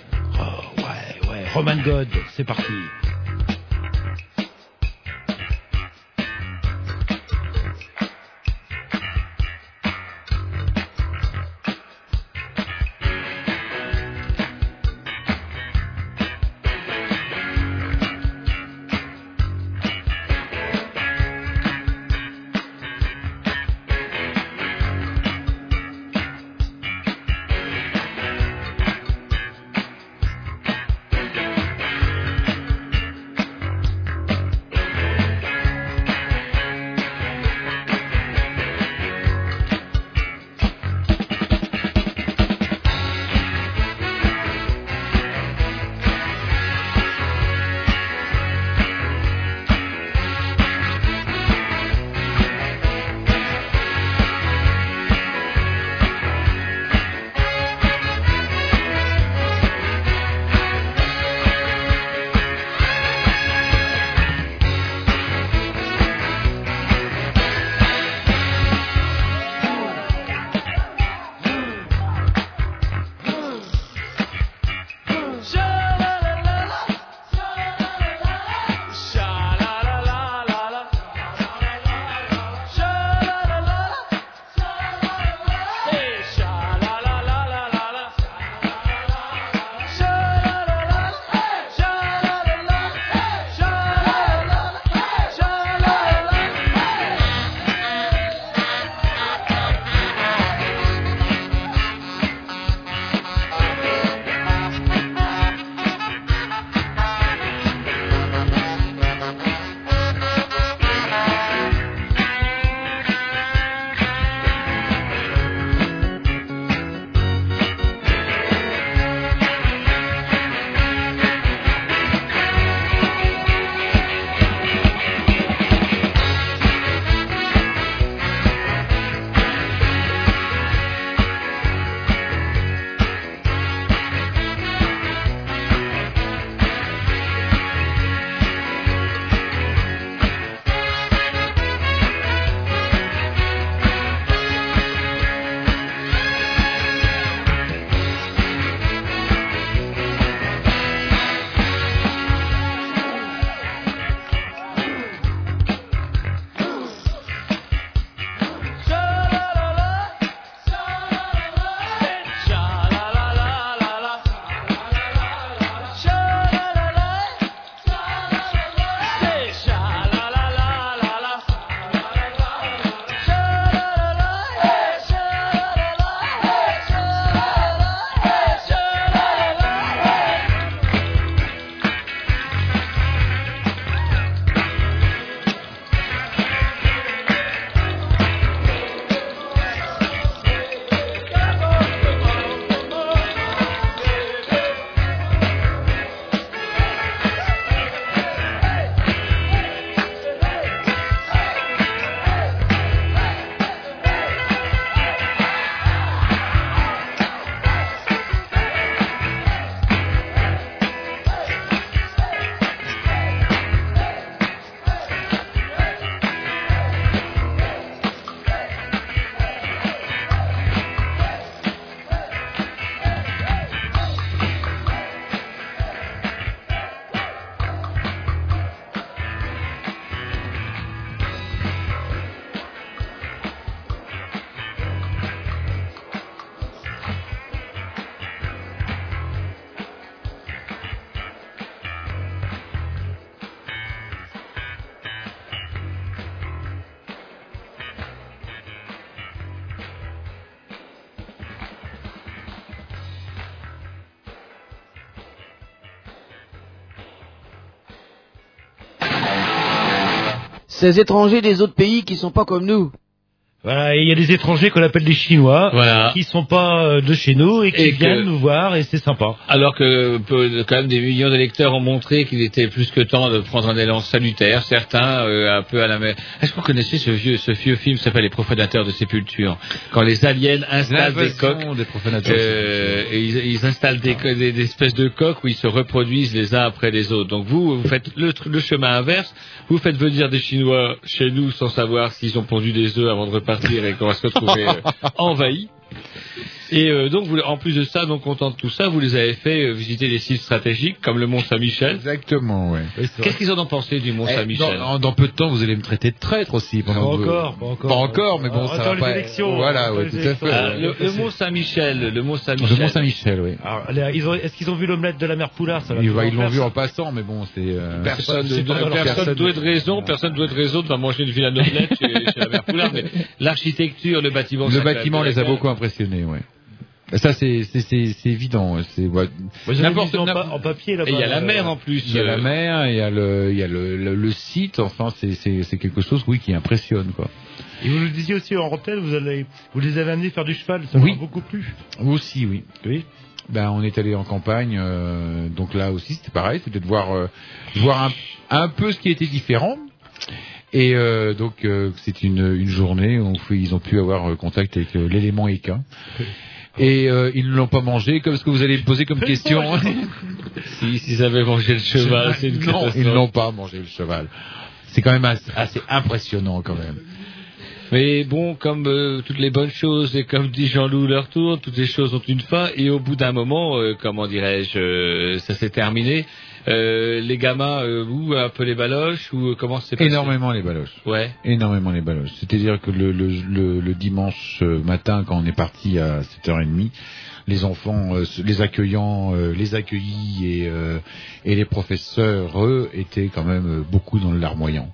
Oh, ouais, ouais. Roman God, c'est parti. Ces étrangers des autres pays qui sont pas comme nous. Voilà, et il y a des étrangers qu'on appelle des Chinois, voilà. qui sont pas euh, de chez nous et qui et viennent que... nous voir et c'est sympa. Alors que peu, quand même des millions d'électeurs ont montré qu'il était plus que temps de prendre un élan salutaire. Certains euh, un peu à la mer. Est-ce que vous connaissez ce vieux, ce vieux film qui s'appelle Les Profanateurs de Sépulture, quand les aliens installent des coques, des profanateurs euh, et ils, ils installent des, des, des espèces de coques où ils se reproduisent les uns après les autres. Donc vous, vous faites le, le chemin inverse. Vous faites venir des Chinois chez nous sans savoir s'ils ont pondu des œufs avant de repartir. Et qu'on va se retrouver euh, envahis. Et euh, donc, vous, en plus de ça, donc content de tout ça, vous les avez fait euh, visiter des sites stratégiques comme le Mont Saint-Michel. Exactement, ouais. Oui, qu'est-ce qu'ils en ont pensé du Mont eh, Saint-Michel? dans, dans peu de temps, vous allez me traiter de traître aussi. Pas encore, pas encore. Pas encore, mais bon, ah, ça va les pas. Élections, voilà, ouais, tout à fait. Ah, le, le Mont Saint-Michel, le Mont Saint-Michel. Le Mont Saint-Michel, oui. Alors, ils ont, est-ce qu'ils ont vu l'omelette de la mère Poulard? Ça va ils va, ils l'ont vu en passant, mais bon, c'est. Euh, personne ne doit, personne doit être raison, personne doit être raison de manger une vilaine omelette chez, chez la mère Poulard, mais l'architecture, le bâtiment. Le bâtiment les a beaucoup impressionnés, ouais. Ça c'est c'est c'est, c'est évident, c'est ouais, n'importe en, pa- en papier là-bas. Et il y a la mer en plus. Il y a la mer, il y a le il y a le, le, le site, enfin c'est c'est c'est quelque chose oui qui impressionne quoi. Et vous nous disiez aussi en hôtel, vous allez vous les avez amenés faire du cheval, ça oui. m'a beaucoup plu. Aussi oui. Oui. Ben on est allé en campagne, euh, donc là aussi c'était pareil, c'était de voir euh, voir un un peu ce qui était différent. Et euh, donc euh, c'est une une journée où ils ont pu avoir contact avec euh, l'élément E K. Et euh, ils ne l'ont pas mangé, comme ce que vous allez me poser comme question. si, s'ils avaient mangé le cheval, c'est une non, ils n'ont pas mangé le cheval. C'est quand même assez, assez impressionnant quand même. Mais bon, comme euh, toutes les bonnes choses, et comme dit Jean-Loup leur tour, toutes les choses ont une fin, et au bout d'un moment, euh, comment dirais-je, euh, ça s'est terminé. Euh, les gamins, euh, vous, un peu les baloches, ou euh, comment c'est passé? Énormément les baloches. Ouais. Énormément les baloches. C'est-à-dire que le, le, le, le dimanche matin, quand on est parti à sept heures trente, les enfants, euh, les accueillants, euh, les accueillis et, euh, et les professeurs, eux, étaient quand même beaucoup dans le larmoyant.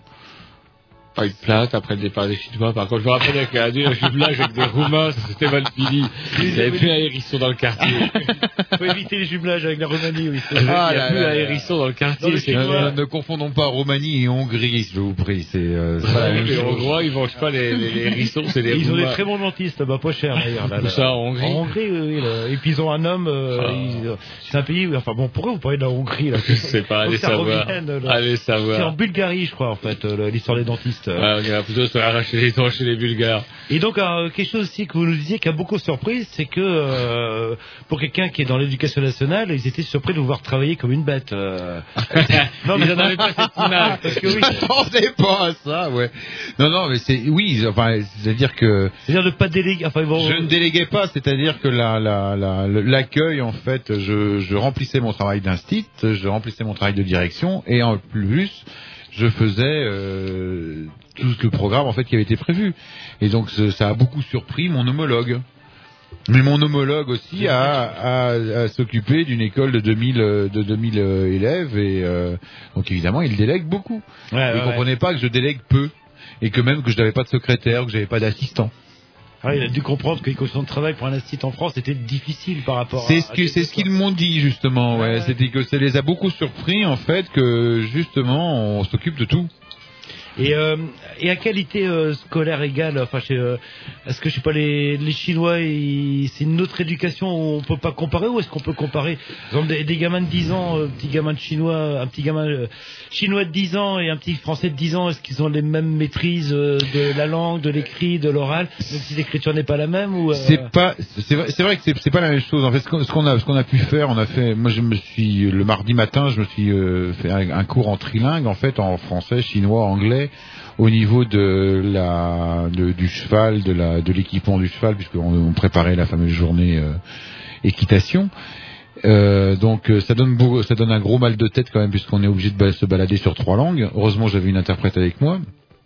Pas une plainte après le départ des Chinois. Par contre, je me rappelle qu'il y a eu un jumelage avec des Roumains, ça s'était mal fini. Il n'y avait plus un hérisson dans le quartier. Faut éviter les jumelages avec la Roumanie, oui. Il n'y a ah plus un hérisson dans le quartier. Non, c'est ne, ne confondons pas Roumanie et Hongrie, je vous prie. C'est euh, pas la même les chose. Hongrois, ils mangent pas les, les, les hérissons, c'est les Ils Roumains. ont des très bons dentistes, bah pas cher d'ailleurs. Là, Où ça, en Hongrie? En Hongrie, oui, oui. Là. Et puis ils ont un homme. Euh, ah. ils, c'est un pays. Enfin bon, pourquoi vous parlez de la Hongrie là? Je sais pas, allez savoir. Revienne, allez savoir. C'est en Bulgarie, je crois, en fait, l'histoire des dentistes. Ah, okay, plutôt se arracher les dents chez les Bulgares. Et donc, euh, quelque chose aussi que vous nous disiez qui a beaucoup surpris, c'est que euh, pour quelqu'un qui est dans l'éducation nationale, ils étaient surpris de vous voir travailler comme une bête. Euh... non, mais ils n'en avaient pas cette image. Parce que oui, je m'attendais pas à ça, ouais. Non, non, mais c'est, oui, enfin, c'est-à-dire que. C'est-à-dire de pas déléguer. Enfin, bon, je ne déléguais pas, c'est-à-dire que la, la, la, l'accueil, en fait, je, je remplissais mon travail d'instit, je remplissais mon travail de direction, et en plus, je faisais euh, tout le programme en fait qui avait été prévu. Et donc ça a beaucoup surpris mon homologue. Mais mon homologue aussi a, a, a s'occupé d'une école de deux mille, de deux mille élèves et euh, donc évidemment il délègue beaucoup. Ouais, ouais, il ne comprenait ouais. pas que je délègue peu et que même que je n'avais pas de secrétaire, que j'avais pas d'assistant. Ah, il a dû comprendre que les conditions de travail pour un assistant en France étaient difficiles par rapport c'est à... Ce que, c'est ce qu'ils m'ont dit justement, ouais. ouais. C'était que ça les a beaucoup surpris en fait que justement on s'occupe de tout. Et, euh, et à qualité euh, scolaire égale, enfin, chez, euh, est-ce que je sais pas les, les Chinois, ils, c'est une autre éducation où on peut pas comparer ou est-ce qu'on peut comparer, par exemple, des, des gamins de dix ans, un petit gamin de chinois, un petit gamin euh, chinois de dix ans et un petit français de dix ans, est-ce qu'ils ont les mêmes maîtrises euh, de la langue, de l'écrit, de l'oral, même si l'écriture n'est pas la même ou euh... C'est pas, c'est vrai, c'est vrai que c'est, c'est pas la même chose. En fait, ce qu'on, ce qu'on a, ce qu'on a pu faire, on a fait, moi je me suis le mardi matin, je me suis euh, fait un, un cours en trilingue en fait, en français, chinois, anglais. Au niveau de la de, du cheval, de la de l'équipement du cheval, puisqu'on on préparait la fameuse journée euh, équitation. Euh, donc ça donne beau, ça donne un gros mal de tête quand même, puisqu'on est obligé de ba- se balader sur trois langues. Heureusement, j'avais une interprète avec moi.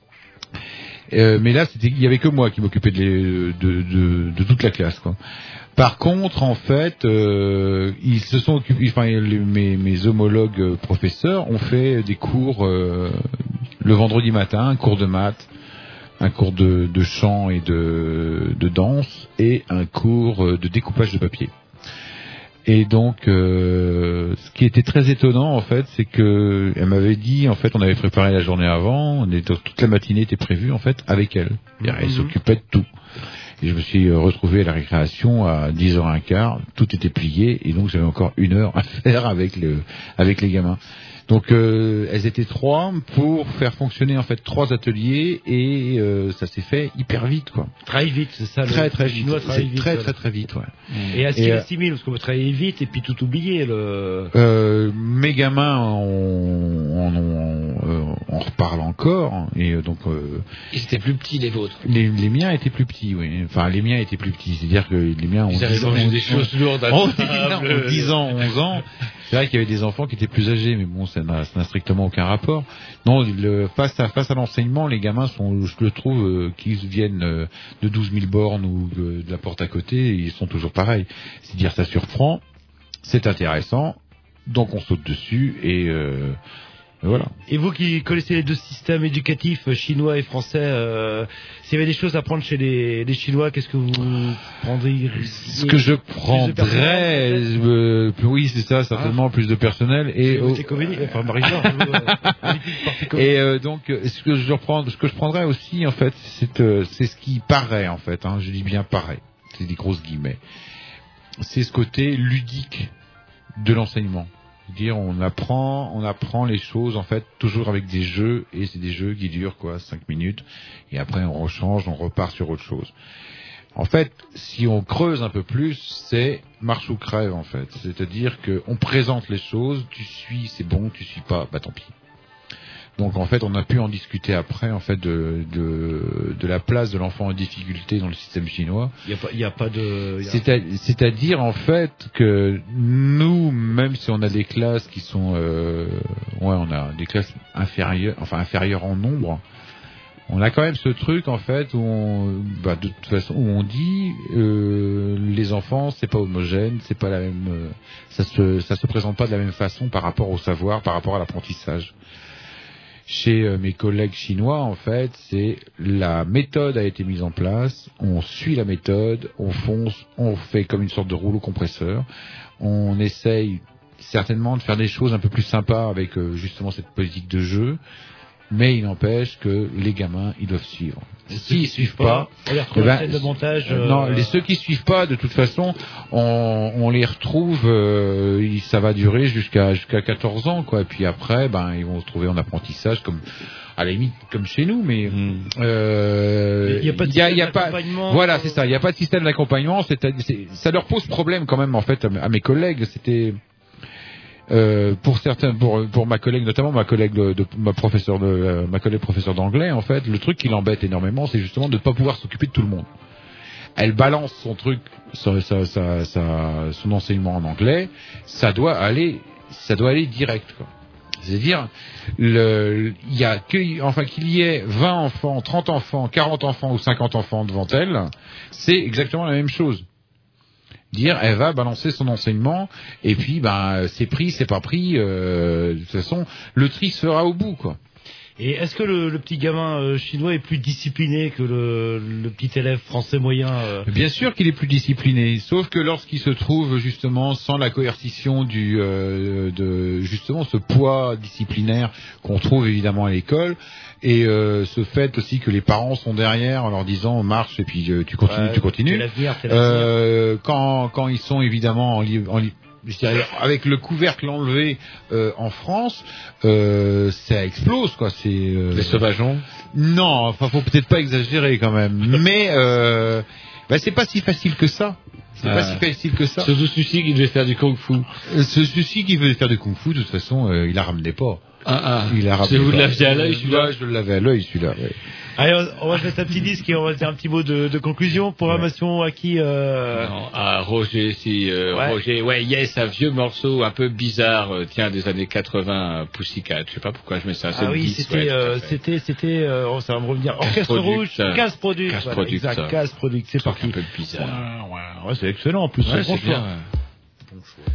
Euh, mais là, c'était, il y avait que moi qui m'occupais de, les, de, de, de toute la classe, quoi. Par contre, en fait, euh, ils se sont occupés, enfin, les, mes, mes homologues professeurs ont fait des cours euh, le vendredi matin, un cours de maths, un cours de, de chant et de, de danse, et un cours de découpage de papier. Et donc, euh, ce qui était très étonnant, en fait, c'est que elle m'avait dit, en fait, on avait préparé la journée avant, on était, toute la matinée était prévue, en fait, avec elle. Et elle s'occupait de tout. Et je me suis retrouvé à la récréation à dix heures quinze, tout était plié, et donc j'avais encore une heure à faire avec le, avec les gamins. Donc euh, elles étaient trois pour faire fonctionner en fait trois ateliers et euh, ça s'est fait hyper vite quoi. Très vite, c'est ça. Très le, très le vite. chinois C'est vite, très, ouais. très très vite ouais. Et à ce qu'il et, assimile, parce qu'on peut travailler vite et puis tout oublier le. Euh, mes gamins on, on, on, euh, on reparle encore et donc. Euh, Ils étaient plus petits les vôtres. Les, les miens étaient plus petits oui. Enfin les miens étaient plus petits, c'est-à-dire que les miens ont Ils avaient mangé des choses lourdes. On dix ans, onze ans. C'est vrai qu'il y avait des enfants qui étaient plus âgés, mais bon, ça n'a, ça n'a strictement aucun rapport. Non, le, face à face à l'enseignement, les gamins sont, je le trouve, euh, qu'ils viennent euh, de douze mille bornes ou de, de la porte à côté, ils sont toujours pareils. C'est-à-dire, ça surprend, c'est intéressant, donc on saute dessus et euh, voilà. Et vous qui connaissez les deux systèmes éducatifs, chinois et français, euh, s'il y avait des choses à prendre chez les, les Chinois, qu'est-ce que vous prendriez? Ce que je prendrais, euh, oui, c'est ça, certainement, ah. plus de personnel. Et, oh, comédie, enfin, et euh, donc, ce que je reprends, ce que je prendrais aussi, en fait, c'est, euh, c'est ce qui paraît, en fait. Hein, je dis bien paraît. C'est des grosses guillemets. C'est ce côté ludique de l'enseignement. Dire on apprend on apprend les choses en fait toujours avec des jeux et c'est des jeux qui durent quoi cinq minutes et après on rechange, on repart sur autre chose. En fait, si on creuse un peu plus, c'est marche ou crève en fait. C'est-à-dire que on présente les choses, tu suis, c'est bon, tu suis pas, bah tant pis. Donc en fait, on a pu en discuter après en fait de de, de la place de l'enfant en difficulté dans le système chinois. Il y a pas il y a pas de a... C'est à, c'est-à-dire en fait que nous, même si on a des classes qui sont euh, ouais, on a des classes inférieures, enfin inférieures en nombre, on a quand même ce truc en fait où on, bah, de toute façon où on dit euh, les enfants c'est pas homogène, c'est pas la même, euh, ça se ça se présente pas de la même façon par rapport au savoir, par rapport à l'apprentissage. Chez euh, mes collègues chinois, en fait, c'est la méthode a été mise en place, on suit la méthode, on fonce, on fait comme une sorte de rouleau compresseur, on essaye certainement de faire des choses un peu plus sympas avec euh, justement cette politique de jeu, mais il n'empêche que les gamins, ils doivent suivre. S'ils suivent pas, on les retrouve ben, de montage. Euh... Non, les ceux qui suivent pas, de toute façon, on, on les retrouve. Euh, ça va durer jusqu'à jusqu'à quatorze ans, quoi. Et puis après, ben ils vont se trouver en apprentissage, comme à la limite comme chez nous, mais euh, il y a pas de y a, système y a pas, d'accompagnement. Voilà, c'est ça. Il y a pas de système d'accompagnement. C'est, c'est, ça leur pose problème quand même en fait à, à mes collègues. C'était Euh, pour certains, pour pour ma collègue, notamment ma collègue de, de ma professeure de euh, ma collègue professeure d'anglais, en fait, le truc qui l'embête énormément, c'est justement de ne pas pouvoir s'occuper de tout le monde. Elle balance son truc, sa, sa, sa, sa, son enseignement en anglais, ça doit aller, ça doit aller direct, quoi. C'est-à-dire, le, il y a que, enfin qu'il y ait vingt enfants, trente enfants, quarante enfants ou cinquante enfants devant elle, c'est exactement la même chose. Dire, elle va balancer son enseignement, et puis, ben, c'est pris, c'est pas pris, euh, de toute façon, le tri se fera au bout, quoi. Et est-ce que le, le petit gamin euh, chinois est plus discipliné que le, le petit élève français moyen euh... Bien sûr qu'il est plus discipliné, sauf que lorsqu'il se trouve justement sans la coercition du, euh, de justement ce poids disciplinaire qu'on trouve évidemment à l'école, et euh, ce fait aussi que les parents sont derrière en leur disant marche et puis euh, tu continues, ouais, tu continues. T'es l'avenir, t'es l'avenir. Euh, quand quand ils sont évidemment en libre, avec le couvercle enlevé euh, en France, euh, ça explose quoi. C'est euh... les sauvageons. Non, enfin faut peut-être pas exagérer quand même. Mais euh, bah, c'est pas si facile que ça. C'est ah. pas si facile que ça. Ce souci qui devait faire du kung-fu. Ce souci qui devait faire du kung-fu, de toute façon, euh, il la ramenait pas. Ah ah. Il la ramenait pas. Vous l'aviez à l'œil celui-là. Ouais, je l'avais à l'œil celui-là. Ouais. Allez, on va mettre un petit disque et on va faire un petit mot de, de conclusion. Programmation ouais. à qui euh... Non, à Roger, si euh, ouais. Roger, ouais, yes, un vieux morceau un peu bizarre, euh, tiens, des années quatre-vingts, Pussycat. Je sais pas pourquoi je mets ça. Ah oui, dix, c'était, ouais, euh, c'était, c'était, euh, oh, ça va me revenir. Orchestre Rouge, Casse Product, Casse voilà, Product, exact, Casse Product, c'est parti. Un peu bizarre. Ouais, ouais, ouais, c'est excellent en plus. Ouais, c'est bien. Bon choix.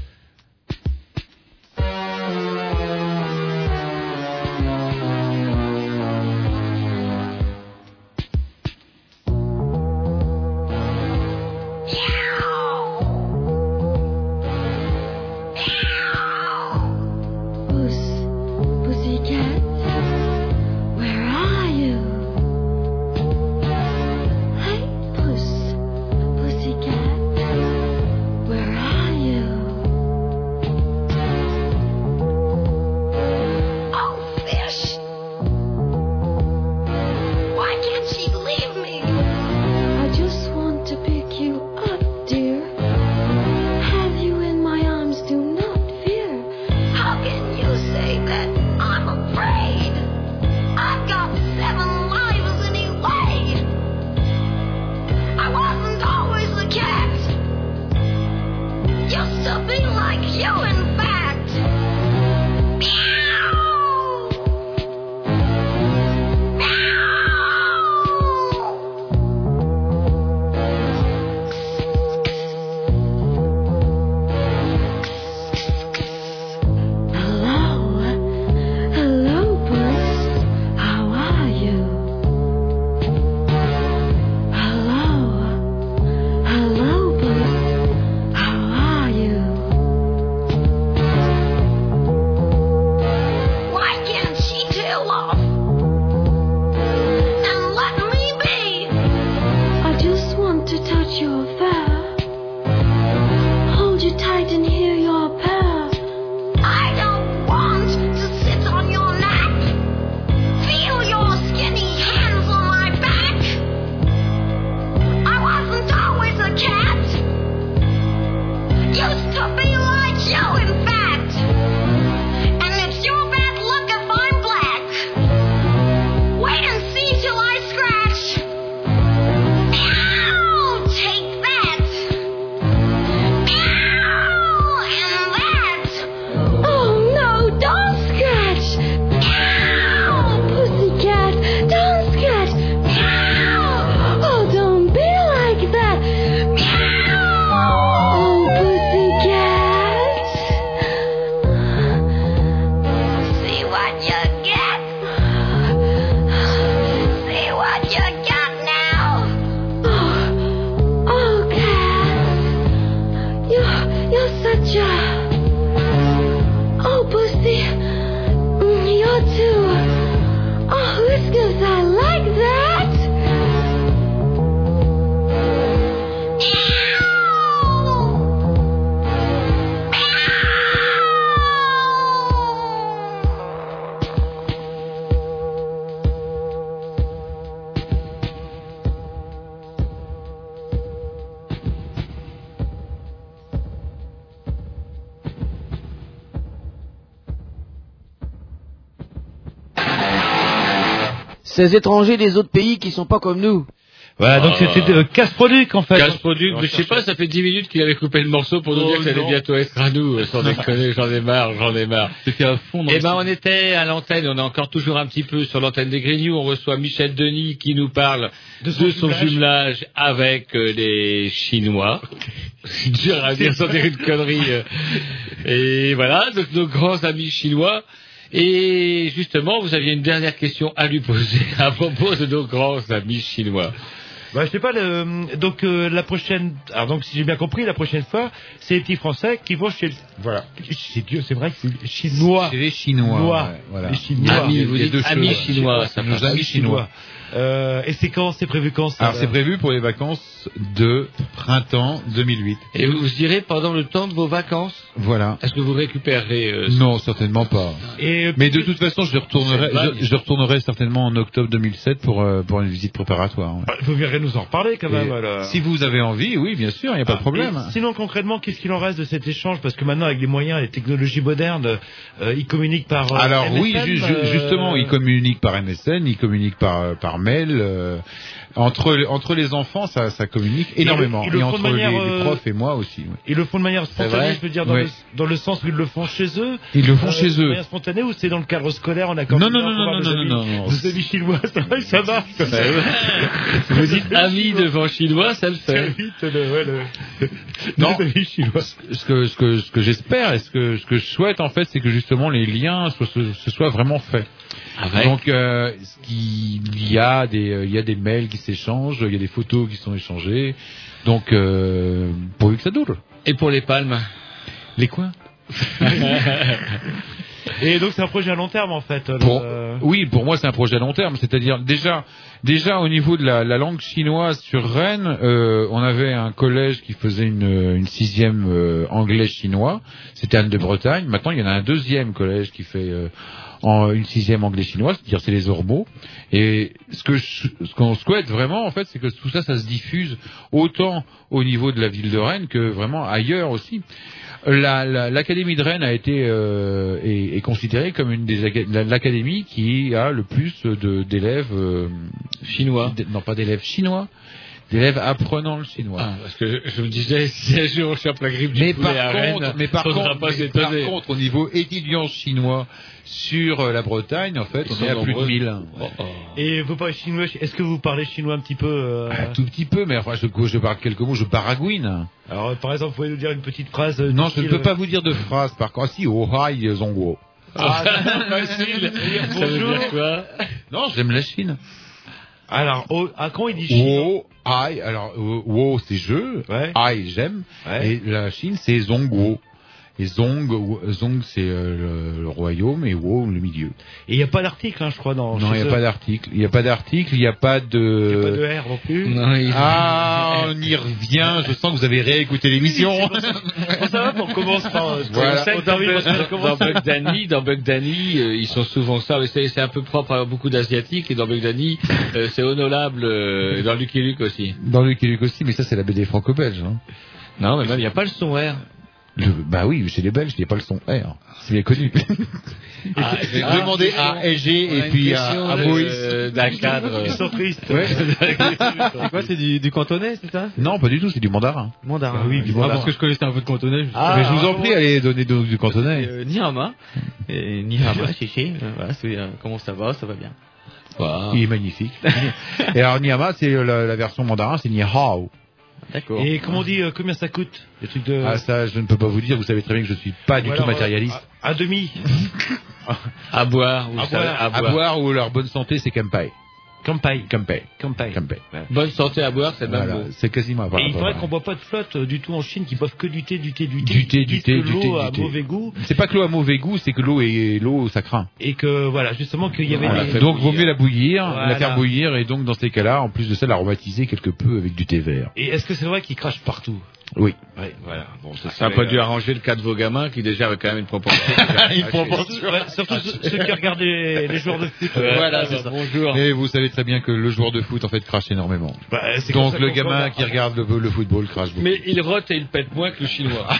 Ces étrangers des autres pays qui sont pas comme nous. Voilà, donc Ah. c'était euh, Casse-Produc, en fait. Casse-Produc, mais je sais pas, ça fait dix minutes qu'il avait coupé le morceau pour nous Oh, dire que ça allait non. bientôt être à nous. Sans déconner, j'en ai marre, j'en ai marre. C'était à fond dans Eh le ben, studio. on était à l'antenne, on est encore toujours un petit peu sur l'antenne des Grignoux. On reçoit Michel Denis qui nous parle de son, jumelage. jumelage avec euh, les Chinois. C'est dur à dire sans dire une connerie. euh. Et voilà, donc nos grands amis chinois. Et justement, vous aviez une dernière question à lui poser à propos de nos grands amis chinois. Bah, je sais pas, le, donc euh, la prochaine, alors donc si j'ai bien compris, la prochaine fois, c'est les petits Français qui vont chez, voilà, c'est Dieu, c'est vrai que c'est les Chinois, C'est les Chinois. Nois. ouais, voilà. les Chinois, Amis, il y a- vous il y a dites deux amis choses. chinois, ça Nos passe. amis chinois. Euh, et c'est quand, c'est prévu quand ça Alors là c'est prévu pour les vacances de printemps deux mille huit. Et vous, vous irez pendant le temps de vos vacances. Voilà. Est-ce que vous récupérerez euh, Non, certainement pas. Et, Mais de toute façon, je retournerai, C'est vague. je, je retournerai certainement en octobre deux mille sept pour euh, pour une visite préparatoire. ouais. bah, vous viendrez nous en reparler quand même. Et alors. si vous avez envie, oui, bien sûr, il n'y a pas de problème. Et sinon, concrètement, qu'est-ce qu'il en reste de cet échange? Parce que maintenant, avec les moyens, les technologies modernes, euh, ils communiquent par. Euh, Alors M S N, oui, ju- ju- euh, justement, ils communiquent par M S N, ils communiquent par euh, par mail. euh, entre entre les enfants, ça ça communique Ils le- énormément. ils le Et font de entre manière, les, euh, les profs et moi aussi. ouais. Ils le font de manière spontanée, vrai je veux dire, dans, Ouais. le, dans le sens où ils le font chez eux. Ils le font Euh, chez De eux. manière spontanée ou c'est dans le cadre scolaire, on a quand Non, même non, non, non, non, non, non, non. Des amis chinois, c'est vrai que ça marche. comme ça. Vous dites amis devant chinois, ça le Très fait. vite, le, ouais, le, le- Non. des amis chinois. Ce que ce que ce que j'espère et ce que ce que je souhaite en fait, c'est que justement les liens soient, se, se soient vraiment faits. Ah ouais. Donc euh, ce qui- il y a des euh, il y a des mails qui s'échangent, il y a des photos qui sont échangées. Donc euh, pourvu que ça dure. Et pour les palmes. Les quoi? Et donc c'est un projet à long terme en fait. le- Pour- Oui, pour moi c'est un projet à long terme. C'est-à-dire déjà, déjà au niveau de la, la langue chinoise sur Rennes, euh, on avait un collège qui faisait une, une sixième euh, anglais chinois. C'était Anne de Bretagne. Maintenant il y en a un deuxième collège qui fait euh, en, une sixième anglais chinois, c'est-à-dire c'est les Ormeaux. Et ce que je- ce qu'on souhaite vraiment en fait, c'est que tout ça, ça se diffuse autant au niveau de la ville de Rennes que vraiment ailleurs aussi. La- la- L'académie de Rennes a été euh, est, est considérée comme une des aca- la- l'académie qui a le plus de d'élèves euh, Chinois. d- non pas d'élèves chinois, d'élèves apprenant le chinois. Ah, parce que je, je me disais, si un jour on chope la grippe du mais poulet par à Rennes, contre, mais par faudra contre, pas mais par s'étonner. contre, au niveau étudiants chinois sur euh, la Bretagne, en fait, Ils on sont est à plus de nombreux. mille. Oh, oh. Et vous parlez chinois, est-ce que vous parlez chinois un petit peu euh, Un tout petit peu, mais enfin, je, je parle quelques mots, je baragouine. Alors par exemple, vous pouvez nous dire une petite phrase euh, Non, du je ne style, peux pas vous dire de phrase, par contre. Ah si, oh hi, Zongguo. Ah, Facile. Ça veut bonjour. dire quoi? Non, j'aime la Chine. Alors, oh, ah, quand il dit chinois Wo, hi, alors, euh, wo, c'est je, Ouais. hi, j'aime, Ouais. et la Chine, c'est Zongguo. Et Zong, Zong, c'est euh, le, le royaume, et Wo, le milieu. Et il n'y a pas d'article, hein, je crois, dans. Non, il chez n'y a eux. pas d'article. Il n'y a pas d'article, il n'y a pas Il n'y a pas de de... R non plus. Non, il- Ah, on y revient, je sens que vous avez réécouté l'émission. Bon, ça va, on commence par. euh, Voilà. on sait que dans- parce qu'on a Dans commencé- Bug Danny, dans Bug Danny, euh, ils sont souvent ça, mais c'est c'est un peu propre à beaucoup d'asiatiques, et dans Bug Danny, euh, c'est honorable, euh, dans Lucky Luke aussi. Dans Lucky Luke aussi, mais ça, c'est la B D franco-belge. Hein. Non, mais même, il n'y a pas le son R. Le- bah oui, chez les Belges, il n'y a pas le son R. C'est bien connu. Ah, j'ai Demandez à L G et puis à, à Moïse. euh, d'un cadre. Ils sont tristes. Ouais. C'est quoi, c'est du, du cantonais, c'est ça? Non, pas du tout, c'est du mandarin. Mandarin. Ah oui, du Ah, mandarin. parce que je connaissais un peu de cantonais. je- Ah, mais je vous en prie, allez donner du, du cantonais. Euh, Nihama. Et Nihama, chichi. Euh, Voilà, c'est, euh, comment ça va? Ça va bien. Wow. Il est magnifique. Et alors, Nihama, c'est la, la version mandarin, c'est Ni Hao. D'accord. Et comment on dit, euh, combien ça coûte? Les trucs de. Ah, ça, je ne peux pas vous dire, vous savez très bien que je suis pas du Ou tout alors, euh, matérialiste. à, à demi. À boire, vous À savez, boire. à À boire. boire ou leur bonne santé, c'est Kampai. Kampai. Kampai. Kampai. Kampai. Bonne santé à boire, c'est le même Voilà, mot. c'est quasiment à part. Et il paraît qu'on boit pas de flotte euh, du tout en Chine, qu'ils boivent que du thé, du thé, du thé. Du thé, Ils du disent thé, que du l'eau thé, a du thé. mauvais goût. C'est pas que l'eau a mauvais goût, c'est que l'eau est l'eau, ça craint. Et que, voilà, justement, qu'il y avait Voilà. des. Donc, vaut mieux la bouillir, Voilà. la faire bouillir, et donc, dans ces cas-là, en plus de ça, l'aromatiser quelque peu avec du thé vert. Et est-ce que c'est vrai qu'ils crachent partout? Oui. Ouais, voilà. Bon, ça, Ça n'a pas dû arranger le cas de vos gamins, qui déjà avaient quand même une proportion. Une proportion. Ouais, surtout ceux ceux qui regardent les, les joueurs de foot. Ouais, Voilà, c'est c'est ça. Bonjour. Et vous savez très bien que le joueur de foot, en fait, crache énormément. Bah, c'est comme Donc, ça le qu'on gamin voit. qui regarde le, le football crache beaucoup. Mais il rote et il pète moins que le chinois.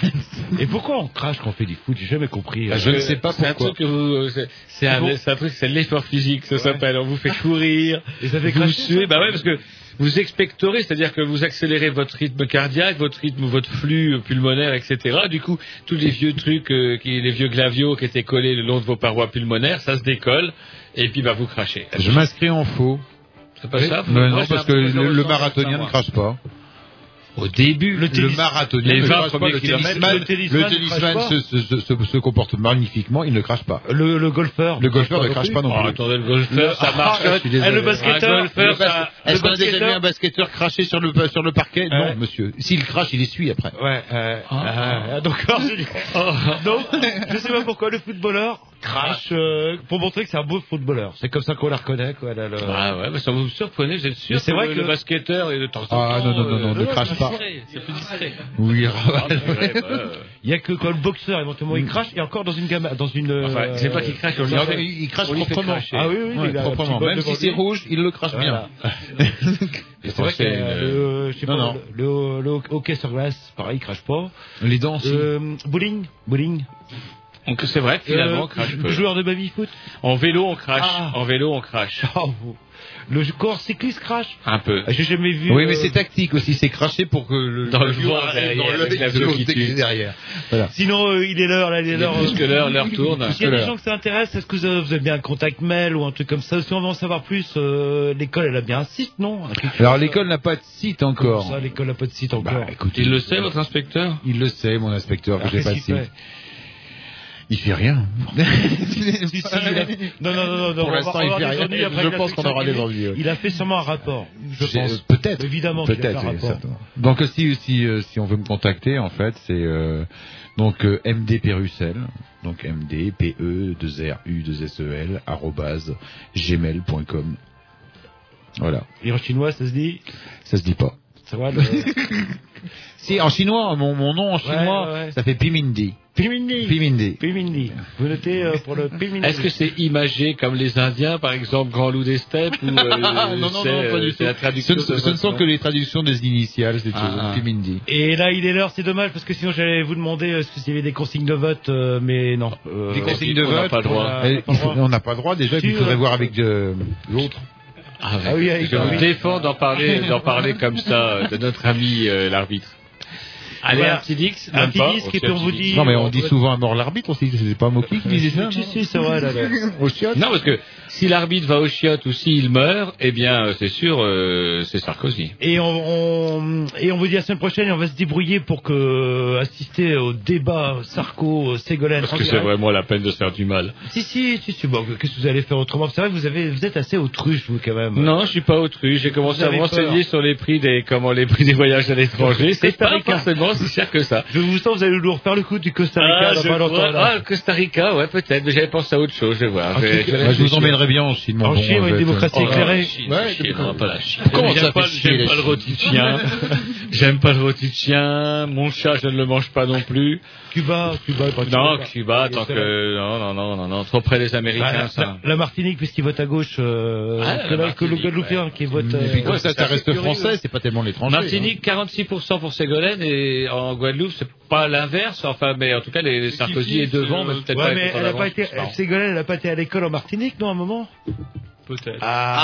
Et pourquoi on crache quand on fait du foot? J'ai jamais compris. Bah, je ne sais pas C'est un pourquoi. truc que vous, c'est, c'est un, Bon. c'est un truc, c'est l'effort physique, ça Ouais. s'appelle. On vous fait courir, Et ça fait vous cracher, suez, ça bah ouais, parce que vous expectorez, c'est-à-dire que vous accélérez votre rythme cardiaque, votre rythme, votre flux pulmonaire, et cetera. Du coup, tous les vieux trucs, euh, qui, les vieux glavios qui étaient collés le long de vos parois pulmonaires, ça se décolle, et puis bah vous crachez. Je m'inscris en faux. C'est pas Oui. ça? Non, Moi, non, j'ai parce un que peu- je le, le ressens marathonien ça, ne moi. crache pas. Au début, Le, tennis- marathonien les ne vingt crache pas. premiers Le kilomètres, tennisman, le le tennisman tennisman, ne crache pas. se, se, se, se comporte magnifiquement, il ne crache pas. Le, le golfeur. Le golfeur ne crache pas non Oh, plus. attendez, le golfeur, ça Ah, marche. je suis désolé. Eh, le basketteur, Un golfeur, le ça- bas- Est-ce le qu'on a déjà vu basketteur- un basketteur cracher sur le, sur le parquet? Ouais. Non, monsieur. S'il crache, il essuie après. Ouais, euh, euh, donc, alors, je dis- donc, je sais pas pourquoi le footballeur crache, euh, pour montrer que c'est un beau footballeur. C'est comme ça qu'on la reconnaît, quoi, là, le... Ah ouais, mais ça vous me surprenez, vous êtes sûr Mais c'est que vrai le, que- le basketteur est de temps en temps. Ah, non, non, non, non, ne euh, crache c'est pas. discret, c'est plus discret. Oui, Ah, mais ouais, bah, euh, Il y a que quand le boxeur, éventuellement, il crache, et encore dans une gamme, dans une, euh, Enfin, c'est pas qu'il crache, on lui il, fait- il crache on lui fait proprement. cracher. Ah oui, oui, Ouais, il a un proprement. petit bol Même devant si c'est lui. rouge, il le crache Voilà. bien. Et c'est vrai que C'est euh, le, je sais Non, pas, non. le, le, le hockey sur glace, pareil, il crache pas. Les dents aussi. Euh, bowling, bowling. Donc c'est vrai, finalement, Euh, on crache le peu. joueur de baby-foot. En vélo, on crache. Ah. En vélo, on crache. Oh, le corps cycliste crache. Un peu. J'ai jamais vu. Oui, euh, mais c'est tactique aussi, c'est cracher pour que le Dans le l'avion vent arrive derrière, dans avec l'œil l'avion de qui l'autre tue. derrière. Voilà. Sinon, euh, il est l'heure, là, il est Il est l'heure. plus que l'heure, l'heure tourne. S'il y a des gens que ça intéresse, est-ce que vous avez, vous avez bien un contact mail ou un truc comme ça? Si on veut en savoir plus, euh, l'école, elle a bien un site, non? Un truc Alors comme l'école n'a pas de site ça. encore. Comme ça, l'école n'a pas de site encore. Bah, écoutez, Il le sait, votre inspecteur? il le sait, mon inspecteur, que Alors, j'ai pas de qu'est-ce qu'il site. fait Il fait rien. Si, si, il a- Non, non, non, non, Pour on va l'instant, avoir il fait des rien. ennuis après Je que la pense qu'on aura des section ennuis. ouais. Il a fait sûrement un rapport, je J'ai- pense. Peut-être. Évidemment qu'il a fait Peut-être, un oui, rapport. certainement. Donc si si euh, si on veut me contacter, en fait, c'est euh, donc euh, M D Pérussel, donc M D P E deux R U deux S E L arobase gmail point com. Voilà, Et en chinois, ça se dit? ça se dit pas. Ça va, le... Si en chinois, mon mon nom en chinois, ouais, ouais. ça fait Pimindi. Pimindi. Pimindi. Pimindi. Vous notez euh, pour le Pimindi. Est-ce que c'est imagé comme les Indiens, par exemple, Grand Loup des Steppes ou, euh, non, non, c'est, non, pas euh, du c'est tout. la Ce, traduction ne- de ce ne votre sont nom que les traductions des initiales, c'est tout. Ah, ah. Pimindi. Et là, il est l'heure, c'est dommage, parce que sinon j'allais vous demander euh, s'il y avait des consignes de vote, euh, mais non. Euh, Les consignes de on n'a vote, pas le droit. on a- Eh, pas le droit. on n'a pas le droit déjà, Si, puis il faudrait ouais. voir avec euh, l'autre. Ah, Ah oui, je ah vous oui. défends d'en parler, d'en parler comme ça euh, de notre ami euh, l'arbitre. Allez, Voilà. un petit dix, Un même petit pas, disque, aussi et puis un on petit vous dix. dit- Non, mais on on dit pourrait- souvent à mort l'arbitre aussi, c'est pas Moki qui disait ça. Si, si, c'est vrai, là, là. Au chiottes. Non, parce que si l'arbitre va au chiottes ou s'il meurt, eh bien, euh, c'est sûr, euh, c'est Sarkozy. Et on, on- et on vous dit la semaine prochaine, et on va se débrouiller pour que euh, assister au débat Sarko-Ségolène. Parce en que c'est direct. vraiment la peine de se faire du mal. Si, si, si, si, bon, qu'est-ce que vous allez faire autrement? C'est vrai que vous avez, vous êtes assez autruche, vous, quand même. Non, je suis pas autruche. J'ai commencé Vous à avez me renseigner peur. sur les prix des, comment les prix des voyages à l'étranger. C'est Costa pas Rica. forcément si cher que ça. Je vous sens, vous allez nous refaire le coup du Costa Rica Ah, dans je pas longtemps, vois. là. Ah, le Costa Rica, ouais, peut-être. Mais j'avais pensé à autre chose, je vais voir. En Je vais- tout je vais cas, Moi, je vous réfléchir. emmènerai bien en Chine, mon En bon. Chine, je une vais démocratie être- Oh, éclairée. la Chine, Ouais, la Chine, d'accord. non, pas la Chine. Comment J'aime ça pas, fait chier, j'aime la pas le Chine rôti de chien. J'aime pas le rôti de chien. Mon chat, je ne le mange pas non plus. Cuba, Cuba, pas Non, Cuba. Cuba, tant C'est que, non, non, non, non, non, trop près des Bah, Américains, la, ça. la Martinique, puisqu'il vote à gauche, euh, Ah, que, la là, que le Martinique, Guadeloupéen ouais. qui vote. Et puis euh, comme ça, ça reste curieux, français, c'est pas tellement l'étranger. Martinique, quarante-six pour cent pour Ségolène et en Guadeloupe, c'est pas l'inverse, enfin, mais en tout cas, les, les Sarkozy est devant, mais peut-être Ouais, pas mais avec elle a pas d'avance, été, c'est marrant. Ségolène, elle a pas été à l'école en Martinique, non, à un moment? Peut-être.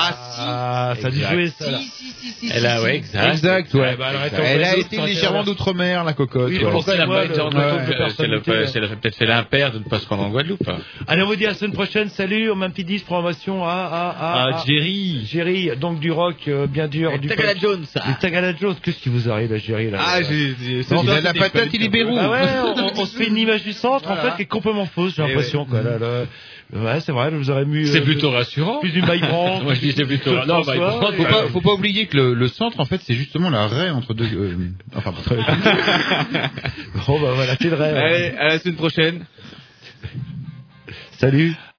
Ah, ça a dû Exact. jouer, ça. là. Elle a, ouais, exact. Exact, ouais. Ouais, bah, elle aurait été en Elle a Guadeloupe, été ça légèrement aurait été d'outre-mer, la cocotte. Oui, ouais. bon, Pourquoi elle a moi, pas été en le- Guadeloupe? le C'est- Elle a personnalité, pas- là. c'est- elle a peut-être fait l'impair de ne pas se rendre en Guadeloupe. hein. Allez, on vous dit à la semaine prochaine. Salut, on met un petit dix, promotion à, à, à, Ah, Jerry. Jerry, donc du rock, euh, bien dur, du Tagala punk. Jones. Du Tagala Jones. Qu'est-ce qui vous arrive, là, Jerry, là? Ah, là j'ai, j'ai, ce Non, soir, mais la c'était patate, pas il est bérou. Ah ouais, on, on se fait une image du centre, en Voilà. fait, qui est complètement fausse, j'ai Eh l'impression, ouais. quoi. Là, là. Ouais, c'est vrai, vous aurez mis. C'est euh, plutôt rassurant. Plus d'une Maïbran. Moi, je dis c'est plutôt rassurant. Non, François, Maïbran, et- Faut pas, faut pas oublier que le, le centre, en fait, c'est justement la raie entre deux. euh, enfin, bon, très bien. Bon, bah voilà, c'est vrai. Allez, à la semaine prochaine. Salut.